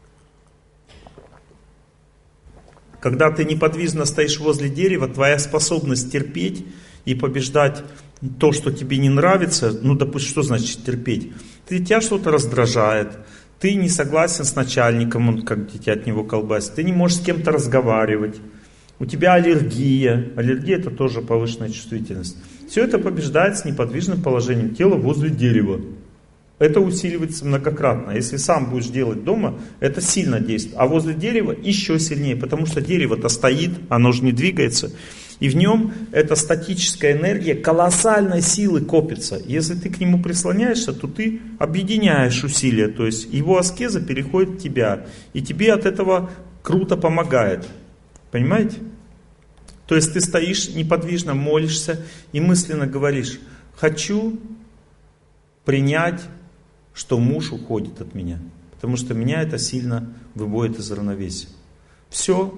Когда ты неподвижно стоишь возле дерева, твоя способность терпеть и побеждать то, что тебе не нравится, ну, допустим, что значит терпеть? Тебя что-то раздражает, ты не согласен с начальником, он как тебя от него колбасит, ты не можешь с кем-то разговаривать, у тебя аллергия. Аллергия — это тоже повышенная чувствительность. Все это побеждается неподвижным положением тела возле дерева. Это усиливается многократно. Если сам будешь делать дома, это сильно действует. А возле дерева еще сильнее, потому что дерево-то стоит, оно же не двигается. И в нем эта статическая энергия колоссальной силы копится. Если ты к нему прислоняешься, то ты объединяешь усилия. То есть его аскеза переходит в тебя. И тебе от этого круто помогает. Понимаете? То есть ты стоишь неподвижно, молишься и мысленно говоришь: хочу принять, что муж уходит от меня, потому что меня это сильно выводит из равновесия. Все,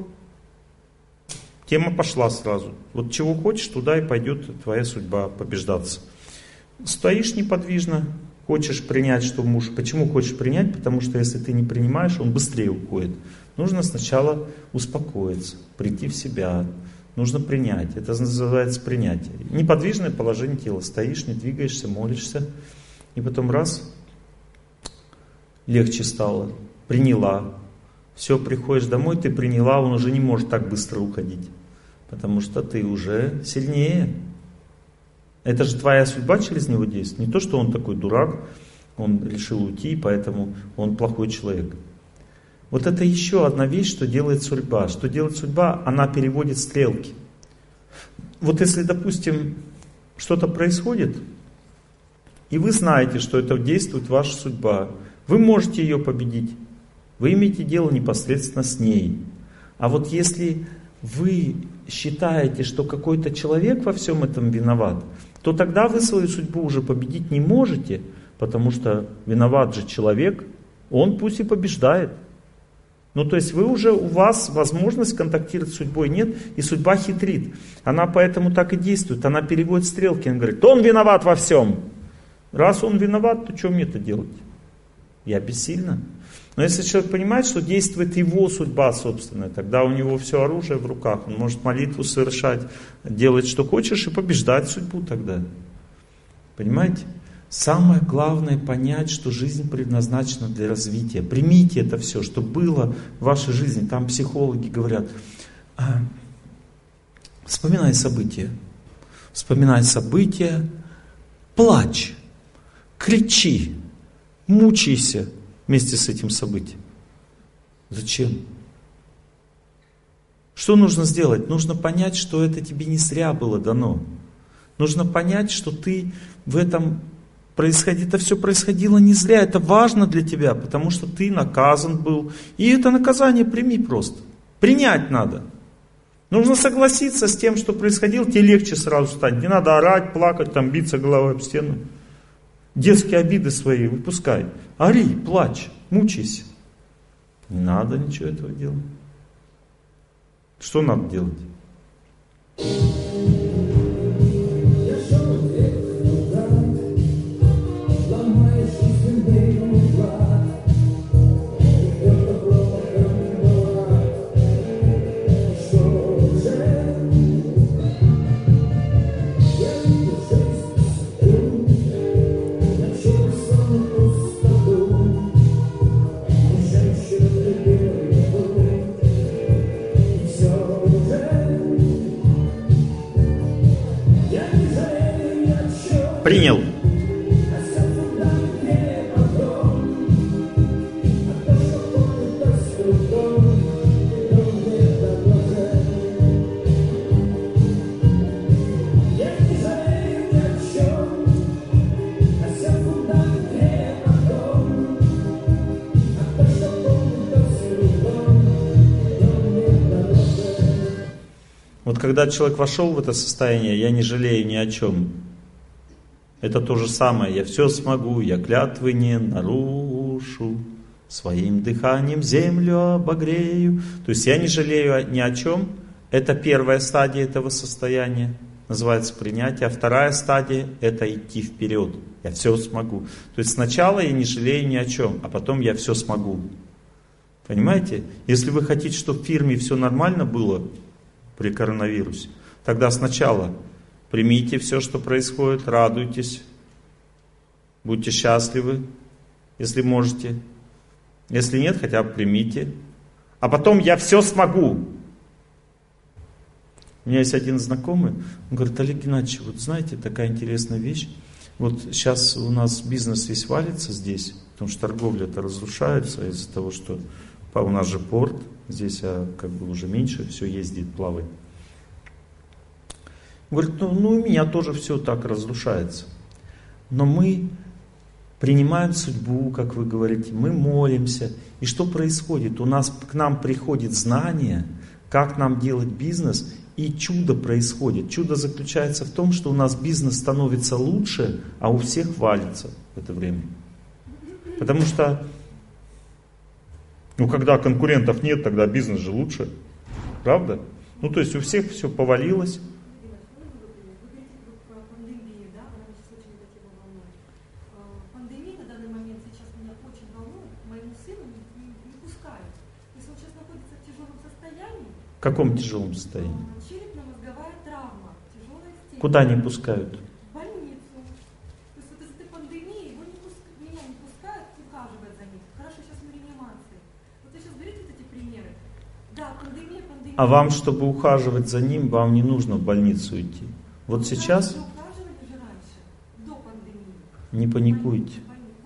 тема пошла сразу. Вот чего хочешь, туда и пойдет твоя судьба побеждаться. Стоишь неподвижно, хочешь принять, что муж. Почему хочешь принять? Потому что если ты не принимаешь, он быстрее уходит. Нужно сначала успокоиться, прийти в себя. Нужно принять. Это называется принятие. Неподвижное положение тела. Стоишь, не двигаешься, молишься. И потом раз, легче стало. Приняла. Все, приходишь домой, ты приняла, он уже не может так быстро уходить. Потому что ты уже сильнее. Это же твоя судьба через него действует. Не то, что он такой дурак, он решил уйти, поэтому он плохой человек. Вот это еще одна вещь, что делает судьба. Что делает судьба? Она переводит стрелки. Вот если, допустим, что-то происходит, и вы знаете, что это действует ваша судьба, вы можете ее победить. Вы имеете дело непосредственно с ней. А вот если вы считаете, что какой-то человек во всем этом виноват, то тогда вы свою судьбу уже победить не можете, потому что виноват же человек, он пусть и побеждает. Ну, то есть у вас возможность контактировать с судьбой нет, и судьба хитрит. Она поэтому так и действует, она переводит стрелки, она говорит: он виноват во всем. Раз он виноват, то что мне-то делать? Я бессильна. Но если человек понимает, что действует его судьба собственная, тогда у него все оружие в руках, он может молитву совершать, делать что хочешь и побеждать судьбу тогда. Понимаете? Самое главное понять, что жизнь предназначена для развития. Примите это все, что было в вашей жизни. Там психологи говорят: вспоминай события. Вспоминай события, плачь, кричи, мучайся вместе с этим событием. Зачем? Что нужно сделать? Нужно понять, что это тебе не зря было дано. Нужно понять, что ты в этом это все происходило не зря, это важно для тебя, потому что ты наказан был. И это наказание прими просто. Принять надо. Нужно согласиться с тем, что происходило, тебе легче сразу стать. Не надо орать, плакать, там, биться головой об стену. Детские обиды свои выпускай. Ори, плачь, мучайся. Не надо ничего этого делать. Что надо делать? Принял. Вот когда человек вошел в это состояние, я не жалею ни о чем. Это то же самое, я все смогу, я клятвы не нарушу, своим дыханием землю обогрею. То есть я не жалею ни о чем, Это первая стадия этого состояния, называется принятие. А вторая стадия — это идти вперед. Я все смогу. То есть сначала я не жалею ни о чем, а потом я все смогу. Понимаете? Если вы хотите, чтобы в фирме все нормально было при коронавирусе, тогда сначала примите все, что происходит, радуйтесь, будьте счастливы, если можете. Если нет, хотя бы примите. А потом я все смогу. У меня есть один знакомый, он говорит: Олег Геннадьевич, вот знаете, такая интересная вещь. Вот сейчас у нас бизнес весь валится здесь, потому что торговля-то разрушается из-за того, что у нас же порт, здесь как бы уже меньше все ездит, плавает. Говорит, ну у меня тоже все так разрушается. Но мы принимаем судьбу, как вы говорите, мы молимся. И что происходит? К нам приходит знание, как нам делать бизнес, и чудо происходит. Чудо заключается в том, что у нас бизнес становится лучше, а у всех валится в это время. Потому что, когда конкурентов нет, тогда бизнес же лучше. Правда? То есть у всех все повалилось. В каком тяжелом состоянии? Черепно-мозговая травма, тяжелая степень. Куда не пускают? В больницу. То есть из-за этой пандемии меня не пускают ухаживать за ним. Хорошо, сейчас мы реанимации. Вы сейчас берете эти примеры. Да, пандемия. А вам, чтобы ухаживать за ним, вам не нужно в больницу идти. Вот сейчас... Вы ухаживали же раньше, до пандемии. Не паникуйте.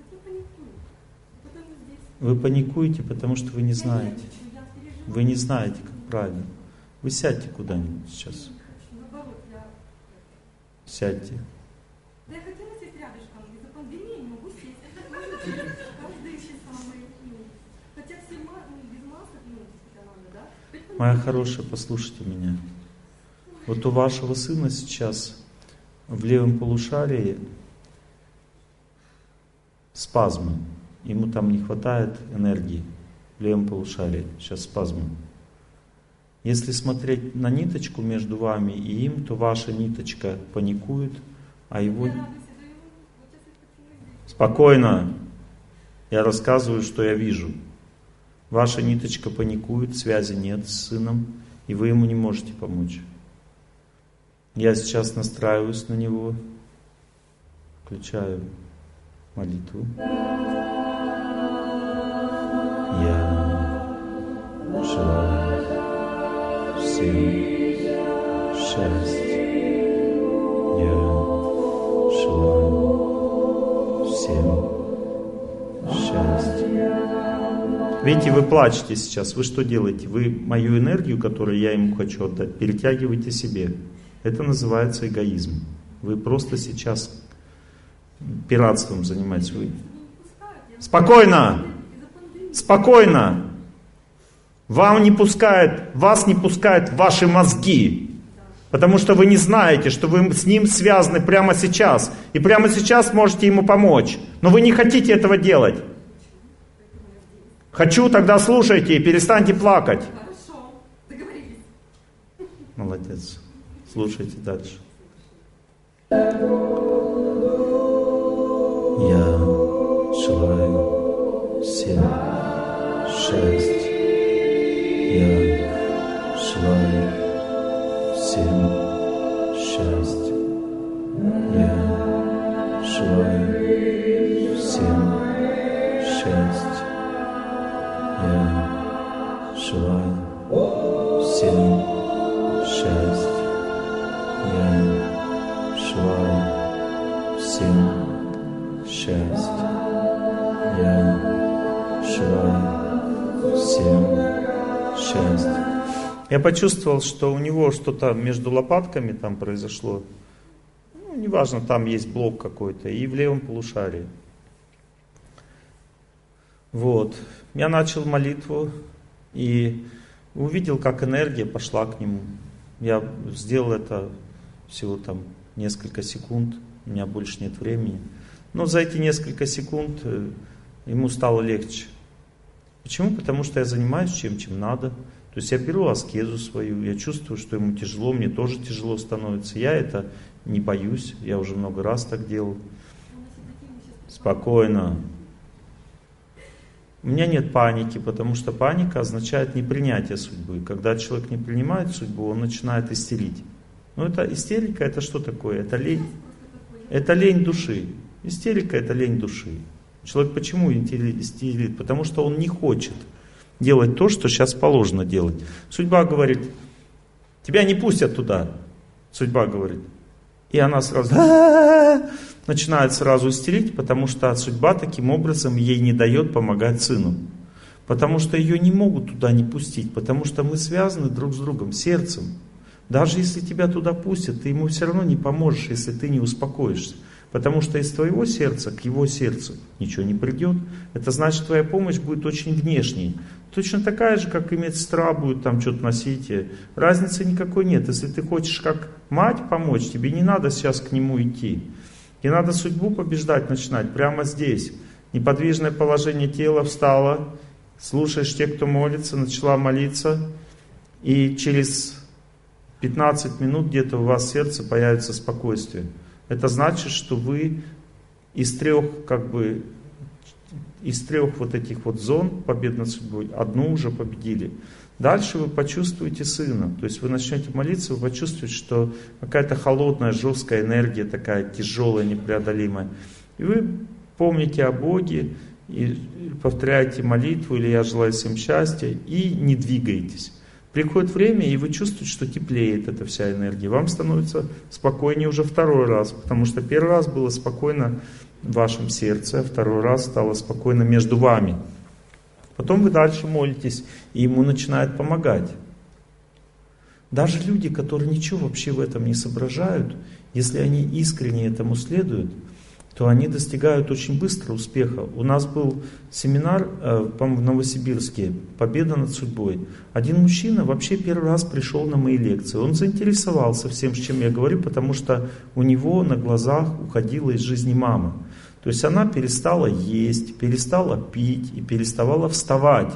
Вы паникуете, потому что вы не знаете. Вы не знаете, как правильно. Вы сядьте куда-нибудь сейчас. Сядьте. Да я хотела сесть рядышком, из-за пандемии не могу сесть. Каждый часа мои. Хотя все без масок, надо, да? Моя хорошая, послушайте меня. Вот у вашего сына сейчас в левом полушарии спазмы. Ему там не хватает энергии. В левом полушарии сейчас спазмы. Если смотреть на ниточку между вами и им, то ваша ниточка паникует, а его... Спокойно. Я рассказываю, что я вижу. Ваша ниточка паникует, связи нет с сыном, и вы ему не можете помочь. Я сейчас настраиваюсь на него, включаю молитву. Я желаю всем счастья. Я желаю всем счастья. Видите, вы плачете сейчас. Вы что делаете? Вы мою энергию, которую я ему хочу отдать, перетягиваете себе. Это называется эгоизм. Вы просто сейчас пиратством занимаетесь. Вы... Спокойно! Спокойно! Вас не пускают ваши мозги. Потому что вы не знаете, что вы с ним связаны прямо сейчас. И прямо сейчас можете ему помочь. Но вы не хотите этого делать. Хочу, тогда слушайте и перестаньте плакать. Хорошо, договорились. Молодец. Слушайте дальше. Я желаю всем счастья. Я желаю всем счастья. Я желаю всем счастья. Я желаю всем счастья. Я желаю всем счастья. Я желаю всем счастья. Я почувствовал, что у него что-то между лопатками там произошло. Неважно, там есть блок какой-то. И в левом полушарии. Вот. Я начал молитву и увидел, как энергия пошла к нему. Я сделал это всего там несколько секунд. У меня больше нет времени. Но за эти несколько секунд ему стало легче. Почему? Потому что я занимаюсь чем надо. То То есть я беру аскезу свою, я чувствую, что ему тяжело, мне тоже тяжело становится. Я это не боюсь, я уже много раз так делал. Спокойно. У меня нет паники, потому что паника означает непринятие судьбы. Когда человек не принимает судьбу, он начинает истерить. Но это истерика, это что такое? Это лень. Это лень души. Истерика — это лень души. Человек почему истерит? Потому что он не хочет делать то, что сейчас положено делать. Судьба говорит: тебя не пустят туда. Судьба говорит. И она сразу начинает сразу истерить, потому что судьба таким образом ей не дает помогать сыну. Потому что ее не могут туда не пустить, потому что мы связаны друг с другом, сердцем. Даже если тебя туда пустят, ты ему все равно не поможешь, если ты не успокоишься. Потому что из твоего сердца к его сердцу ничего не придет. Это значит, твоя помощь будет очень внешней. Точно такая же, как и медсестра будет там что-то носить. Разницы никакой нет. Если ты хочешь как мать помочь, тебе не надо сейчас к нему идти. И надо судьбу побеждать начинать прямо здесь. Неподвижное положение тела, встала, слушаешь тех, кто молится, начала молиться. И через 15 минут где-то у вас в сердце появится спокойствие. Это значит, что вы из трех вот этих вот зон побед над судьбой одну уже победили. Дальше вы почувствуете сына. То есть вы начнете молиться, вы почувствуете, что какая-то холодная, жесткая энергия такая, тяжелая, непреодолимая. И вы помните о Боге, и повторяете молитву, или «Я желаю всем счастья», и не двигаетесь. Приходит время, и вы чувствуете, что теплеет эта вся энергия. Вам становится спокойнее уже второй раз, потому что первый раз было спокойно в вашем сердце, а второй раз стало спокойно между вами. Потом вы дальше молитесь, и ему начинает помогать. Даже люди, которые ничего вообще в этом не соображают, если они искренне этому следуют, то они достигают очень быстро успеха. У нас был семинар, по-моему, в Новосибирске, «Победа над судьбой». Один мужчина вообще первый раз пришел на мои лекции. Он заинтересовался всем, с чем я говорю, потому что у него на глазах уходила из жизни мама. То есть она перестала есть, перестала пить и переставала вставать.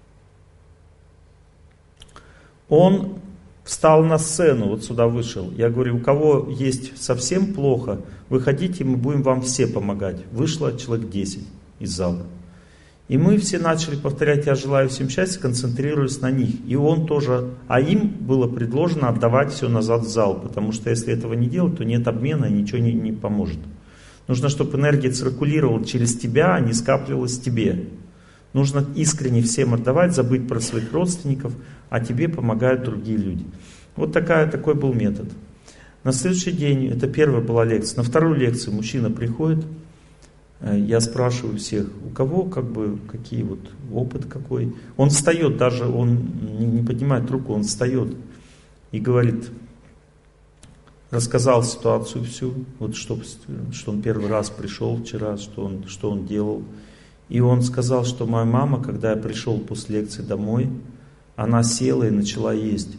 Он встал на сцену, вот сюда вышел. Я говорю: у кого есть совсем плохо, выходите, мы будем вам все помогать. Вышло человек 10 из зала. И мы все начали повторять «Я желаю всем счастья», концентрируясь на них. И он тоже, а им было предложено отдавать все назад в зал, потому что если этого не делать, то нет обмена и ничего не поможет. Нужно, чтобы энергия циркулировала через тебя, а не скапливалась в тебе. Нужно искренне всем отдавать, забыть про своих родственников, а тебе помогают другие люди. Вот такой был метод. На следующий день, это первая была лекция, на вторую лекцию мужчина приходит, я спрашиваю всех, у кого какие вот опыт какой. Он встает, даже он не поднимает руку, он встает и говорит, рассказал ситуацию всю, вот что он первый раз пришел вчера, что он делал. И он сказал, что моя мама, когда я пришел после лекции домой, она села и начала есть.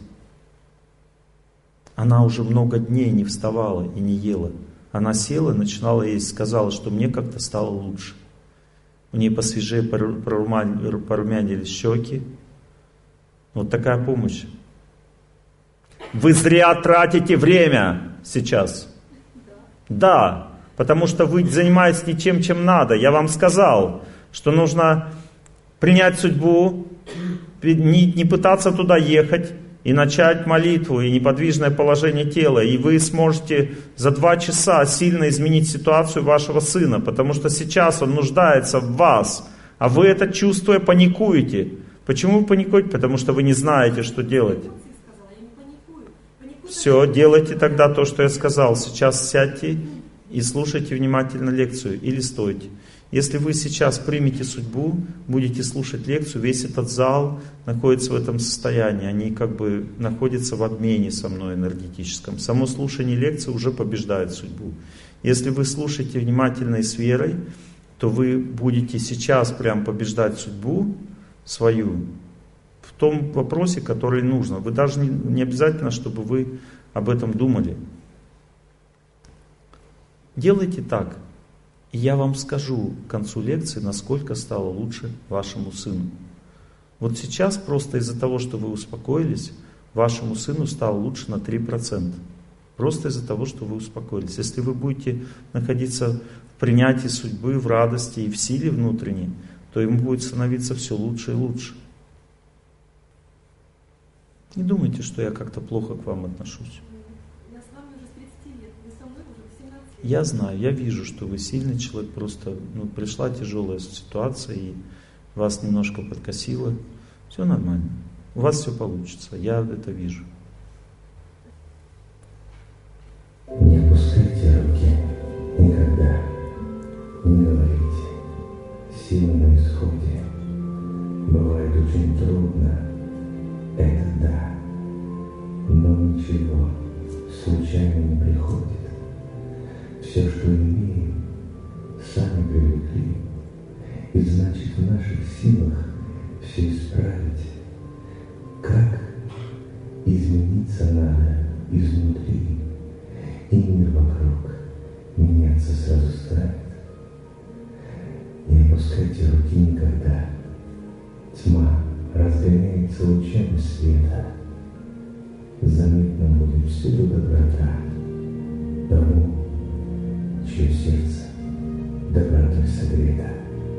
Она уже много дней не вставала и не ела. Она села и начинала есть, сказала, что мне как-то стало лучше. У нее посвежее порумянились щеки. Вот такая помощь. Вы зря тратите время сейчас. Да, потому что вы занимаетесь не тем, чем надо. Я вам сказал, что нужно принять судьбу, не пытаться туда ехать и начать молитву и неподвижное положение тела. И вы сможете за 2 часа сильно изменить ситуацию вашего сына, потому что сейчас он нуждается в вас, а вы это чувствуя паникуете. Почему вы паникуете? Потому что вы не знаете, что делать. Все, делайте тогда то, что я сказал. Сейчас сядьте и слушайте внимательно лекцию или стойте. Если вы сейчас примете судьбу, будете слушать лекцию, весь этот зал находится в этом состоянии. Они находятся в обмене со мной энергетическом. Само слушание лекции уже побеждает судьбу. Если вы слушаете внимательно и с верой, то вы будете сейчас прям побеждать судьбу свою в том вопросе, который нужно. Вы даже не обязательно, чтобы вы об этом думали. Делайте так. И я вам скажу к концу лекции, насколько стало лучше вашему сыну. Вот сейчас просто из-за того, что вы успокоились, вашему сыну стало лучше на 3%. Просто из-за того, что вы успокоились. Если вы будете находиться в принятии судьбы, в радости и в силе внутренней, то ему будет становиться все лучше и лучше. Не думайте, что я как-то плохо к вам отношусь. Я с вами уже с 30 лет, вы со мной уже 18 лет. Я знаю, я вижу, что вы сильный человек, просто пришла тяжелая ситуация и вас немножко подкосило. Все нормально. У вас все получится, я это вижу. Не опускайте руки никогда. Не говорите. Сила на исходе. Бывает очень трудно. Это да. Но ничего случайно не приходит. Все, что имеем, сами привыкли. И значит, в наших силах все исправить. Как? Измениться надо изнутри. И мир вокруг меняться сразу станет. Не опускайте руки никогда. Тьма разгоняется лучами света. Заметно будет всюду доброта тому, чье сердце добротой согрето.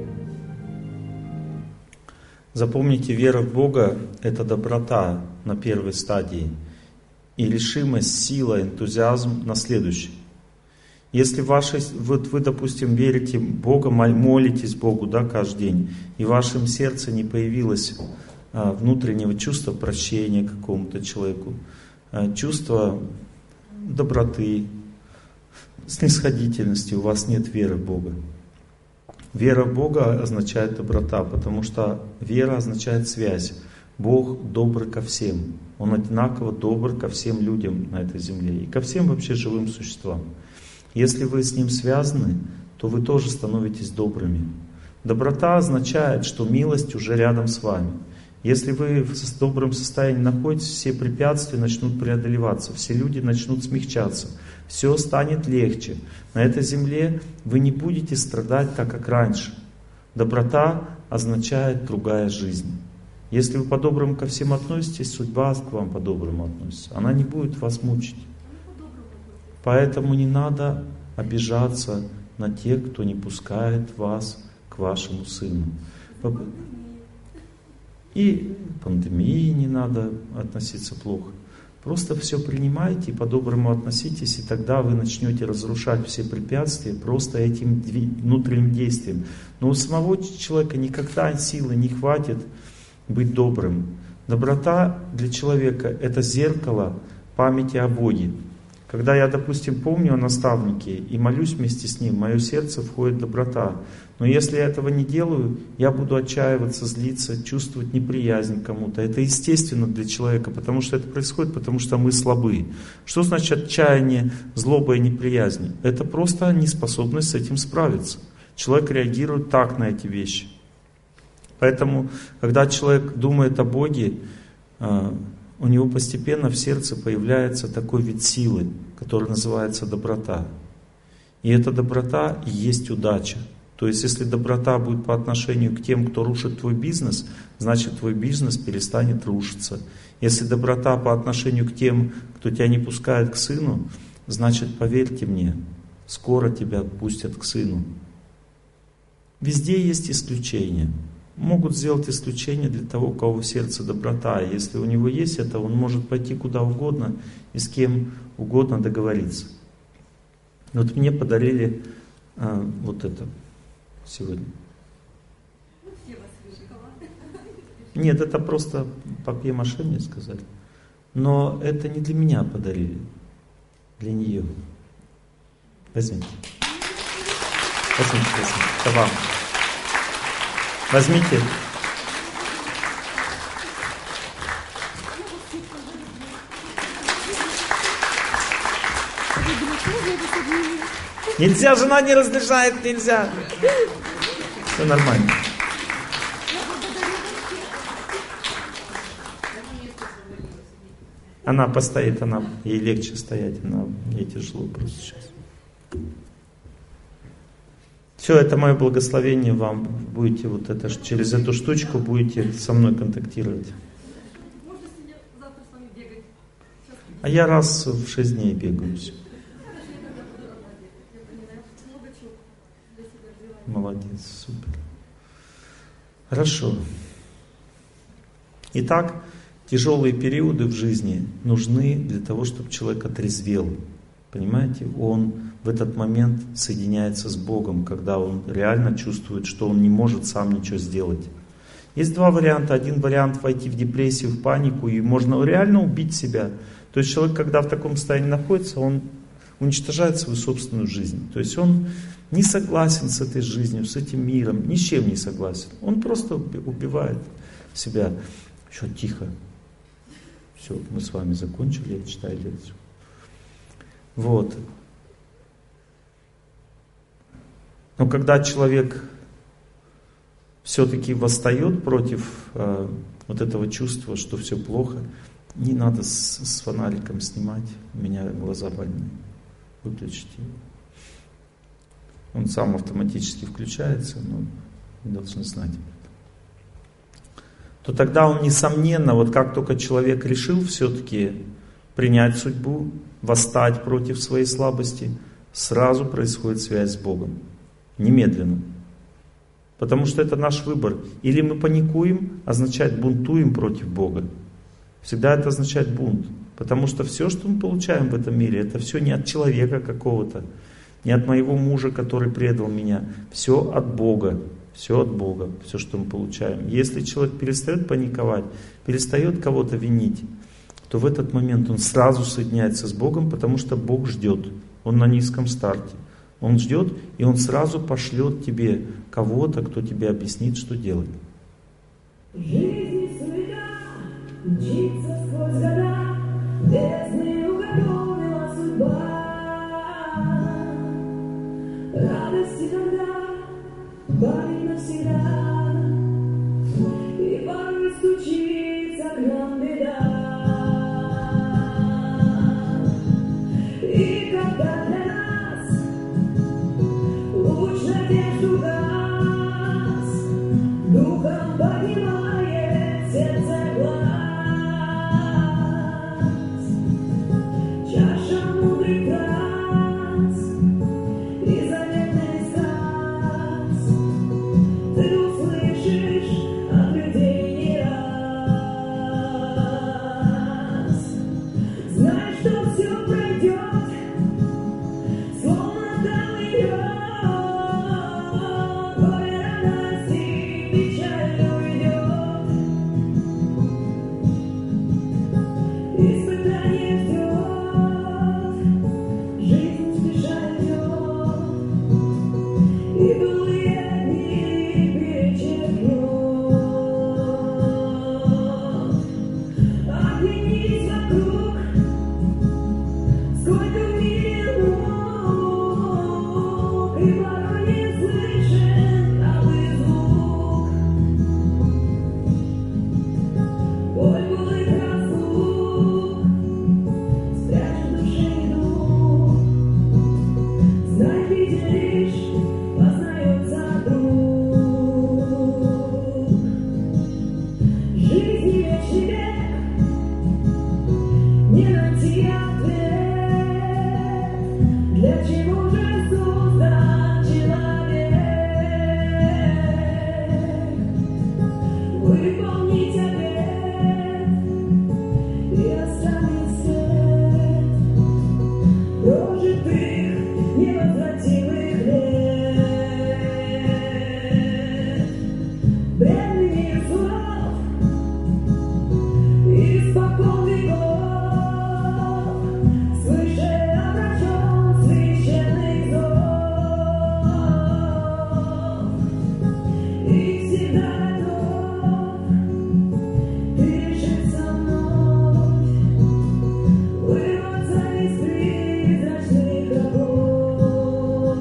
Запомните, вера в Бога – это доброта на первой стадии, и решимость, сила, энтузиазм на следующей. Если вы, допустим, верите в Бога, молитесь Богу, да, каждый день, и в вашем сердце не появилось внутреннего чувства прощения какому-то человеку, чувства доброты, снисходительности, у вас нет веры в Бога. Вера в Бога означает доброта, потому что вера означает связь. Бог добр ко всем. Он одинаково добр ко всем людям на этой земле и ко всем вообще живым существам. Если вы с Ним связаны, то вы тоже становитесь добрыми. Доброта означает, что милость уже рядом с вами. Если вы в добром состоянии находитесь, все препятствия начнут преодолеваться, все люди начнут смягчаться, все станет легче. На этой земле вы не будете страдать так, как раньше. Доброта означает другая жизнь. Если вы по-доброму ко всем относитесь, судьба к вам по-доброму относится. Она не будет вас мучить. Поэтому не надо обижаться на тех, кто не пускает вас к вашему сыну. И пандемии не надо относиться плохо. Просто все принимайте и по-доброму относитесь, и тогда вы начнете разрушать все препятствия просто этим внутренним действием. Но у самого человека никогда силы не хватит быть добрым. Доброта для человека – это зеркало памяти о Боге. Когда я, допустим, помню о наставнике и молюсь вместе с ним, в мое сердце входит доброта. Но если я этого не делаю, я буду отчаиваться, злиться, чувствовать неприязнь к кому-то. Это естественно для человека, потому что это происходит, потому что мы слабы. Что значит отчаяние, злоба и неприязнь? Это просто неспособность с этим справиться. Человек реагирует так на эти вещи. Поэтому, когда человек думает о Боге, у него постепенно в сердце появляется такой вид силы, который называется доброта. И эта доброта и есть удача. То есть, если доброта будет по отношению к тем, кто рушит твой бизнес, значит, твой бизнес перестанет рушиться. Если доброта по отношению к тем, кто тебя не пускает к сыну, значит, поверьте мне, скоро тебя пустят к сыну. Везде есть исключения. Могут сделать исключение для того, у кого в сердце доброта. Если у него есть это, он может пойти куда угодно и с кем угодно договориться. Вот мне подарили вот это сегодня. Нет, это просто папье-маше, мне сказали. Но это не для меня подарили, для нее. Возьмите. Возьмите. Это вам. Возьмите. Нельзя, жена не разрешает, нельзя. Все нормально. Она постоит, ей легче стоять, ей тяжело просто сейчас. Все, это мое благословение вам. Будете вот это, через эту штучку будете со мной контактировать. Можно сегодня, завтра с вами бегать? Сейчас. А я раз в 6 дней бегаю. Все. Молодец, супер. Хорошо. Итак, тяжелые периоды в жизни нужны для того, чтобы человек отрезвел. Понимаете, он в этот момент соединяется с Богом, когда он реально чувствует, что он не может сам ничего сделать. Есть два варианта. Один вариант — войти в депрессию, в панику, и можно реально убить себя. То есть человек, когда в таком состоянии находится, он уничтожает свою собственную жизнь. То есть он не согласен с этой жизнью, с этим миром, ни с чем не согласен. Он просто убивает себя. Еще тихо. Все, мы с вами закончили, я читаю лекцию. Вот. Но когда человек все-таки восстает против вот этого чувства, что все плохо, не надо с фонариком снимать, у меня глаза больные. Выключите его. Он сам автоматически включается, но вы должны знать. То тогда он, несомненно, вот как только человек решил все-таки принять судьбу, восстать против своей слабости, сразу происходит связь с Богом. Немедленно. Потому что это наш выбор. Или мы паникуем, означает бунтуем против Бога. Всегда это означает бунт. Потому что все, что мы получаем в этом мире, это все не от человека какого-то, не от моего мужа, который предал меня. Все от Бога. Все от Бога, все, что мы получаем. Если человек перестает паниковать, перестает кого-то винить, то в этот момент он сразу соединяется с Богом, потому что Бог ждет. Он на низком старте. Он ждет, и Он сразу пошлет тебе кого-то, кто тебе объяснит, что делать. Жизнь суета, мчится сквозь года, бездны уготовила судьба. Радости тогда парень навсегда, и порой стучится к нам беда. И когда для нас луч надежду гас, духом поднимает сердце глаз. Чаша мудрых фраз и заветный сказ ты услышишь от людей не раз. Знай, что все пройдет, словно там идет, горе, радость и печаль уйдет. Испытание ждет, жизнь спеша идет, и былые дни перечеркнет. Оглянись вокруг, сколько в мире мук, и порой не слышен алый звук. Боль былых разлук спрячь в душе и дух. Знай, видя лишь познается друг. Жизни вечный век, не найти ответ, для чего же создан человек. Выполнить обет и оставить след прожитых невозвратимых лет. Бренный мир слов испокон веков, свыше обращен священный зов, и всегда готов ты решиться вновь, вырваться из призрачных оков.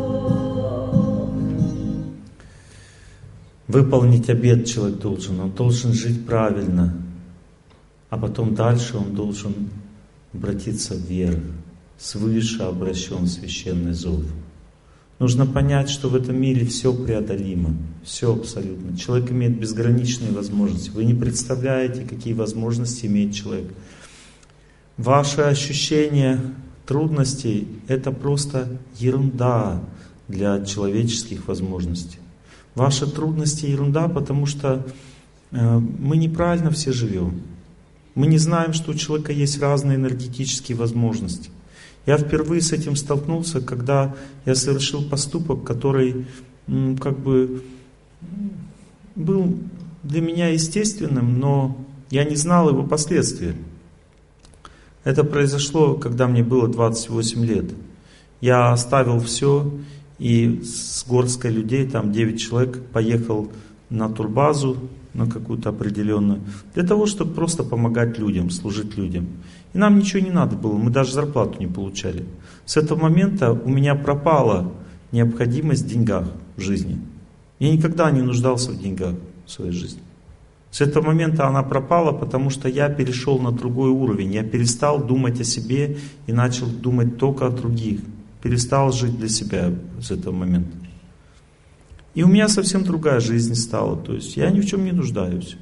Выполнить обет человек должен. Он должен жить правильно. А потом дальше он должен обратиться вверх. Свыше обращен священный зов. Нужно понять, что в этом мире все преодолимо, все абсолютно. Человек имеет безграничные возможности. Вы не представляете, какие возможности имеет человек. Ваше ощущение трудностей — это просто ерунда для человеческих возможностей. Ваши трудности — ерунда, потому что мы неправильно все живем. Мы не знаем, что у человека есть разные энергетические возможности. Я впервые с этим столкнулся, когда я совершил поступок, который как бы был для меня естественным, но я не знал его последствия. Это произошло, когда мне было 28 лет. Я оставил все и с горсткой людей, там 9 человек, поехал на турбазу, на какую-то определенную, для того, чтобы просто помогать людям, служить людям. И нам ничего не надо было, мы даже зарплату не получали. С этого момента у меня пропала необходимость в деньгах в жизни. Я никогда не нуждался в деньгах в своей жизни. С этого момента она пропала, потому что я перешел на другой уровень. Я перестал думать о себе и начал думать только о других. Перестал жить для себя с этого момента. И у меня совсем другая жизнь стала. То есть я ни в чем не нуждаюсь.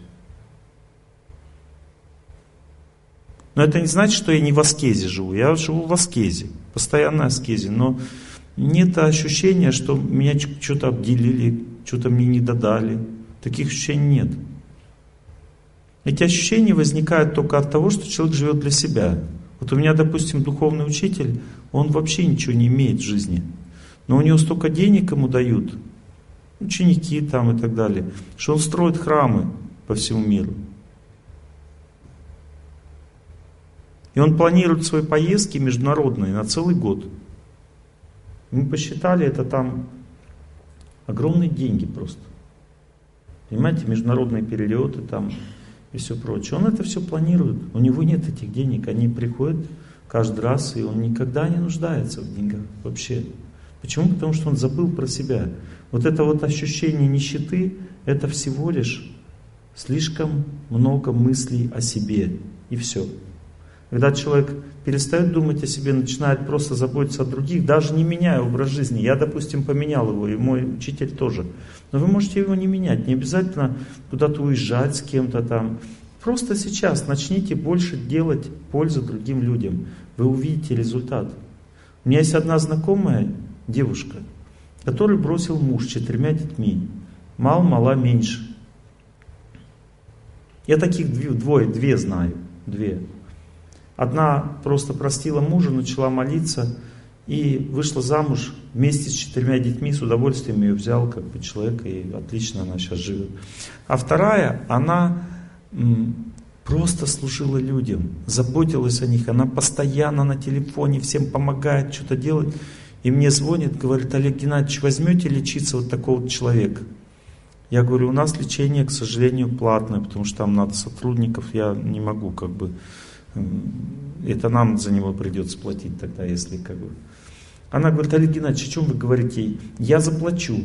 Но это не значит, что я не в аскезе живу. Я живу в аскезе, постоянной аскезе. Но нет ощущения, что меня что-то обделили, что-то мне не додали. Таких ощущений нет. Эти ощущения возникают только от того, что человек живет для себя. Вот у меня, допустим, духовный учитель, он вообще ничего не имеет в жизни. Но у него столько денег ему дают, ученики там и так далее, что он строит храмы по всему миру. И он планирует свои поездки международные на целый год. Мы посчитали, это там огромные деньги просто. Понимаете, международные перелеты там и все прочее. Он это все планирует. У него нет этих денег. Они приходят каждый раз, и он никогда не нуждается в деньгах вообще. Почему? Потому что он забыл про себя. Вот это вот ощущение нищеты, это всего лишь слишком много мыслей о себе. И все. Когда человек перестает думать о себе, начинает просто заботиться о других, даже не меняя образ жизни. Я, допустим, поменял его, и мой учитель тоже. Но вы можете его не менять, не обязательно куда-то уезжать с кем-то там. Просто сейчас начните больше делать пользу другим людям. Вы увидите результат. У меня есть одна знакомая девушка, которую бросил муж с 4 детьми. Мал, мала, меньше. Я таких две знаю. Две. Одна просто простила мужа, начала молиться и вышла замуж вместе с 4 детьми, с удовольствием ее взял как бы человек, и отлично она сейчас живет. А вторая, она просто служила людям, заботилась о них, она постоянно на телефоне всем помогает, что-то делает. И мне звонит, говорит: Олег Геннадьевич, возьмете лечиться вот такого вот человека? Я говорю: у нас лечение, к сожалению, платное, потому что там надо сотрудников, я не могу как бы... Это нам за него придется платить тогда, если как бы... Она говорит: Олег Геннадьевич, о чем вы говорите? Я заплачу.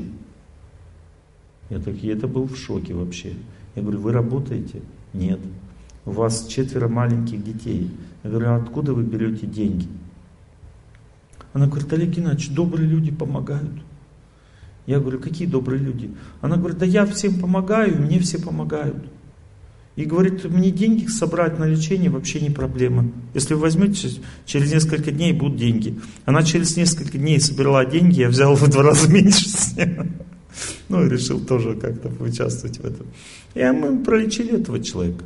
Я так, это был в шоке вообще. Я говорю: вы работаете? Нет. У вас 4 маленьких детей. Я говорю: а откуда вы берете деньги? Она говорит: Олег Геннадьевич, добрые люди помогают. Я говорю: какие добрые люди? Она говорит: да я всем помогаю, и мне все помогают. И говорит: мне деньги собрать на лечение вообще не проблема. Если вы возьмете, через несколько дней будут деньги. Она через несколько дней собирала деньги, я взял в 2 раза меньше с нее. Ну и решил тоже как-то поучаствовать в этом. И мы пролечили этого человека.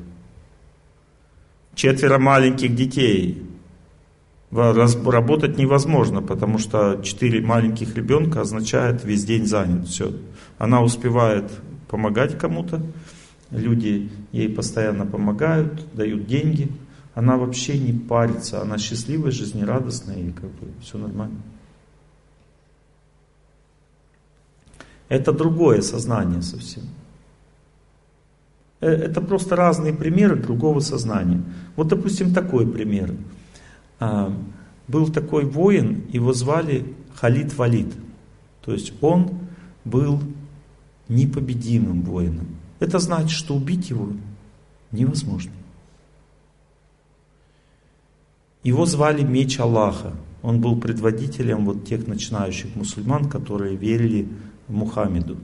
4 маленьких детей. Работать невозможно, потому что 4 маленьких ребенка означает весь день занят. Все. Она успевает помогать кому-то. Люди ей постоянно помогают, дают деньги. Она вообще не парится. Она счастливая, жизнерадостная, и как бы все нормально. Это другое сознание совсем. Это просто разные примеры другого сознания. Вот, допустим, такой пример. Был такой воин, его звали Халид Валид. То есть он был непобедимым воином. Это значит, что убить его невозможно. Его звали Меч Аллаха. Он был предводителем вот тех начинающих мусульман, которые верили Мухаммеду.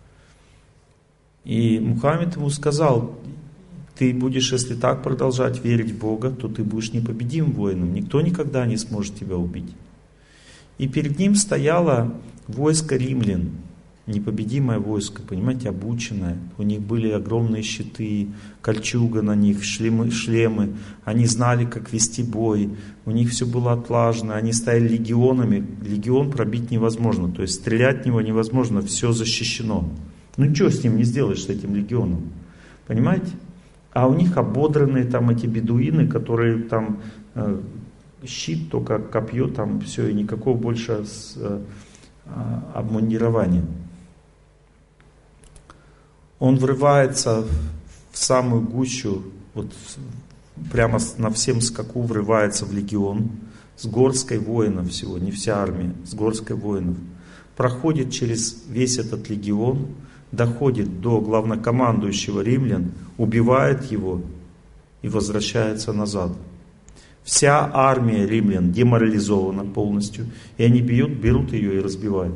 И Мухаммед ему сказал: ты будешь, если так продолжать верить в Бога, то ты будешь непобедимым воином. Никто никогда не сможет тебя убить. И перед ним стояло войско римлян, непобедимое войско, понимаете, обученное. У них были огромные щиты, кольчуга на них, шлемы. Они знали, как вести бой. У них все было отлажено. Они стояли легионами. Легион пробить невозможно. То есть стрелять в него невозможно. Все защищено. Ну ничего с ним не сделаешь, с этим легионом. Понимаете? А у них ободранные там эти бедуины, которые там щит, только копье, там все, и никакого больше обмундирования. Он врывается в самую гущу, вот прямо на всем скаку врывается в легион, с горсткой воинов всего, не вся армия, с горсткой воинов. Проходит через весь этот легион, доходит до главнокомандующего римлян, убивает его и возвращается назад. Вся армия римлян деморализована полностью, и они берут ее и разбивают.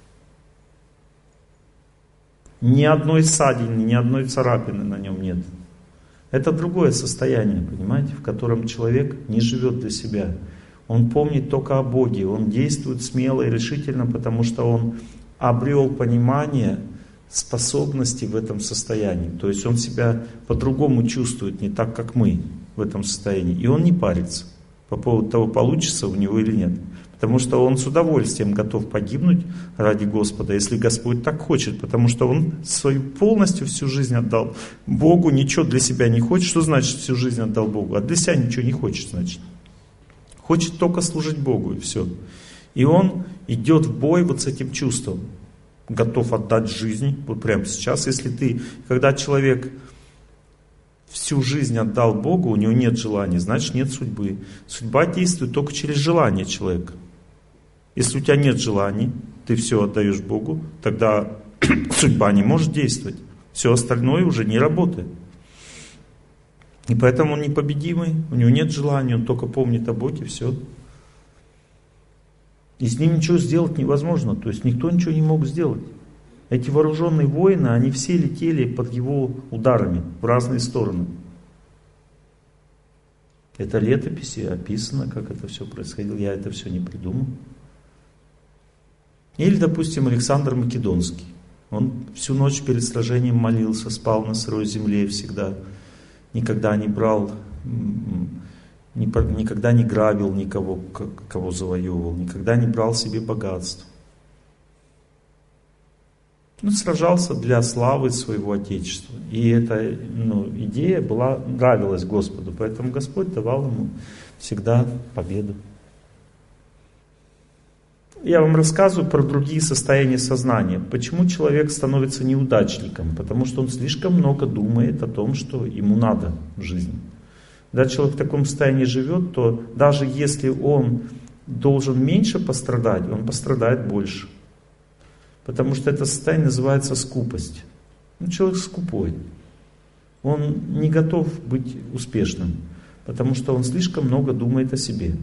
Ни одной ссадины, ни одной царапины на нем нет. Это другое состояние, понимаете, в котором человек не живет для себя. Он помнит только о Боге, он действует смело и решительно, потому что он обрел понимание способности в этом состоянии. То есть он себя по-другому чувствует, не так, как мы в этом состоянии. И он не парится по поводу того, получится у него или нет. Потому что он с удовольствием готов погибнуть ради Господа, если Господь так хочет. Потому что он свою полностью всю жизнь отдал Богу, ничего для себя не хочет. Что значит всю жизнь отдал Богу? А для себя ничего не хочет, значит. Хочет только служить Богу, и все. И он идет в бой вот с этим чувством. Готов отдать жизнь, вот прямо сейчас. Когда человек всю жизнь отдал Богу, у него нет желания, значит нет судьбы. Судьба действует только через желание человека. Если у тебя нет желаний, ты все отдаешь Богу, тогда судьба не может действовать. Все остальное уже не работает. И поэтому он непобедимый, у него нет желания, он только помнит о Боге, все. И с ним ничего сделать невозможно, то есть никто ничего не мог сделать. Эти вооруженные воины, они все летели под его ударами в разные стороны. Это летописи описано, как это все происходило, я это все не придумал. Или, допустим, Александр Македонский. Он всю ночь перед сражением молился, спал на сырой земле всегда. Никогда не брал, никогда не грабил никого, кого завоевывал, никогда не брал себе богатство. Он сражался для славы своего Отечества. И эта идея нравилась Господу, поэтому Господь давал ему всегда победу. Я вам рассказываю про другие состояния сознания. Почему человек становится неудачником? Потому что он слишком много думает о том, что ему надо в жизни. Когда человек в таком состоянии живет, то даже если он должен меньше пострадать, он пострадает больше. Потому что это состояние называется скупость. Человек скупой. Он не готов быть успешным, потому что он слишком много думает о себе.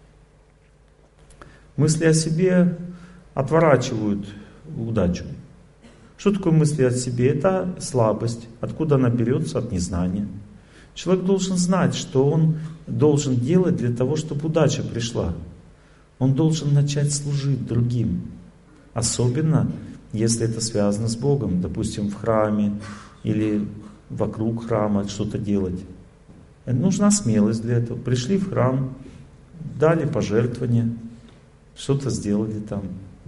Мысли о себе отворачивают удачу. Что такое мысли о себе? Это слабость. Откуда она берется? От незнания. Человек должен знать, что он должен делать для того, чтобы удача пришла. Он должен начать служить другим. Особенно, если это связано с Богом. Допустим, в храме или вокруг храма что-то делать. Нужна смелость для этого. Пришли в храм, дали пожертвования, что-то сделали там.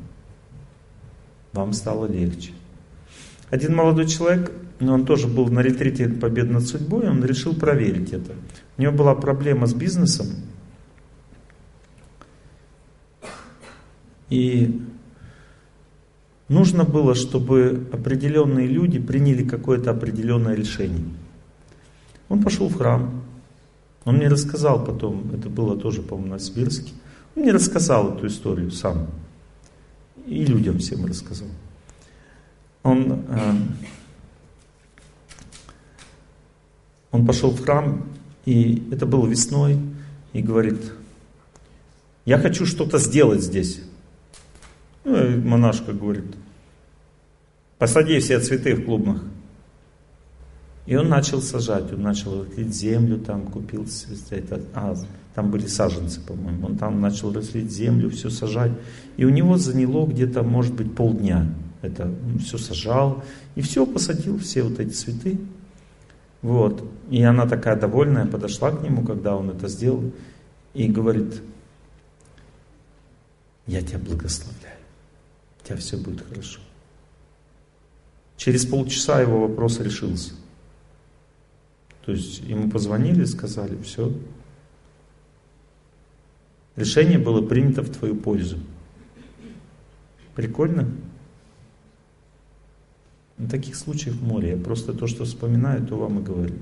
Вам стало легче. Один молодой человек, он тоже был на ретрите «Победа над судьбой», он решил проверить это. У него была проблема с бизнесом. И нужно было, чтобы определенные люди приняли какое-то определенное решение. Он пошел в храм. Он мне рассказал потом, это было тоже, по-моему, в Новосибирске. Он мне рассказал эту историю сам. И людям всем рассказал. Он пошел в храм, и это было весной, и говорит: Я хочу что-то сделать здесь. Ну, и монашка говорит, посади все цветы в клубнях. И он начал сажать, он начал рыхлить землю, там купил, там были саженцы, по-моему, он там начал рыхлить землю, все сажать. И у него заняло где-то, может быть, полдня. Это он все сажал, и все, посадил все вот эти цветы. Вот. И она такая довольная подошла к нему, когда он это сделал, и говорит, я тебя благословляю, у тебя все будет хорошо. Через полчаса его вопрос решился. То есть ему позвонили, сказали, все. Решение было принято в твою пользу. Прикольно? Таких случаев море. Я просто то, что вспоминаю, то вам и говорю.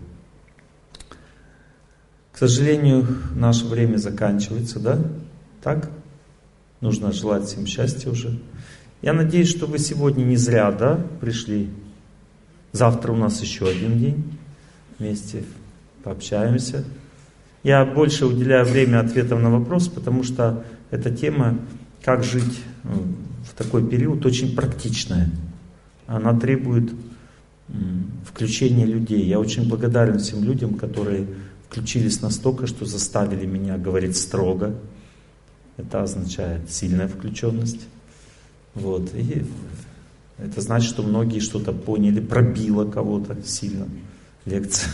К сожалению, наше время заканчивается, да? Так? Нужно желать всем счастья уже. Я надеюсь, что вы сегодня не зря, да, пришли. Завтра у нас еще один день. Вместе пообщаемся. Я больше уделяю время ответам на вопросы, потому что эта тема, как жить в такой период, очень практичная. Она требует включения людей. Я очень благодарен всем людям, которые включились настолько, что заставили меня говорить строго. Это означает сильная включенность. Вот. И это значит, что многие что-то поняли, пробило кого-то сильно. Лекция.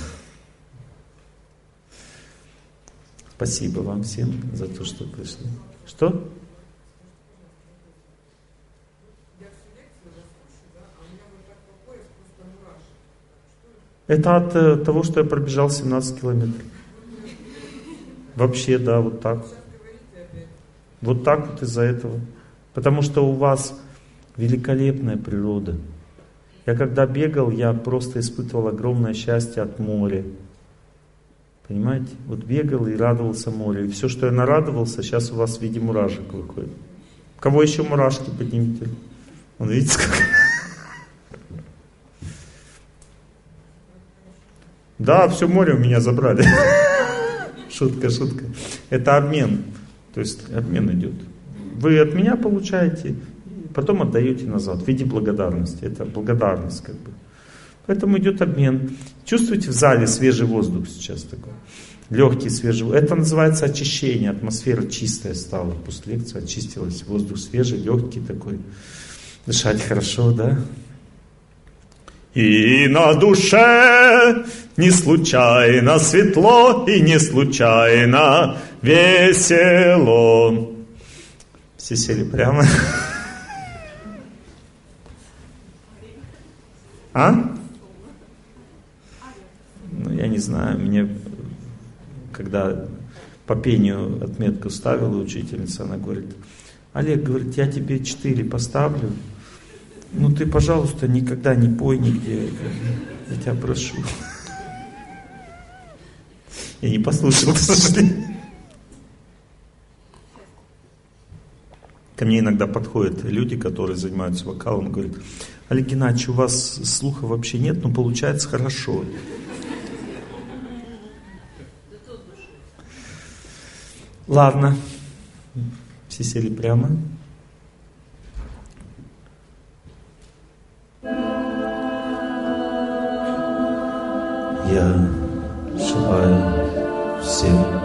Спасибо вам всем за то, что пришли. Что? Это от того, что я пробежал 17 километров. Вообще, да, вот так. Вот так вот из-за этого. Потому что у вас великолепная природа. Я когда бегал, я просто испытывал огромное счастье от моря. Понимаете? Вот бегал и радовался морю. И все, что я нарадовался, сейчас у вас в виде мурашек выходит. У кого еще мурашки, поднимите. Вон, видите, как... Да, все море у меня забрали. Шутка, шутка. Это обмен. То есть обмен идет. Вы от меня получаете, потом отдаете назад в виде благодарности. Это благодарность как бы. Поэтому идет обмен. Чувствуете в зале свежий воздух сейчас такой? Легкий свежий воздух. Это называется очищение. Атмосфера чистая стала. После лекции очистилась. Воздух свежий, легкий такой. Дышать хорошо, да? И на душе не случайно светло и не случайно весело. Все сели прямо. А? Ну, я не знаю, мне, когда по пению отметку ставила учительница, она говорит, Олег, говорит, я тебе 4 поставлю, ну ты, пожалуйста, никогда не пой нигде, я тебя прошу. Я не послушал, к сожалению. Ко мне иногда подходят люди, которые занимаются вокалом, и говорят, Олег Геннадьевич, у вас слуха вообще нет, но получается хорошо. Ладно. Все сели прямо. Я желаю всем